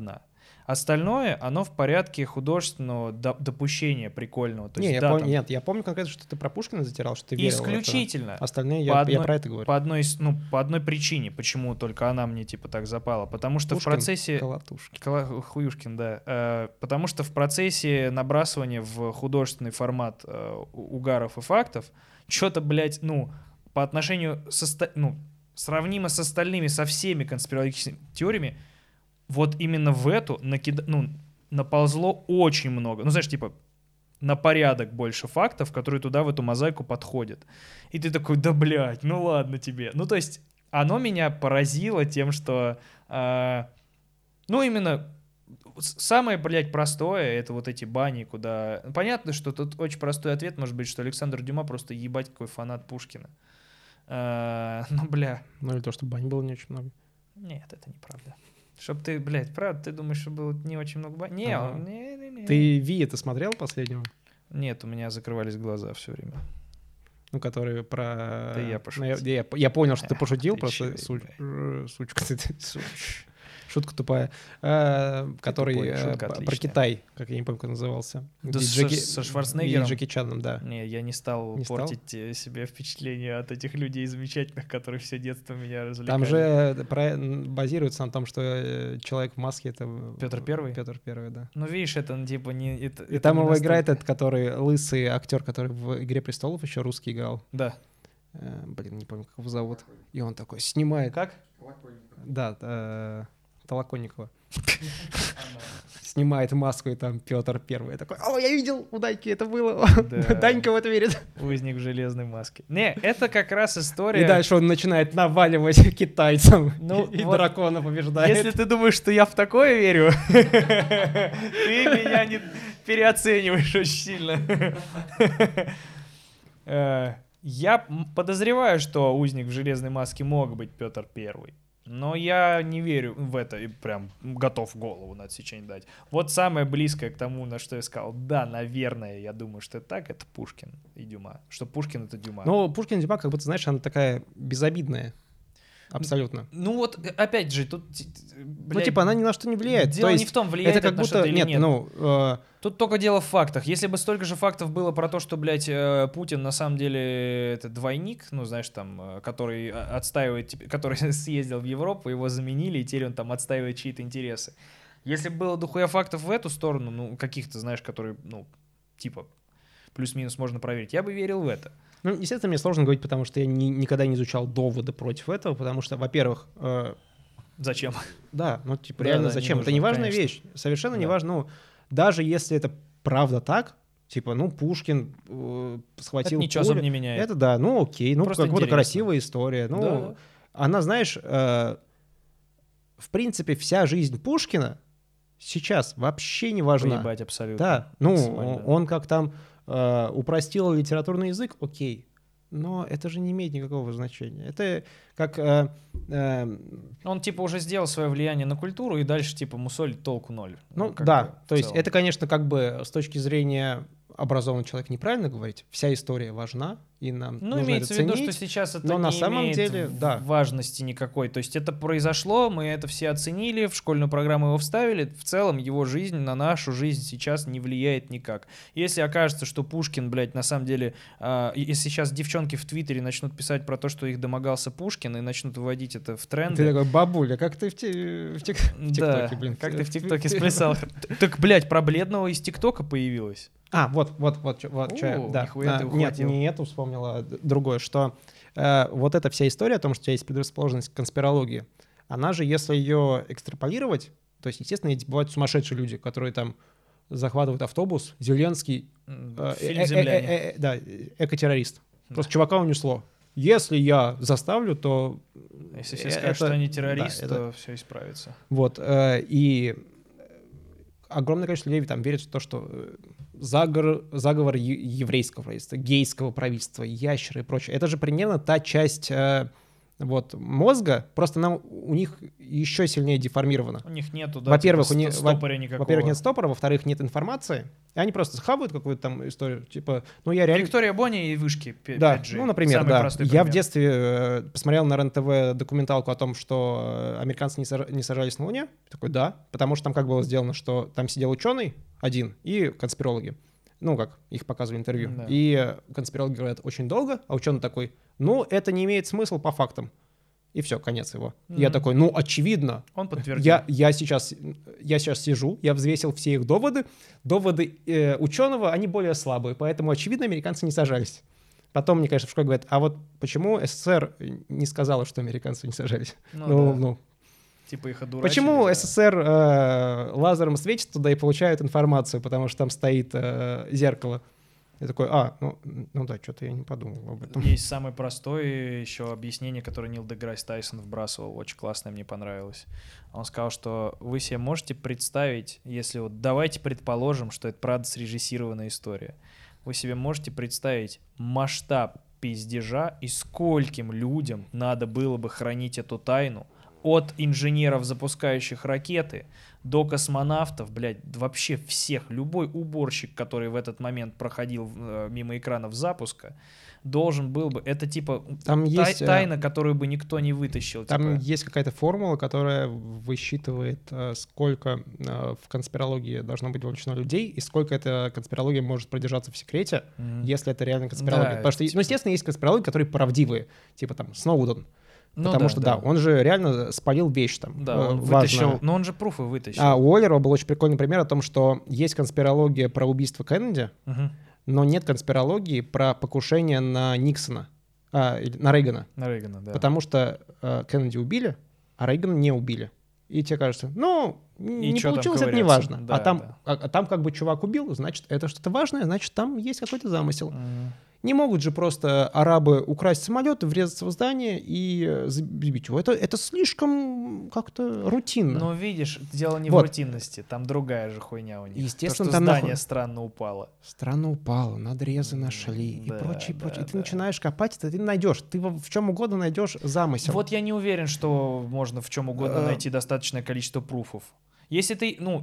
Остальное, оно в порядке художественного допущения прикольного. То есть, Нет, я помню конкретно, что ты про Пушкина затирал, что ты верил в это. Исключительно. Остальные я про это говорю. По одной причине, почему только она мне типа так запала. Потому что Пушкин, в процессе... Колотушкин. Хуюшкин, да. Потому что в процессе набрасывания в художественный формат угаров и фактов что-то, блядь, по отношению сравнимо с остальными, со всеми конспирологическими теориями, вот именно в эту наползло очень много. Знаешь, типа, на порядок больше фактов, которые туда, в эту мозаику подходят. И ты такой, да, блядь, ну ладно тебе. То есть, оно меня поразило тем, что, именно самое, блядь, простое, это вот эти бани, куда... Понятно, что тут очень простой ответ может быть, что Александр Дюма просто ебать какой фанат Пушкина. Бля. Или то, что бань было не очень много. Нет, это неправда. Чтоб ты, блядь, правда, ты думаешь, что было не очень много бань? Не. Ты Ви это смотрел последнего? Нет, у меня закрывались глаза все время. Который про... Да я пошутил. Я понял, что ты пошутил, ты просто сучка. Шутка тупая. Который про Китай, как я не помню, как назывался. Да со Шварценеггером? И Джеки Чаном, да. Не, я не стал портить себе впечатление от этих людей замечательных, которые все детство меня развлекали. Там же базируется на том, что человек в маске — это... Петр Первый? Петр Первый, да. Видишь, это типа не... И там его играет этот, который лысый актер, который в «Игре престолов» еще русский играл. Да. Не помню, как его зовут. И он такой снимает... Как? Да, Толоконникова. Снимает маску, и там Петр Первый. Я такой, я видел, у Даньки это было. Данька в это верит. Узник в железной маске. Не, это как раз история... И дальше он начинает наваливать китайцам, и дракона побеждает. Если ты думаешь, что я в такое верю, ты меня не переоцениваешь очень сильно. Я подозреваю, что узник в железной маске мог быть Петр Первый. Но я не верю в это и прям готов голову на отсечение дать. Вот самое близкое к тому, на что я сказал, да, наверное, я думаю, что это так, это Пушкин и Дюма. Что Пушкин — это Дюма. Ну, Пушкин и Дюма, как будто, знаешь, она такая безобидная. Абсолютно. Вот, опять же, тут... Блядь, она ни на что не влияет. Дело не в том, влияет это на что-то или нет. Тут только дело в фактах. Если бы столько же фактов было про то, что, блядь, Путин на самом деле это двойник, знаешь, там, который отстаивает, который съездил в Европу, его заменили, и теперь он там отстаивает чьи-то интересы. Если бы было дохуя фактов в эту сторону, каких-то, знаешь, которые, типа, плюс-минус можно проверить, я бы верил в это. Естественно, мне сложно говорить, потому что я никогда не изучал доводы против этого, потому что, во-первых... Зачем? Да, реально зачем? Это неважная вещь, совершенно неважно. Даже если это правда так, типа, Пушкин схватил... Это ничего особо не меняет. Это да, окей, как будто красивая история. Она, знаешь, в принципе, вся жизнь Пушкина сейчас вообще не важна. Поебать абсолютно. Да, он как там... упростил литературный язык, окей, но это же не имеет никакого значения. Это как... Он, типа, уже сделал свое влияние на культуру, и дальше, типа, мусолить толку ноль. То есть это, конечно, как бы с точки зрения образованного человека неправильно говорить. Вся история важна, и нам нужно имеется это в виду, ценить, что сейчас это но не на самом имеет деле, важности никакой. То есть это произошло, мы это все оценили, в школьную программу его вставили. В целом его жизнь на нашу жизнь сейчас не влияет никак. Если окажется, что Пушкин, блядь, на самом деле... если сейчас девчонки в Твиттере начнут писать про то, что их домогался Пушкин, и начнут выводить это в тренды... Ты такой, бабуля, как ты в ТикТоке, блин? Как ты в ТикТоке сплясал. Так, блядь, про бледного из ТикТока появилось. Вот, нет, не эту вспомнила, другое, что вот эта вся история о том, что у тебя есть предрасположенность к конспирологии, она же, если ее экстраполировать, то есть, естественно, бывают сумасшедшие люди, которые там захватывают автобус, Зеленский, экотеррорист. Просто чувака унесло. Если я заставлю, то... Если все скажут, что они террористы, то все исправится. Вот, и... огромное количество людей там верит в то, что заговор еврейского правительства, гейского правительства, ящеры и прочее. Это же примерно та часть вот мозга, просто она у них еще сильнее деформирована. У них нету, да, Во-первых, типа, стопора никакого. Во-первых, нет стопора, во-вторых, нет информации. И они просто схавают какую-то там историю, типа, ну я реально... Виктория Бони и вышки 5G. Да, ну, например, Самый да. простой Я пример. в детстве посмотрел на РЕН-ТВ документалку о том, что американцы не сажались на Луне. Такой, да, потому что там как было сделано, что там сидел ученый один и конспирологи. Ну, как их показывали интервью. Да. И конспирологи говорят очень долго, а ученый такой, ну, это не имеет смысла по фактам. И все, конец его. Я такой, ну, очевидно. Он подтвердил. Я сейчас сижу, я взвесил все их доводы. Доводы ученого, они более слабые, поэтому, очевидно, американцы не сажались. Потом мне, конечно, в школе говорят, а вот почему СССР не сказала, что американцы не сажались? Ну, типа их одурачили. Почему да. СССР лазером светит туда и получает информацию, потому что там стоит зеркало? Я такой, ну да, что-то я не подумал об этом. Есть самое простое еще объяснение, которое Нил Деграсс Тайсон вбрасывал, очень классное, мне понравилось. Он сказал, что вы себе можете представить, если вот давайте предположим, что это правда срежиссированная история, вы себе можете представить масштаб пиздежа и скольким людям надо было бы хранить эту тайну, от инженеров, запускающих ракеты, до космонавтов, блядь, вообще всех. Любой уборщик, который в этот момент проходил мимо экранов запуска, должен был бы... Это типа там есть, тайна, которую бы никто не вытащил. Там типа. есть какая-то формула, которая высчитывает, сколько в конспирологии должно быть вовлечено людей, и сколько эта конспирология может продержаться в секрете, если это реально конспирология. Да, Потому что, типа... ну, естественно, есть конспирологии, которые правдивые, типа там Сноуден. Ну, потому что, да, он же реально спалил вещь там. Да, он важную. вытащил, но он же пруфы вытащил. А у Уоллера был очень прикольный пример о том, что есть конспирология про убийство Кеннеди, но нет конспирологии про покушение на Никсона, на Рейгана. На Рейгана, да. Потому что Кеннеди убили, а Рейгана не убили. И тебе кажется, ну, не получилось, это не важно. Да, а там как бы чувак убил, значит, это что-то важное, значит, там есть какой-то замысел. Не могут же просто арабы украсть самолет, врезаться в здание и забить его. Это слишком как-то рутинно. Но видишь, дело не в рутинности, там другая же хуйня у них. Естественно, то, что здание странно упало. Странно упало, надрезы нашли и прочее. И ты начинаешь копать, ты найдешь. Ты в чем угодно найдешь замысел. Вот я не уверен, что можно в чем угодно найти достаточное количество пруфов. Если ты, ну,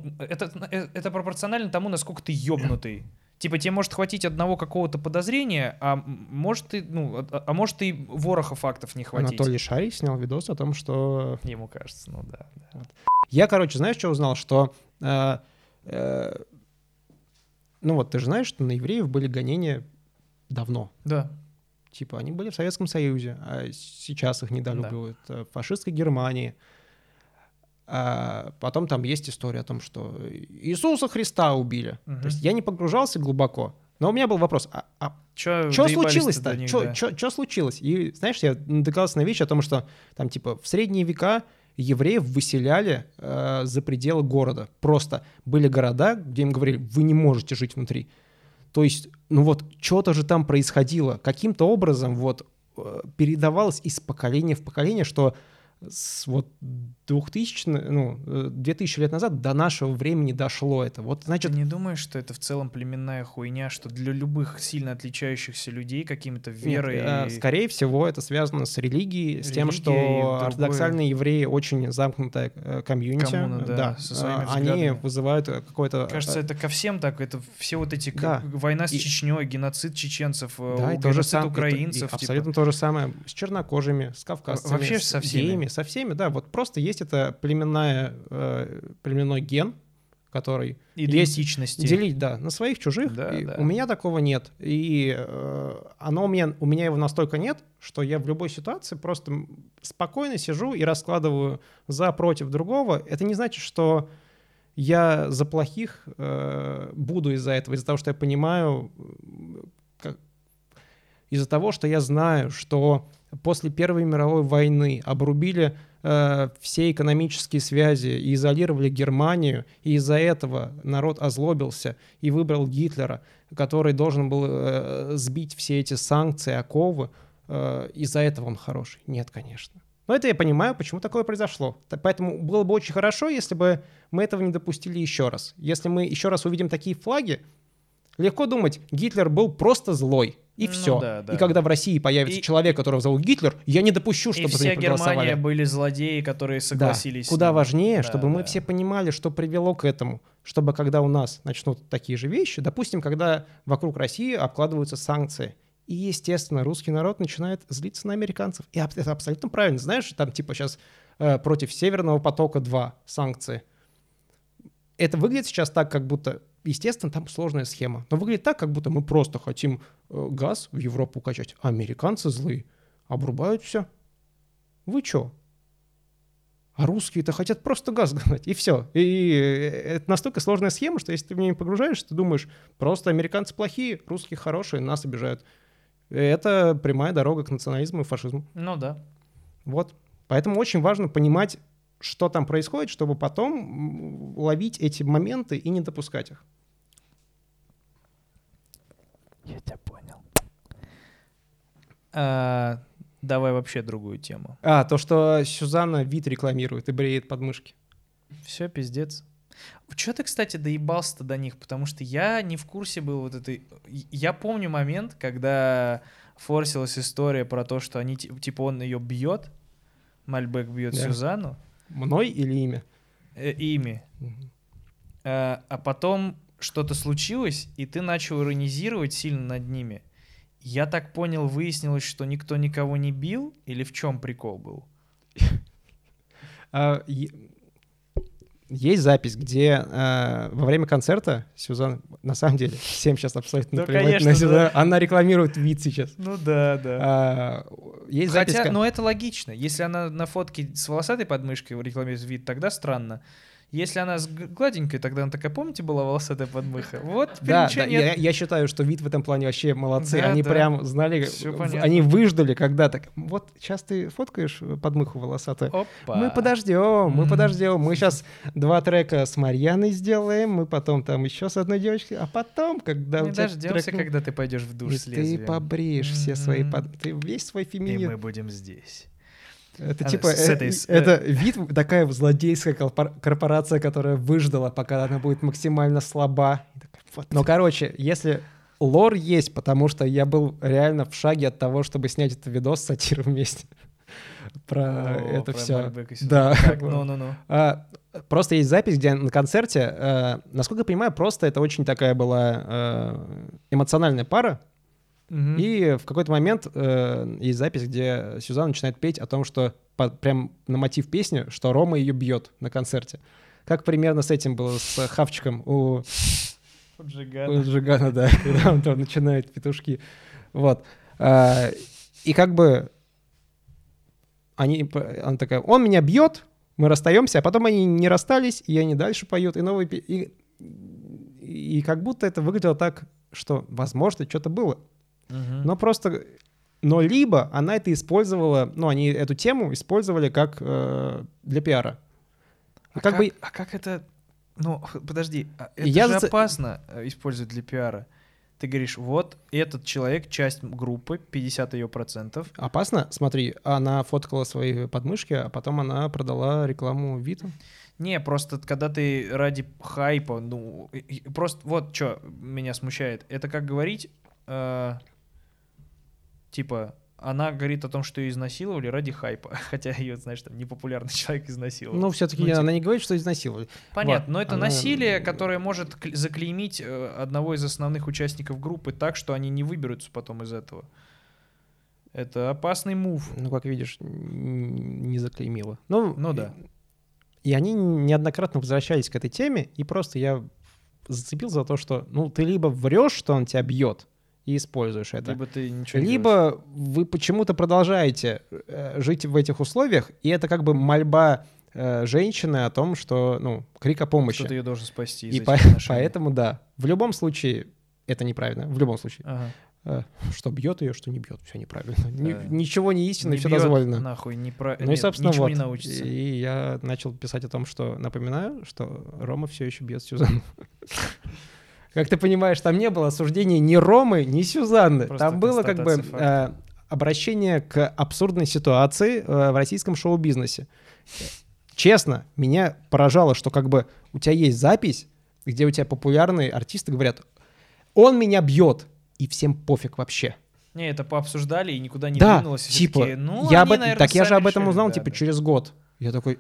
это пропорционально тому, насколько ты ёбнутый. Типа тебе может хватить одного какого-то подозрения, а может и вороха фактов не хватить. Анатолий Шарий снял видос о том, что... Ему кажется, ну да. Вот. Я, короче, знаешь, что узнал? Что... ну вот ты же знаешь, что на евреев были гонения давно. Да. Типа они были в Советском Союзе, а сейчас их недолюбливают в фашистской Германии. А потом там есть история о том, что Иисуса Христа убили. То есть я не погружался глубоко, но у меня был вопрос, что случилось-то? Что случилось? И знаешь, я натыкался на вещи о том, что там типа в средние века евреев выселяли за пределы города. Просто были города, где им говорили, вы не можете жить внутри. То есть, ну вот, что-то же там происходило. Каким-то образом вот передавалось из поколения в поколение, что с вот 2000 лет назад до нашего времени дошло это. Вот, значит... Ты не думаешь, что это в целом племенная хуйня, что для любых сильно отличающихся людей какими-то верой... Нет, скорее всего, это связано с религией, с тем, что ортодоксальные евреи очень замкнутая комьюнити. Да, со своими они взглядами. вызывают какой-то... Кажется, это ко всем так. Это все вот эти... Война с Чечней, геноцид чеченцев, геноцид украинцев. Абсолютно то же самое с чернокожими, с кавказцами, вообще с со всеми. геями, со всеми, да. Вот просто есть это племенной ген, который идентичности. Есть делить, да, на своих, чужих. Да. У меня такого нет. И у меня его настолько нет, что я в любой ситуации просто спокойно сижу и раскладываю за, против другого. Это не значит, что я за плохих буду из-за этого, из-за того, что я понимаю, из-за того, что я знаю, что после Первой мировой войны обрубили все экономические связи и изолировали Германию, и из-за этого народ озлобился и выбрал Гитлера, который должен был сбить все эти санкции, оковы. Из-за этого он хороший? Нет, конечно. Но это я понимаю, почему такое произошло. Поэтому было бы очень хорошо, если бы мы этого не допустили еще раз. Если мы еще раз увидим такие флаги, легко думать, Гитлер был просто злой. И Ну все. да, да. И когда в России появится человек, которого зовут Гитлер, я не допущу, И чтобы за вся него проголосовали. Германия были злодеи, которые согласились. Куда с ним. важнее, Да, чтобы мы да. все понимали, что привело к этому. Чтобы когда у нас начнут такие же вещи, допустим, когда вокруг России обкладываются санкции, и, естественно, русский народ начинает злиться на американцев. И это абсолютно правильно. Знаешь, там типа сейчас против Северного потока-2 санкции. Это выглядит сейчас так, как будто, естественно, там сложная схема. Но выглядит так, как будто мы просто хотим газ в Европу качать. А американцы злые. Обрубают все. Вы чё? А русские-то хотят просто газ гнать, и все. И это настолько сложная схема, что если ты в нее погружаешься, ты думаешь, просто американцы плохие, русские хорошие, нас обижают. И это прямая дорога к национализму и фашизму. Ну да. Вот. Поэтому очень важно понимать, что там происходит, чтобы потом ловить эти моменты и не допускать их. Я тебя понял. Давай вообще другую тему. То, что Сюзанна вид рекламирует и бреет подмышки. Все, пиздец. Чё ты, кстати, доебался-то до них? Потому что я не в курсе был вот этой... Я помню момент, когда форсилась история про то, что они, типа, он ее бьет, Мальбек бьет Да. Сюзанну. Мной или имя? Ими. А потом что-то случилось, и ты начал иронизировать сильно над ними. Я так понял, выяснилось, что никто никого не бил? Или в чем прикол был? Есть запись, где во время концерта Сюзанна, на самом деле, всем сейчас абсолютно Да, плевать конечно, на Сюзанну, да. она рекламирует вид сейчас. Ну да. Есть запись... Хотя, ну это логично. Если она на фотке с волосатой подмышкой рекламирует вид, тогда странно. Если она с гладенькой, тогда она такая, помните, была волосатая подмыха? Вот, теперь Да, ничего да, нет. я считаю, что вид в этом плане вообще молодцы. Да, Они да. прям знали, Всё понятно. они выждали, когда так, вот сейчас ты фоткаешь подмыху волосатую. Опа. Мы подождем. Мы сейчас 2 трека с Марьяной сделаем, мы потом там еще с одной девочкой, а потом, когда Не у тебя дождемся, трек- когда ты пойдешь в душ и с ты лезвием. побреешь все свои... Ты весь свой И феминизм. мы будем здесь. Это Она типа... с этой- это вид, такая злодейская корпорация, которая выждала, пока она будет максимально слаба. И такая, вот. Но, короче, если... Лор есть, потому что я был реально в шаге от того, чтобы снять этот видос с сатирой вместе. Про это про все. Мальбека Сюзанну. Да. Так, ну. Просто есть запись, где на концерте, насколько я понимаю, просто это очень такая была эмоциональная пара. Мгм. И в какой-то момент есть запись, где Сюзанна начинает петь о том, что прям на мотив песни, что Рома ее бьет на концерте. Как примерно с этим было с Хавчиком у Джигана, да, когда он там начинает петушки. Вот. И как бы она такая, он меня бьет, мы расстаемся, а потом они не расстались, и они дальше поют, и новые... И как будто это выглядело так, что, возможно, что-то было. Мгм. Но просто... Но либо она это использовала, ну, они эту тему использовали как для пиара. И как бы... А как это... Ну, подожди, это Я же за- опасно использовать для пиара. Ты говоришь, вот этот человек, часть группы, 50 ее процентов. Опасно? Смотри, она фоткала свои подмышки, а потом она продала рекламу Вита. Не, просто когда ты ради хайпа, ну, просто вот что меня смущает. Это как говорить, типа, она говорит о том, что ее изнасиловали ради хайпа. Хотя ее, знаешь, там непопулярный человек изнасиловал. Ну, все-таки типа, она не говорит, что изнасиловали. понятно, Вот, но это она- насилие, которое может заклеймить одного из основных участников группы так, что они не выберутся потом из этого. Это опасный мув. Ну, как видишь, не заклеймила. Ну да. И они неоднократно возвращались к этой теме, и просто я зацепил за то, что, ну, ты либо врешь, что он тебя бьет, и используешь это, Либо ты ничего не делаешь. либо вы почему-то продолжаете жить в этих условиях, и это как бы мольба женщины о том, что, ну, крик о помощи. Что ты ее должен спасти из И этих отношений. поэтому, да, в любом случае это неправильно, в любом случае. Ага. Что бьет ее, что не бьет, все неправильно. Да. Ничего не истинно, Не все бьет, дозволено. Нахуй, Ну и, собственно, ничего вот. не научится. И я начал писать о том, что напоминаю, что Рома все еще бьет Сюзанну. Как ты понимаешь, там не было осуждения ни Ромы, ни Сюзанны. Просто Там было как бы констатация факта. обращение к абсурдной ситуации в российском шоу-бизнесе. Честно, меня поражало, что как бы у тебя есть запись, где у тебя популярные артисты говорят, он меня бьет, и всем пофиг вообще. Не, это пообсуждали и никуда не Да, двинулось. и все типа, такие, ну, я они, об этом, наверное, так я же сами об этом решили, узнал, да, типа, да. через год. Я такой,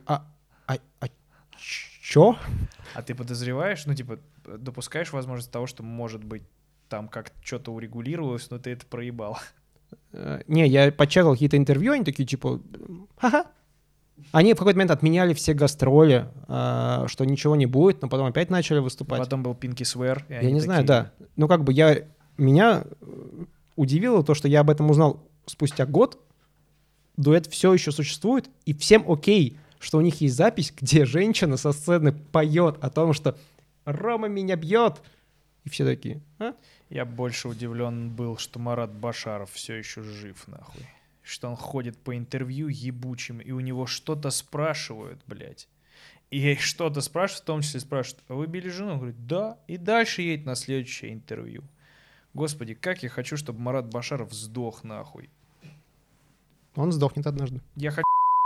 чё? А ты подозреваешь, ну, типа, допускаешь возможность того, что, может быть, там как что-то урегулировалось, но ты это проебал. Не, я почекал какие-то интервью, они такие, типа, ха-ха. Они в какой-то момент отменяли все гастроли, что ничего не будет, но потом опять начали выступать. Потом был Pinky Swear. и Я они не знаю, такие, да. Ну, как бы меня удивило то, что я об этом узнал спустя год. Дуэт все еще существует, и всем окей, что у них есть запись, где женщина со сцены поет о том, что «Рома меня бьет». И все такие, а? Я больше удивлен был, что Марат Башаров все еще жив, нахуй. Что он ходит по интервью ебучим, и у него что-то спрашивают, блядь. И что-то спрашивают, в том числе спрашивают, а вы били жену? Он говорит, да. И дальше едет на следующее интервью. Господи, как я хочу, чтобы Марат Башаров сдох, нахуй. Он сдохнет однажды. Я хочу...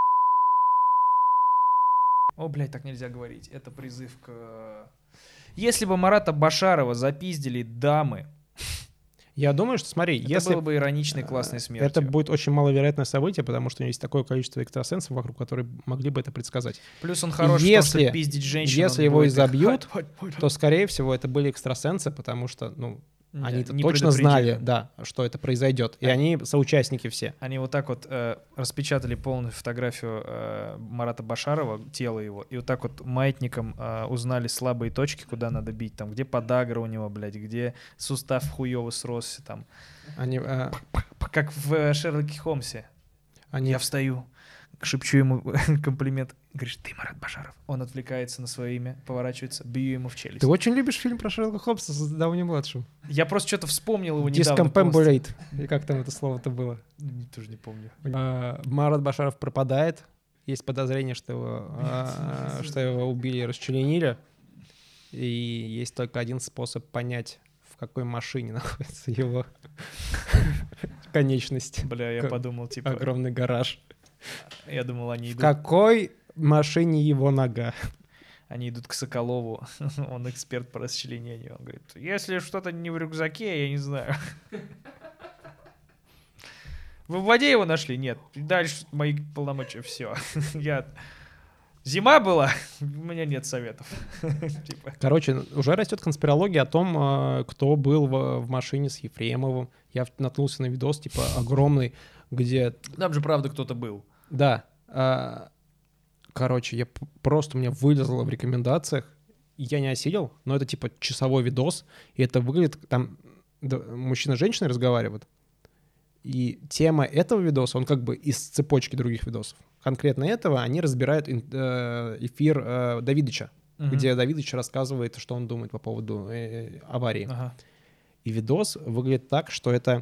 О, блядь, так нельзя говорить. Это призыв к... Если бы Марата Башарова запиздили дамы, Я думаю, что, смотри, это если... было бы ироничной классной смертью. Это будет очень маловероятное событие, потому что есть такое количество экстрасенсов вокруг, которые могли бы это предсказать. Плюс он хорош в том, Если- что пиздить женщин. Если он его будет и забьют, их- то, скорее всего, это были экстрасенсы, потому что, ну, Да, они-то не точно предупредили. знали, да, что это произойдет. И они соучастники все. Они вот так вот распечатали полную фотографию Марата Башарова, тело его, и вот так вот маятником узнали слабые точки, куда надо бить, там, где подагра у него, блядь, где сустав хуёво сросся, там. Они, Как в Шерлоке Холмсе. они Я встаю, шепчу ему комплимент, говоришь, ты Марат Башаров. Он отвлекается на свое имя, поворачивается, бью ему в челюсть. Ты очень любишь фильм про Шерлока Холмса с Дауни-младшим? Я просто что-то вспомнил его недавно. полностью. Discombobulate. И как там это слово-то было? Тоже не помню. Марат Башаров пропадает. Есть подозрение, что его убили и расчленили. И есть только один способ понять, в какой машине находится его конечность. Бля, я Как подумал, типа, Огромный гараж. я думал, они В идут. какой машине его нога? Они идут к Соколову, он эксперт по расчленению. Он говорит, если что-то не в рюкзаке, я не знаю. Вы в воде его нашли? Нет. Дальше мои полномочия, все. Зима была, у меня нет советов. Типа. Короче, уже растет конспирология о том, кто был в машине с Ефремовым. Я наткнулся на видос, типа, огромный, где... Там же правда кто-то был. Да. Короче, просто у меня вылезло в рекомендациях. Я не осилил, но это типа часовой видос. И это выглядит... Там мужчина с женщиной разговаривают. И тема этого видоса, он как бы из цепочки других видосов. Конкретно этого они разбирают эфир Давидыча, где Давидыч рассказывает, что он думает по поводу аварии. Ага. И видос выглядит так, что это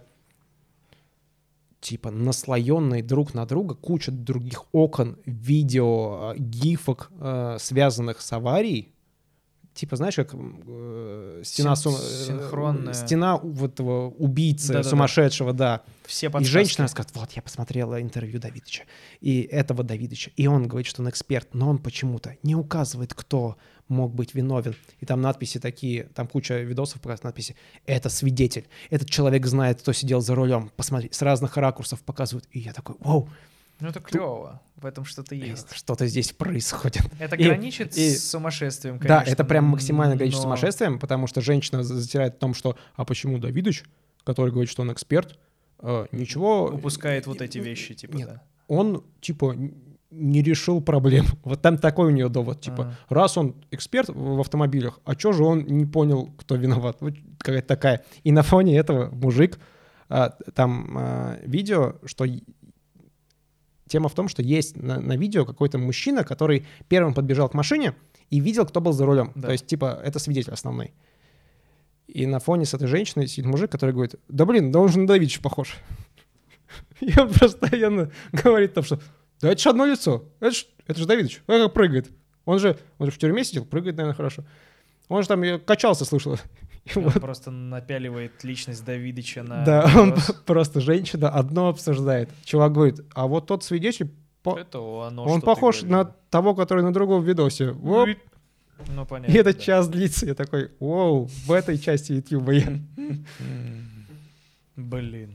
типа наслоенные друг на друга куча других окон, видео, гифок, связанных с аварией. Типа, знаешь, как стена, синхронная. стена вот этого убийцы Да-да-да. сумасшедшего, да. Все И подсказки. женщина рассказывает, вот я посмотрела интервью Давидыча, и этого Давидыча, и он говорит, что он эксперт, но он почему-то не указывает, кто мог быть виновен. И там надписи такие, там куча видосов про надписи. Это свидетель, этот человек знает, кто сидел за рулем. Посмотри, с разных ракурсов показывают. И я такой, вау, Ну это клево, в этом что-то есть. что-то здесь происходит. Это И- граничит и- с сумасшествием, конечно. Да, это прям максимально граничит с но- сумасшествием, потому что женщина затирает в том, что «а почему Давидыч, который говорит, что он эксперт, ничего...» Упускает вот эти вещи, типа, Нет. да. Он, типа, не решил проблем. Вот там такой у нее довод, типа, раз он эксперт в автомобилях, а чё же он не понял, кто виноват? Вот какая-то такая. И на фоне этого мужик, там видео, что... Тема в том, что есть на видео какой-то мужчина, который первым подбежал к машине и видел, кто был за рулем. Да. То есть, типа, это свидетель основной. И на фоне с этой женщиной сидит мужик, который говорит, да блин, да он же на Давидыча похож. И он постоянно говорит там, что да это же одно лицо, это же Давидыч, он как прыгает. Он же в тюрьме сидел, прыгает, наверное, хорошо. Он же там качался, слышал. И Он вот, просто напяливает личность Давидыча на... да, он видос. просто женщина одно обсуждает. Чувак говорит, а вот тот свидетель, Это оно, он что ты похож говоришь, на да. того, который на другом видосе. Воп. Ну, понятно. И этот да. час длится. Я такой, воу, в этой части YouTube я. Блин.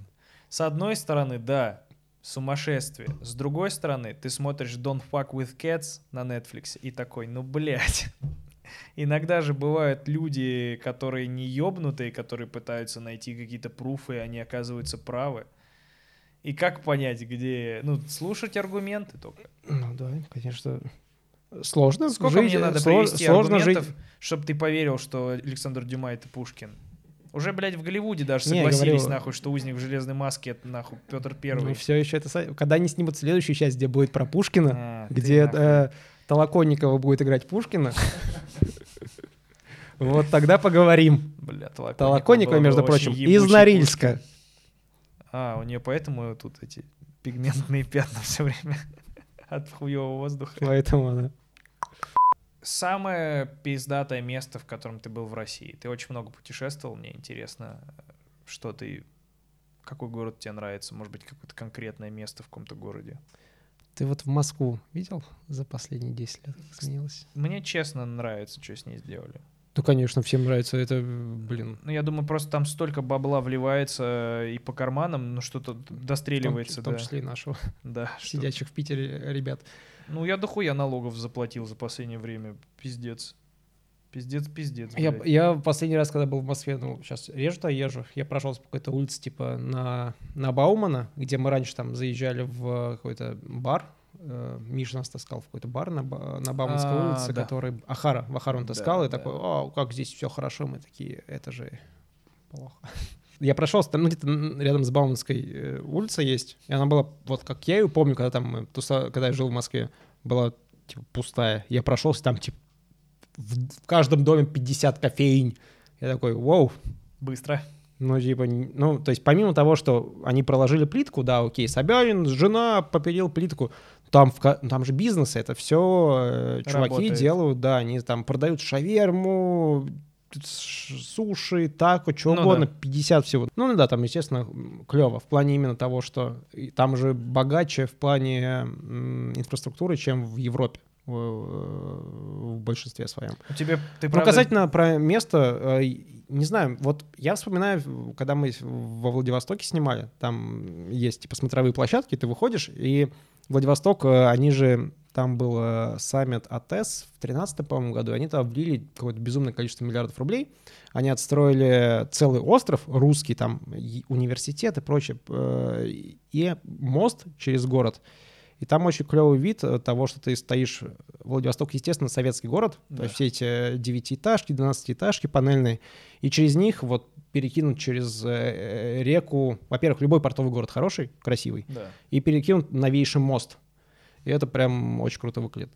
С одной стороны, да, сумасшествие. С другой стороны, ты смотришь Don't Fuck With Cats на Netflix и такой, ну, блядь. Иногда же бывают люди, которые не ёбнутые, которые пытаются найти какие-то пруфы, и они оказываются правы. И как понять, где... Ну, слушать аргументы только. Ну да, конечно. Сложно. Сколько мне надо привести сложно аргументов, жить. чтобы ты поверил, что Александр Дюма — это Пушкин? Уже, блядь, в Голливуде даже Не, согласились, говорю- нахуй, что «Узник в железной маске» — это, нахуй, Петр Первый. Ну, все еще это... Когда они снимут следующую часть, где будет про Пушкина, А, ты где нахуй. Толоконникова будет играть Пушкина, вот тогда поговорим. Бля, Толоконникова, был между бы прочим, очень из ебучий Норильска. Пушкин. А, у нее поэтому тут эти пигментные пятна все время от хуевого воздуха. Поэтому, да. Самое пиздатое место, в котором ты был в России. Ты очень много путешествовал, мне интересно, что ты... Какой город тебе нравится? Может быть, какое-то конкретное место в каком-то городе? Ты вот в Москву видел за последние 10 лет, как изменилось? Мне честно нравится, что с ней сделали. Ну, конечно, всем нравится. Это, блин, Ну, я думаю, просто там столько бабла вливается и по карманам, ну, что-то достреливается, в том да. числе и нашего, Да, что- сидящих в Питере ребят. Ну, я дохуя налогов заплатил за последнее время. Пиздец. Пиздец, блядь. Я последний раз, когда был в Москве, ну, сейчас реже-то езжу, я прошелся по какой-то улице, типа, на Баумана, где мы раньше там заезжали в какой-то бар. Миша нас таскал в какой-то бар на Бауманской А, улице, да. который... в Ахар он Да, таскал, и да. такой, о, как здесь все хорошо, мы такие, это же плохо. Я прошелся, там, ну, где-то рядом с Бауманской улица есть, и она была, вот как я ее помню, когда там, когда я жил в Москве, была, типа, пустая. Я прошелся, там, типа, в каждом доме 50 кофеинь. Я такой, вау. Быстро. Ну, типа, ну, то есть помимо того, что они проложили плитку, да, окей, Собянин, жена попилил плитку, там же бизнес, это все чуваки Работает. делают, да, они там продают шаверму, суши, тако, что Ну угодно, да. 50 всего. Ну да, там, естественно, клево в плане именно того, что там же богаче в плане инфраструктуры, чем в Европе в большинстве своем. Ты Ну, правда... касательно про место, не знаю, вот я вспоминаю, когда мы во Владивостоке снимали, там есть типа смотровые площадки, ты выходишь, и Владивосток, они же, там был саммит АТЭС в 2013, по-моему, году, и они там влили какое-то безумное количество миллиардов рублей, они отстроили целый остров русский, там университет и прочее, и мост через город. И там очень клевый вид того, что ты стоишь... Владивосток, естественно, советский город. Да. То есть все эти 9-этажки, 12-этажки панельные. И через них вот перекинут через реку... Во-первых, любой портовый город хороший, красивый. Да. И перекинут новейший мост. И это прям очень круто выглядит.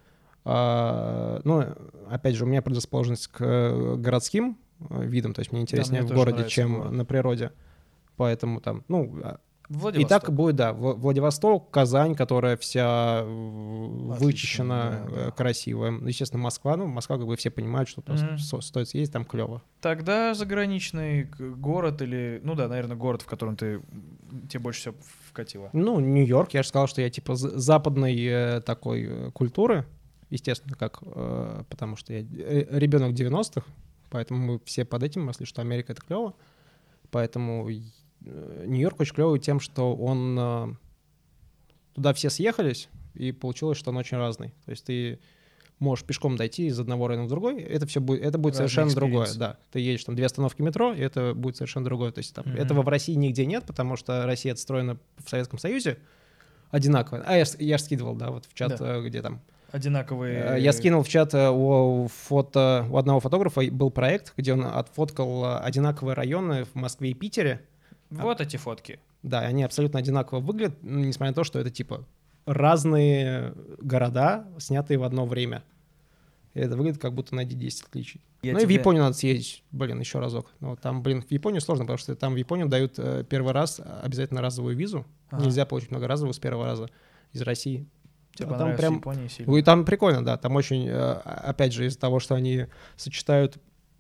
Ну, опять же, у меня предрасположенность к городским видам. То есть мне интереснее мне в тоже городе, нравится чем город. на природе. Поэтому там... Ну, Владивосток. и так будет, да. Владивосток, Казань, которая вся вычищена, да. красивая. Естественно, Москва. Ну, Москва, как бы все понимают, что просто Мгм. стоит съездить, там клево. Тогда заграничный город или... Ну да, наверное, город, в котором тебе больше всего вкатило. Ну, Нью-Йорк, я же сказал, что я типа западной такой культуры, естественно, потому что я ребенок 90-х, поэтому мы все под этим мысли, что Америка — это клево. Поэтому Нью-Йорк очень клевый тем, что он... Туда все съехались, и получилось, что он очень разный. То есть ты можешь пешком дойти из одного района в другой, это будет Разные совершенно другое. экспириенсы. Да. Ты едешь там 2 остановки метро, и это будет совершенно другое. То есть там, этого в России нигде нет, потому что Россия отстроена в Советском Союзе одинаково. Я же скидывал, да, вот в чат, где там... Одинаковые... Я скинул в чат у одного фотографа был проект, где он отфоткал одинаковые районы в Москве и Питере. Вот эти фотки. Да, они абсолютно одинаково выглядят, несмотря на то, что это типа разные города, снятые в одно время. И это выглядит, как будто найди 10 отличий. И в Японию надо съездить, еще разок. Но там, в Японию сложно, потому что там в Японию дают первый раз обязательно разовую визу. Ага. Нельзя получить многоразовую с первого раза из России. Тебе А понравилось там в Японии сильно? И там прикольно, да. Там очень, опять же, из-за того, что они сочетают...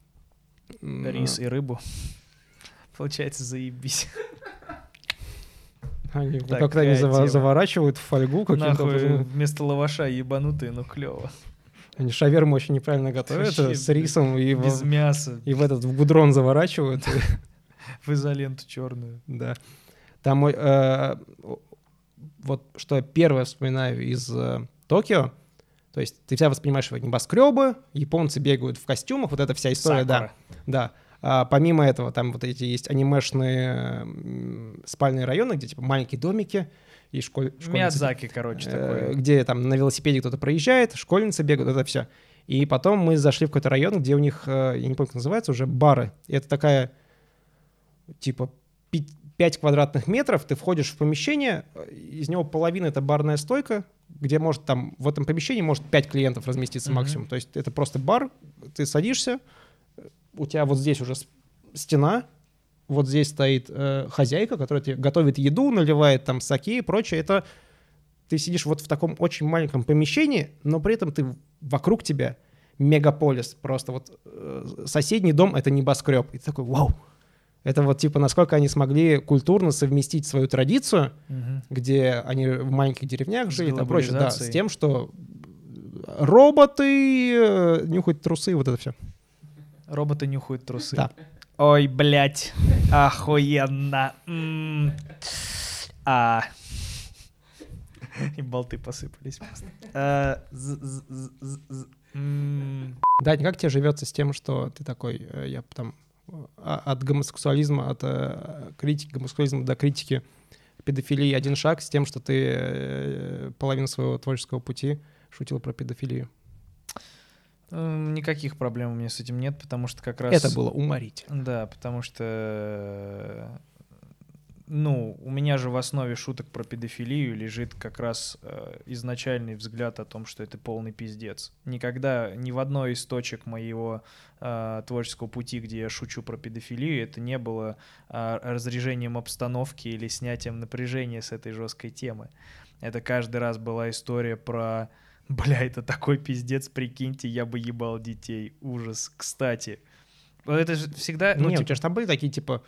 Рис и рыбу. Получается, заебись. Как-то они тема. заворачивают в фольгу каким-то Нахуй образом. вместо лаваша ебанутые, ну клево. Они шаверму очень неправильно готовят Вообще, с рисом и Без мяса. в гудрон заворачивают. В изоленту черную. Да. Там вот что я первое вспоминаю из Токио, то есть ты всегда воспринимаешь его небоскребы, японцы бегают в костюмах, вот эта вся история, Сакура. да. А помимо этого, там вот эти есть анимешные спальные районы, где типа маленькие домики, и школьницы, Миядзаки, короче, такой. где там на велосипеде кто-то проезжает, школьницы бегают, это все. И потом мы зашли в какой-то район, где у них, я не помню, как называется, уже бары. И это такая, типа, 5 квадратных метров, ты входишь в помещение, из него половина — это барная стойка, где может там, в этом помещении может 5 клиентов разместиться максимум. То есть это просто бар, ты садишься, у тебя вот здесь уже стена, вот здесь стоит хозяйка, которая тебе готовит еду, наливает там саке и прочее. Это ты сидишь вот в таком очень маленьком помещении, но при этом ты вокруг тебя мегаполис. Просто вот соседний дом — это небоскреб. И ты такой, вау! Это вот типа насколько они смогли культурно совместить свою традицию, где они в маленьких деревнях жили, там прочее, да, с тем, что роботы нюхают трусы, вот это все. Роботы нюхают трусы. Да. Ой, блядь, охуенно. И болты посыпались. Да, как тебе живется с тем, что ты такой, я там от гомосексуализма, от критики гомосексуализма до критики педофилии один шаг, с тем, что ты половину своего творческого пути шутил про педофилию? Никаких проблем у меня с этим нет, потому что как раз... Это было уморительно. Да, потому что... Ну, у меня же в основе шуток про педофилию лежит как раз изначальный взгляд о том, что это полный пиздец. Никогда, ни в одной из точек моего творческого пути, где я шучу про педофилию, это не было разряжением обстановки или снятием напряжения с этой жесткой темы. Это каждый раз была история про... Бля, это такой пиздец, прикиньте, я бы ебал детей. Ужас. Кстати, это же всегда... Ну, нет, у тебя же там были такие типа,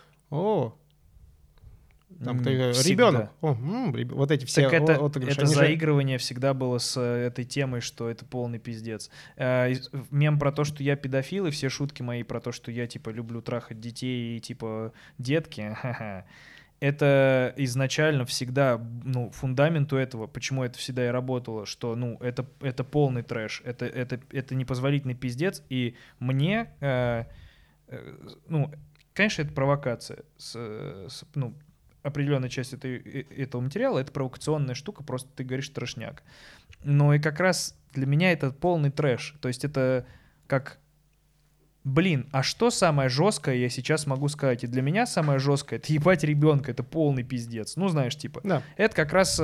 там ребенок. Вот эти все. Так это отыгрыши. заигрывание всегда было с этой темой, что это полный пиздец. Мем про то, что я педофил, и все шутки мои про то, что я типа люблю трахать детей и типа детки. Это изначально всегда, ну, фундамент у этого, почему это всегда и работало, что, ну, это полный трэш, это непозволительный пиздец, и мне, ну, конечно, это провокация, ну, определенная часть этого материала — это провокационная штука, просто ты говоришь трэшняк. Но и как раз для меня это полный трэш, то есть это как... Блин, а что самое жесткое я сейчас могу сказать? И для меня самое жесткое — это ебать ребенка, это полный пиздец. Ну, знаешь, типа, Да. это как раз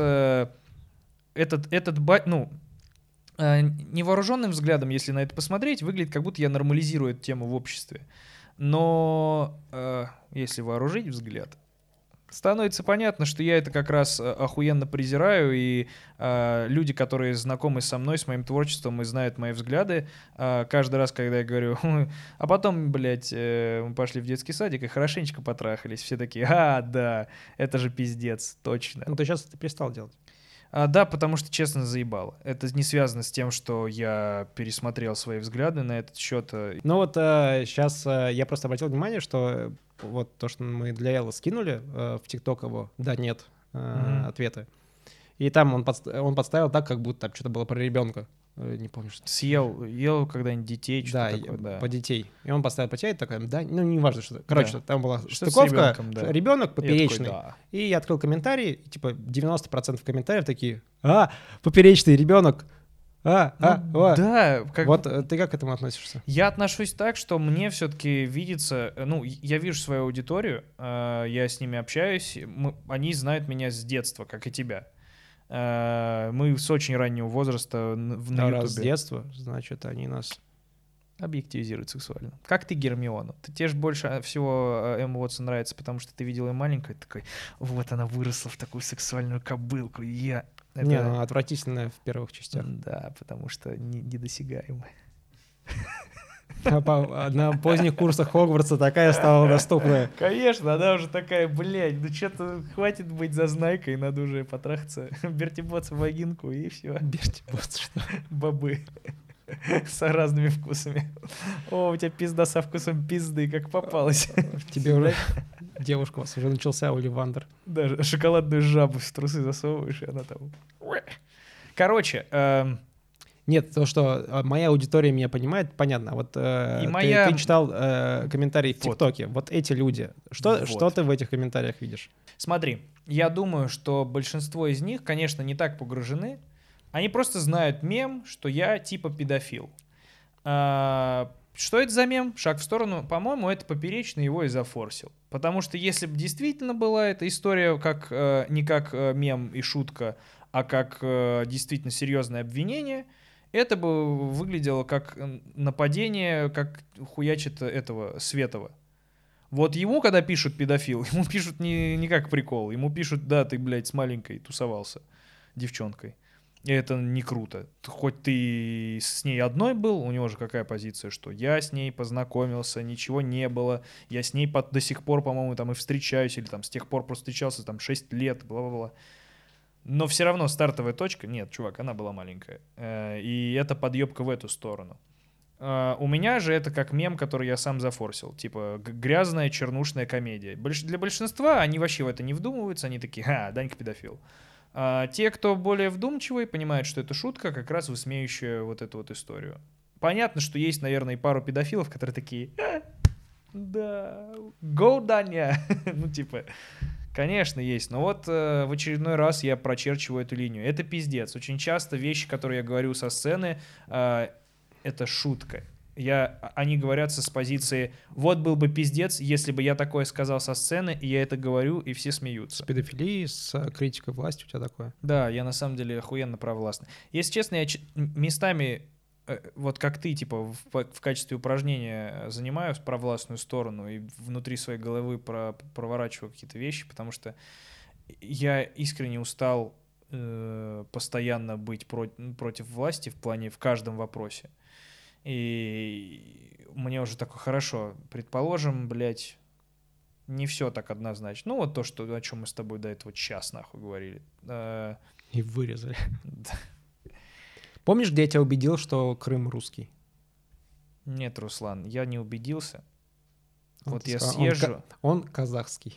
невооруженным взглядом, если на это посмотреть, выглядит, как будто я нормализирую эту тему в обществе. Но если вооружить взгляд, становится понятно, что я это как раз охуенно презираю, и люди, которые знакомы со мной, с моим творчеством и знают мои взгляды, каждый раз, когда я говорю, а потом, блядь, мы пошли в детский садик и хорошенечко потрахались, все такие, да, это же пиздец, точно. Ну, ты сейчас это перестал делать. Да, потому что, честно, заебало. Это не связано с тем, что я пересмотрел свои взгляды на этот счет. Ну вот сейчас я просто обратил внимание, что вот то, что мы для Эллы скинули в ТикТок его «да-нет» ответы. И там он подставил так, как будто там что-то было про ребенка. Не помню, что. Ел когда-нибудь детей, что-то такое, да. По детей. И он поставил по тебе, такой, да, ну не важно, что. Короче, там была Что стыковка, да. ребенок поперечный. И я открыл комментарии, и типа 90% комментариев такие, поперечный ребенок. Да. Вот ты как к этому относишься? Я отношусь так, что мне все-таки видится, ну, я вижу свою аудиторию, я с ними общаюсь, они знают меня с детства, как и тебя. Мы с очень раннего возраста на Ютубе. Раз с детства, значит, они нас объективизируют сексуально. Как ты Гермиону? Тебе же больше всего Эмма Уотсон нравится, потому что ты видел ее маленькой, такой, вот она выросла в такую сексуальную кобылку. Не, она отвратительная в первых частях. Да, потому что недосягаемая. На поздних курсах Хогвартса такая стала доступная. Конечно, она уже такая, блядь, ну что-то хватит быть зазнайкой, надо уже потрахаться. Берти Ботс в вагинку и все. Берти Ботс, что? Бобы. С разными вкусами. О, у тебя пизда со вкусом пизды, как попалась. Тебе уже Девушка, у вас уже начался Оливандер. Даже шоколадную жабу в трусы засовываешь, и она там... Короче, Нет, то, что моя аудитория меня понимает, понятно. А вот ты читал комментарии в ТикТоке. Вот эти люди. Что ты в этих комментариях видишь? смотри, я думаю, что большинство из них, конечно, не так погружены. Они просто знают мем, что я типа педофил. Что это за мем? Шаг в сторону. По-моему, это Поперечный его и зафорсил. Потому что если бы действительно была эта история как, не как мем и шутка, а как действительно серьезное обвинение, это бы выглядело как нападение, как хуячит этого Светова. Вот ему, когда пишут педофил, ему пишут не как прикол. Ему пишут, да, ты, блядь, с маленькой тусовался, девчонкой. И это не круто. Хоть ты с ней одной был, у него же какая позиция, что я с ней познакомился, ничего не было, я с ней до сих пор, по-моему, там и встречаюсь, или там с тех пор просто встречался, там 6 лет, бла-бла-бла. Но все равно стартовая точка, нет, чувак, она была маленькая. И это подъебка в эту сторону. У меня же это как мем, который я сам зафорсил. Типа грязная чернушная комедия. Для большинства они вообще в это не вдумываются, они такие, Данька педофил. Те, кто более вдумчивые, понимают, что это шутка, как раз высмеющая вот эту вот историю. Понятно, что есть, наверное, и пару педофилов, которые такие, да, go, Даня. Ну, типа, конечно, есть. Но вот в очередной раз я прочерчиваю эту линию. Это пиздец. Очень часто вещи, которые я говорю со сцены, это шутка. Они говорят с позиции «вот был бы пиздец, если бы я такое сказал со сцены, и я это говорю, и все смеются». С педофилией, с критикой власти у тебя такое? Да, я на самом деле охуенно провластный. Если честно, я местами, вот как ты, типа, в качестве упражнения занимаю провластную сторону и внутри своей головы проворачиваю какие-то вещи, потому что я искренне устал постоянно быть против власти в каждом вопросе. И мне уже такое, хорошо, предположим, блядь, не все так однозначно. Ну, вот то, о чем мы с тобой до этого час нахуй говорили. И вырезали. Помнишь, где я тебя убедил, что Крым русский? Нет, Руслан, я не убедился. Вот я сказал, съезжу. Он казахский.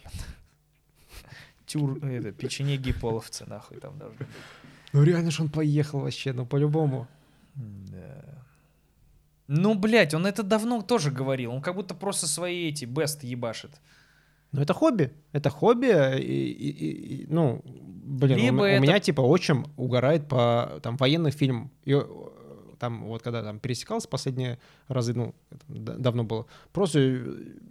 Печенеги и половцы, нахуй там должны быть. Ну реально же он поехал вообще, ну по-любому. Да. Ну, блядь, он это давно тоже говорил. Он как будто просто свои бест ебашит. Ну, это хобби. Это хобби. Ну, блин, Либо у меня, типа, отчим угорает по там военным фильмам. И там, вот когда там пересекался последние разы, ну, давно было, просто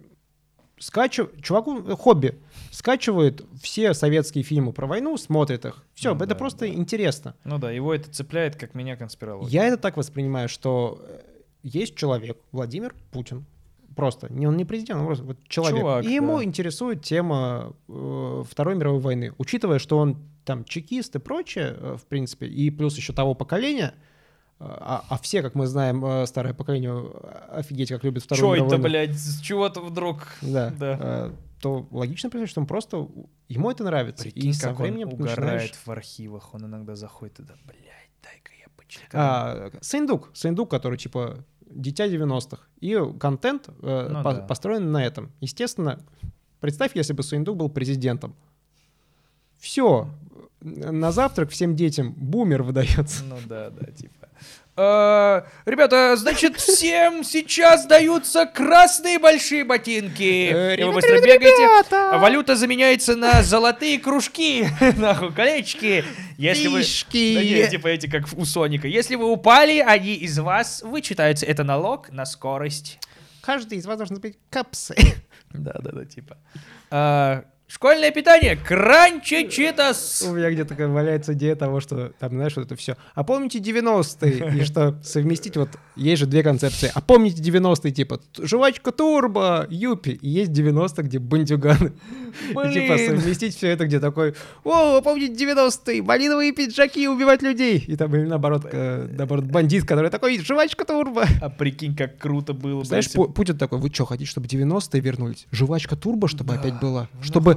чуваку хобби. Скачивает все советские фильмы про войну, смотрит их. Все, Ну, это да, просто интересно. Ну да, его это цепляет, как меня конспирология. Я это так воспринимаю, что есть человек, Владимир Путин. Просто. Он не президент, он просто вот человек. Чувак, и ему да. интересует тема Второй мировой войны. Учитывая, что он там чекист и прочее, в принципе, и плюс еще того поколения, а все, как мы знаем, старое поколение, офигеть, как любит Вторую мировую Чё это, войну. блядь, с чего-то вдруг? Да. То логично представить, что он просто... Ему это нравится. Прикинь, и со как временем он ты начинаешь... угорает в архивах. Он иногда заходит туда, блядь, дай-ка я почитаю. Сындук, который типа дитя 90-х. И контент построен на этом. Естественно, представь, если бы Сындук был президентом. Все. На завтрак всем детям бумер выдается. Ну да, типа. Ребята, значит, всем сейчас даются красные большие ботинки. И вы быстро бегаете. Валюта заменяется на золотые кружки. Нахуй, колечки. Если вы... Да нет, типа эти, как у Соника. Если вы упали, они из вас вычитаются. Это налог на скорость. Каждый из вас должен быть капсы. Да, типа. Школьное питание. Кранчи Читос. У меня где-то такая валяется идея того, что там, знаешь, вот это все. А помните 90-е? И что совместить вот... Есть же две концепции. А помните 90-е, типа, жвачка Турбо, Юпи. И есть 90-е, где бандюганы. И типа совместить все это, где такой, о, помните 90-е, малиновые пиджаки, убивать людей. И там, или наоборот, бандит, который такой, жвачка Турбо. А прикинь, как круто было бы. Знаешь, Путин такой, вы что, хотите, чтобы 90-е вернулись? Жвачка Турбо, чтобы опять была? Ну, Чтобы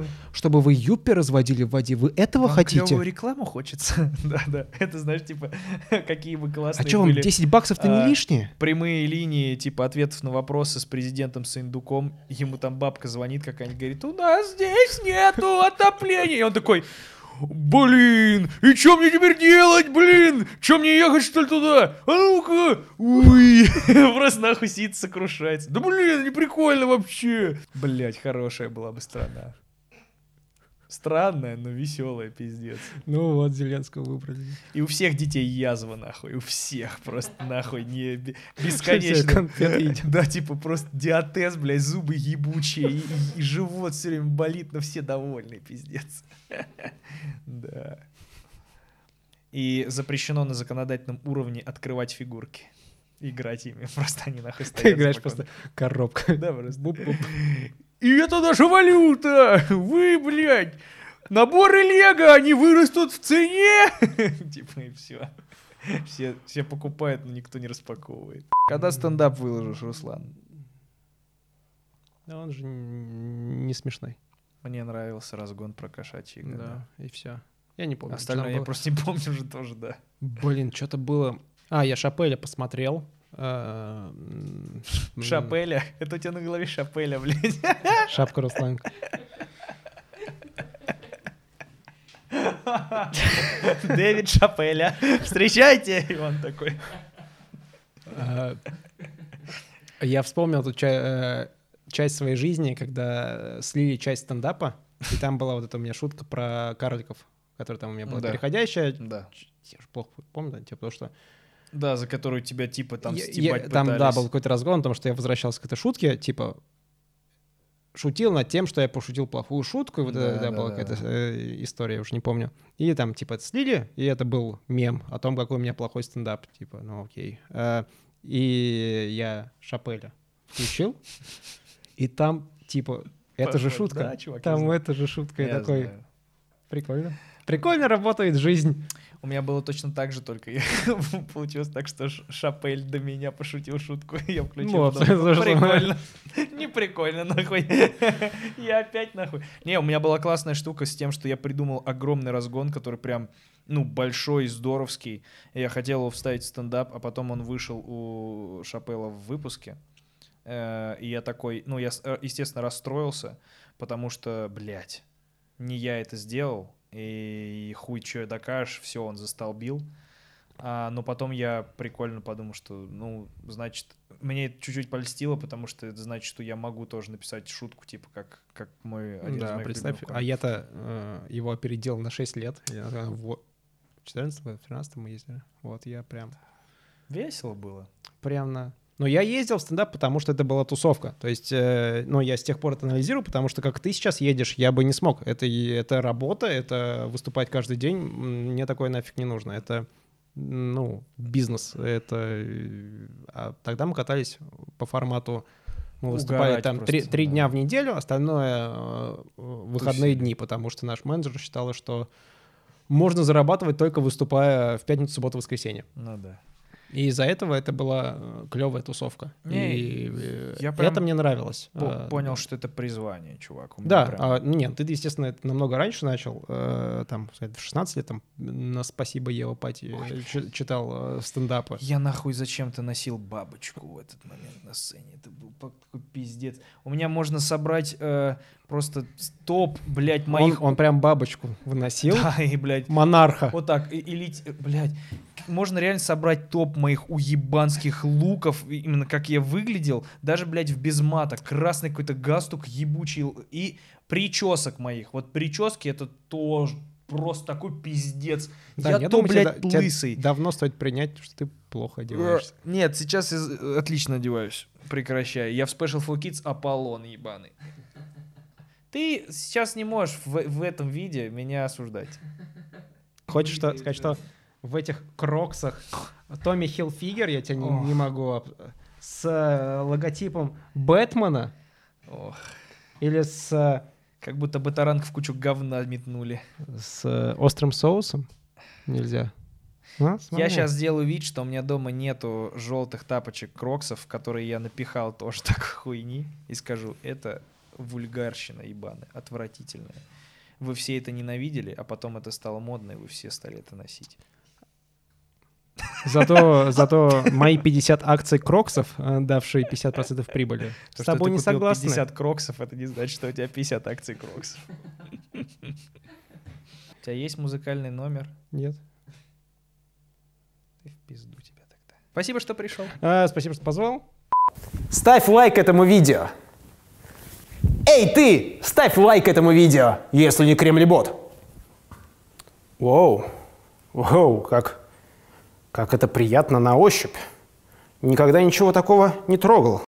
чтобы вы юппи разводили в воде? Вы этого Вам хотите? клёвую рекламу хочется? Да. Это, знаешь, типа, какие бы классные А что, вам были $10 не лишние? прямые линии, типа, ответов на вопросы с президентом Сындуком. Ему там бабка звонит какая-нибудь, говорит, у нас здесь нету отопления. И он такой... Блин, и что мне теперь делать, блин? Что мне ехать, что ли, туда? А ну-ка! Ой, просто нахуй сидит, сокрушается. Да блин, не прикольно вообще. Блять, хорошая была бы страна. Странная, но веселая, пиздец. Ну вот, Зеленского выбрали. И у всех детей язва, нахуй. У всех просто, нахуй, не Все бесконечно. конфеты едят. Да, типа просто диатез, блядь, зубы ебучие, и живот все время болит, но все довольны, пиздец. Да. И запрещено на законодательном уровне открывать фигурки. Играть ими. Просто они нахуй стоят. Ты играешь спокойно. просто коробкой. Да, просто. Буп-буп. И это наша валюта! Вы, блядь! Наборы Лего, они вырастут в цене! Типа и все. Все покупают, но никто не распаковывает. Когда стендап выложишь, Руслан? Да он же не смешной. Мне нравился разгон про кошачьи года. Да, и все. Я не помню. Остальное что я там просто не помню уже тоже, да. было. Блин, что-то было... Я Шапеля посмотрел. Шапеля? Это у тебя на голове Шапеля, блядь. Шапка Русланка. Дэвид Шапеля. Встречайте! И он такой. Я вспомнил тут часть своей жизни, когда слили часть стендапа, и там была вот эта у меня шутка про карликов, которая там у меня была Да. переходящая. Да. Я же плохо помню, да, типа, потому что... Да, за которую тебя типа там Я- стебать там, да, пытались. был какой-то разгон, потому что я возвращался к этой шутке, типа, шутил над тем, что я пошутил плохую шутку, и вот это, Да, была да, какая-то история, я уж не помню. И там, типа, это слили, и это был мем о том, какой у меня плохой стендап, типа, ну окей. И я Шапеля включил, и там, типа, это же шутка. Да, чувак, я Там знаю. это же шутка, я Я такой, знаю. прикольно. Прикольно работает жизнь. У меня было точно так же, только получилось так, что Шапель до меня пошутил шутку, и я включил. Вот, потом, то же прикольно. Не прикольно, нахуй. Я опять нахуй. Не, у меня была классная штука с тем, что я придумал огромный разгон, который прям, ну, большой, здоровский. И я хотел его вставить в стендап, а потом он вышел у Шапелла в выпуске. И я такой, ну, я, естественно, расстроился, потому что, блядь, не я это сделал. И хуй что докажешь, все, он застолбил. Но потом я прикольно подумал, что, ну, значит, мне это чуть-чуть польстило, потому что это значит, что я могу тоже написать шутку, типа, как мой один из Да, моих представь, любимых а я-то его опередил на 6 лет. В 14-13 мы ездили. Вот я прям... Весело было. Прям на... Но я ездил в стендап, потому что это была тусовка. То есть, ну, я с тех пор это анализирую, потому что как ты сейчас едешь, я бы не смог. Это работа, это выступать каждый день. Мне такое нафиг не нужно. Это, ну, бизнес. Это... А тогда мы катались по формату... Мы выступали Угорать там просто, 3 да. дня в неделю, остальное выходные дни, потому что наш менеджер считал, что можно зарабатывать только выступая в пятницу, субботу, воскресенье. Ну да. И из-за этого это была клевая тусовка. Не, И я прям это мне нравилось. Понял, что это призвание, чувак. У меня Да, прям- ну нет, ты, естественно, это намного раньше начал, там, сказать, в 16 лет, там, на «Спасибо, Ева Пати» читал стендапы. Я нахуй зачем-то носил бабочку в этот момент на сцене. Это был такой пиздец. У меня можно собрать просто топ, блядь, моих... Он прям бабочку выносил, Да, и, блядь, монарха. вот так, блядь, можно реально собрать топ моих уебанских луков, именно как я выглядел, даже, блядь, в без мата, красный какой-то галстук ебучий, и причесок моих. Вот прически это тоже просто такой пиздец. Да, я не то, думаю, тебе блядь, тебе лысый. давно стоит принять, что ты плохо одеваешься. Нет, сейчас я отлично одеваюсь. Прекращай. Я в Special for Kids Аполлон ебаный. Ты сейчас не можешь в этом виде меня осуждать. Хочешь сказать, что в этих кроксах Томми Хилфигер, я тебе не могу, с логотипом Бэтмена Ох, или с как будто батаранг в кучу говна метнули. острым соусом нельзя. А, смотри. Я сейчас сделаю вид, что у меня дома нету желтых тапочек кроксов, которые я напихал тоже так хуйни, и скажу, это вульгарщина ебаная, отвратительная. Вы все это ненавидели, а потом это стало модно, и вы все стали это носить. Зато мои 50 акций Кроксов, давшие 50% прибыли, То, с тобой что не ты купил согласны? 50 кроксов, это не значит, что у тебя 50 акций кроксов. У тебя есть музыкальный номер? Нет. Ты в пизду тебя тогда. Спасибо, что пришел. Спасибо, что позвал. Ставь лайк этому видео. Эй, ты! Ставь лайк этому видео, если не Кремлебот. Воу, как это приятно на ощупь. Никогда ничего такого не трогал.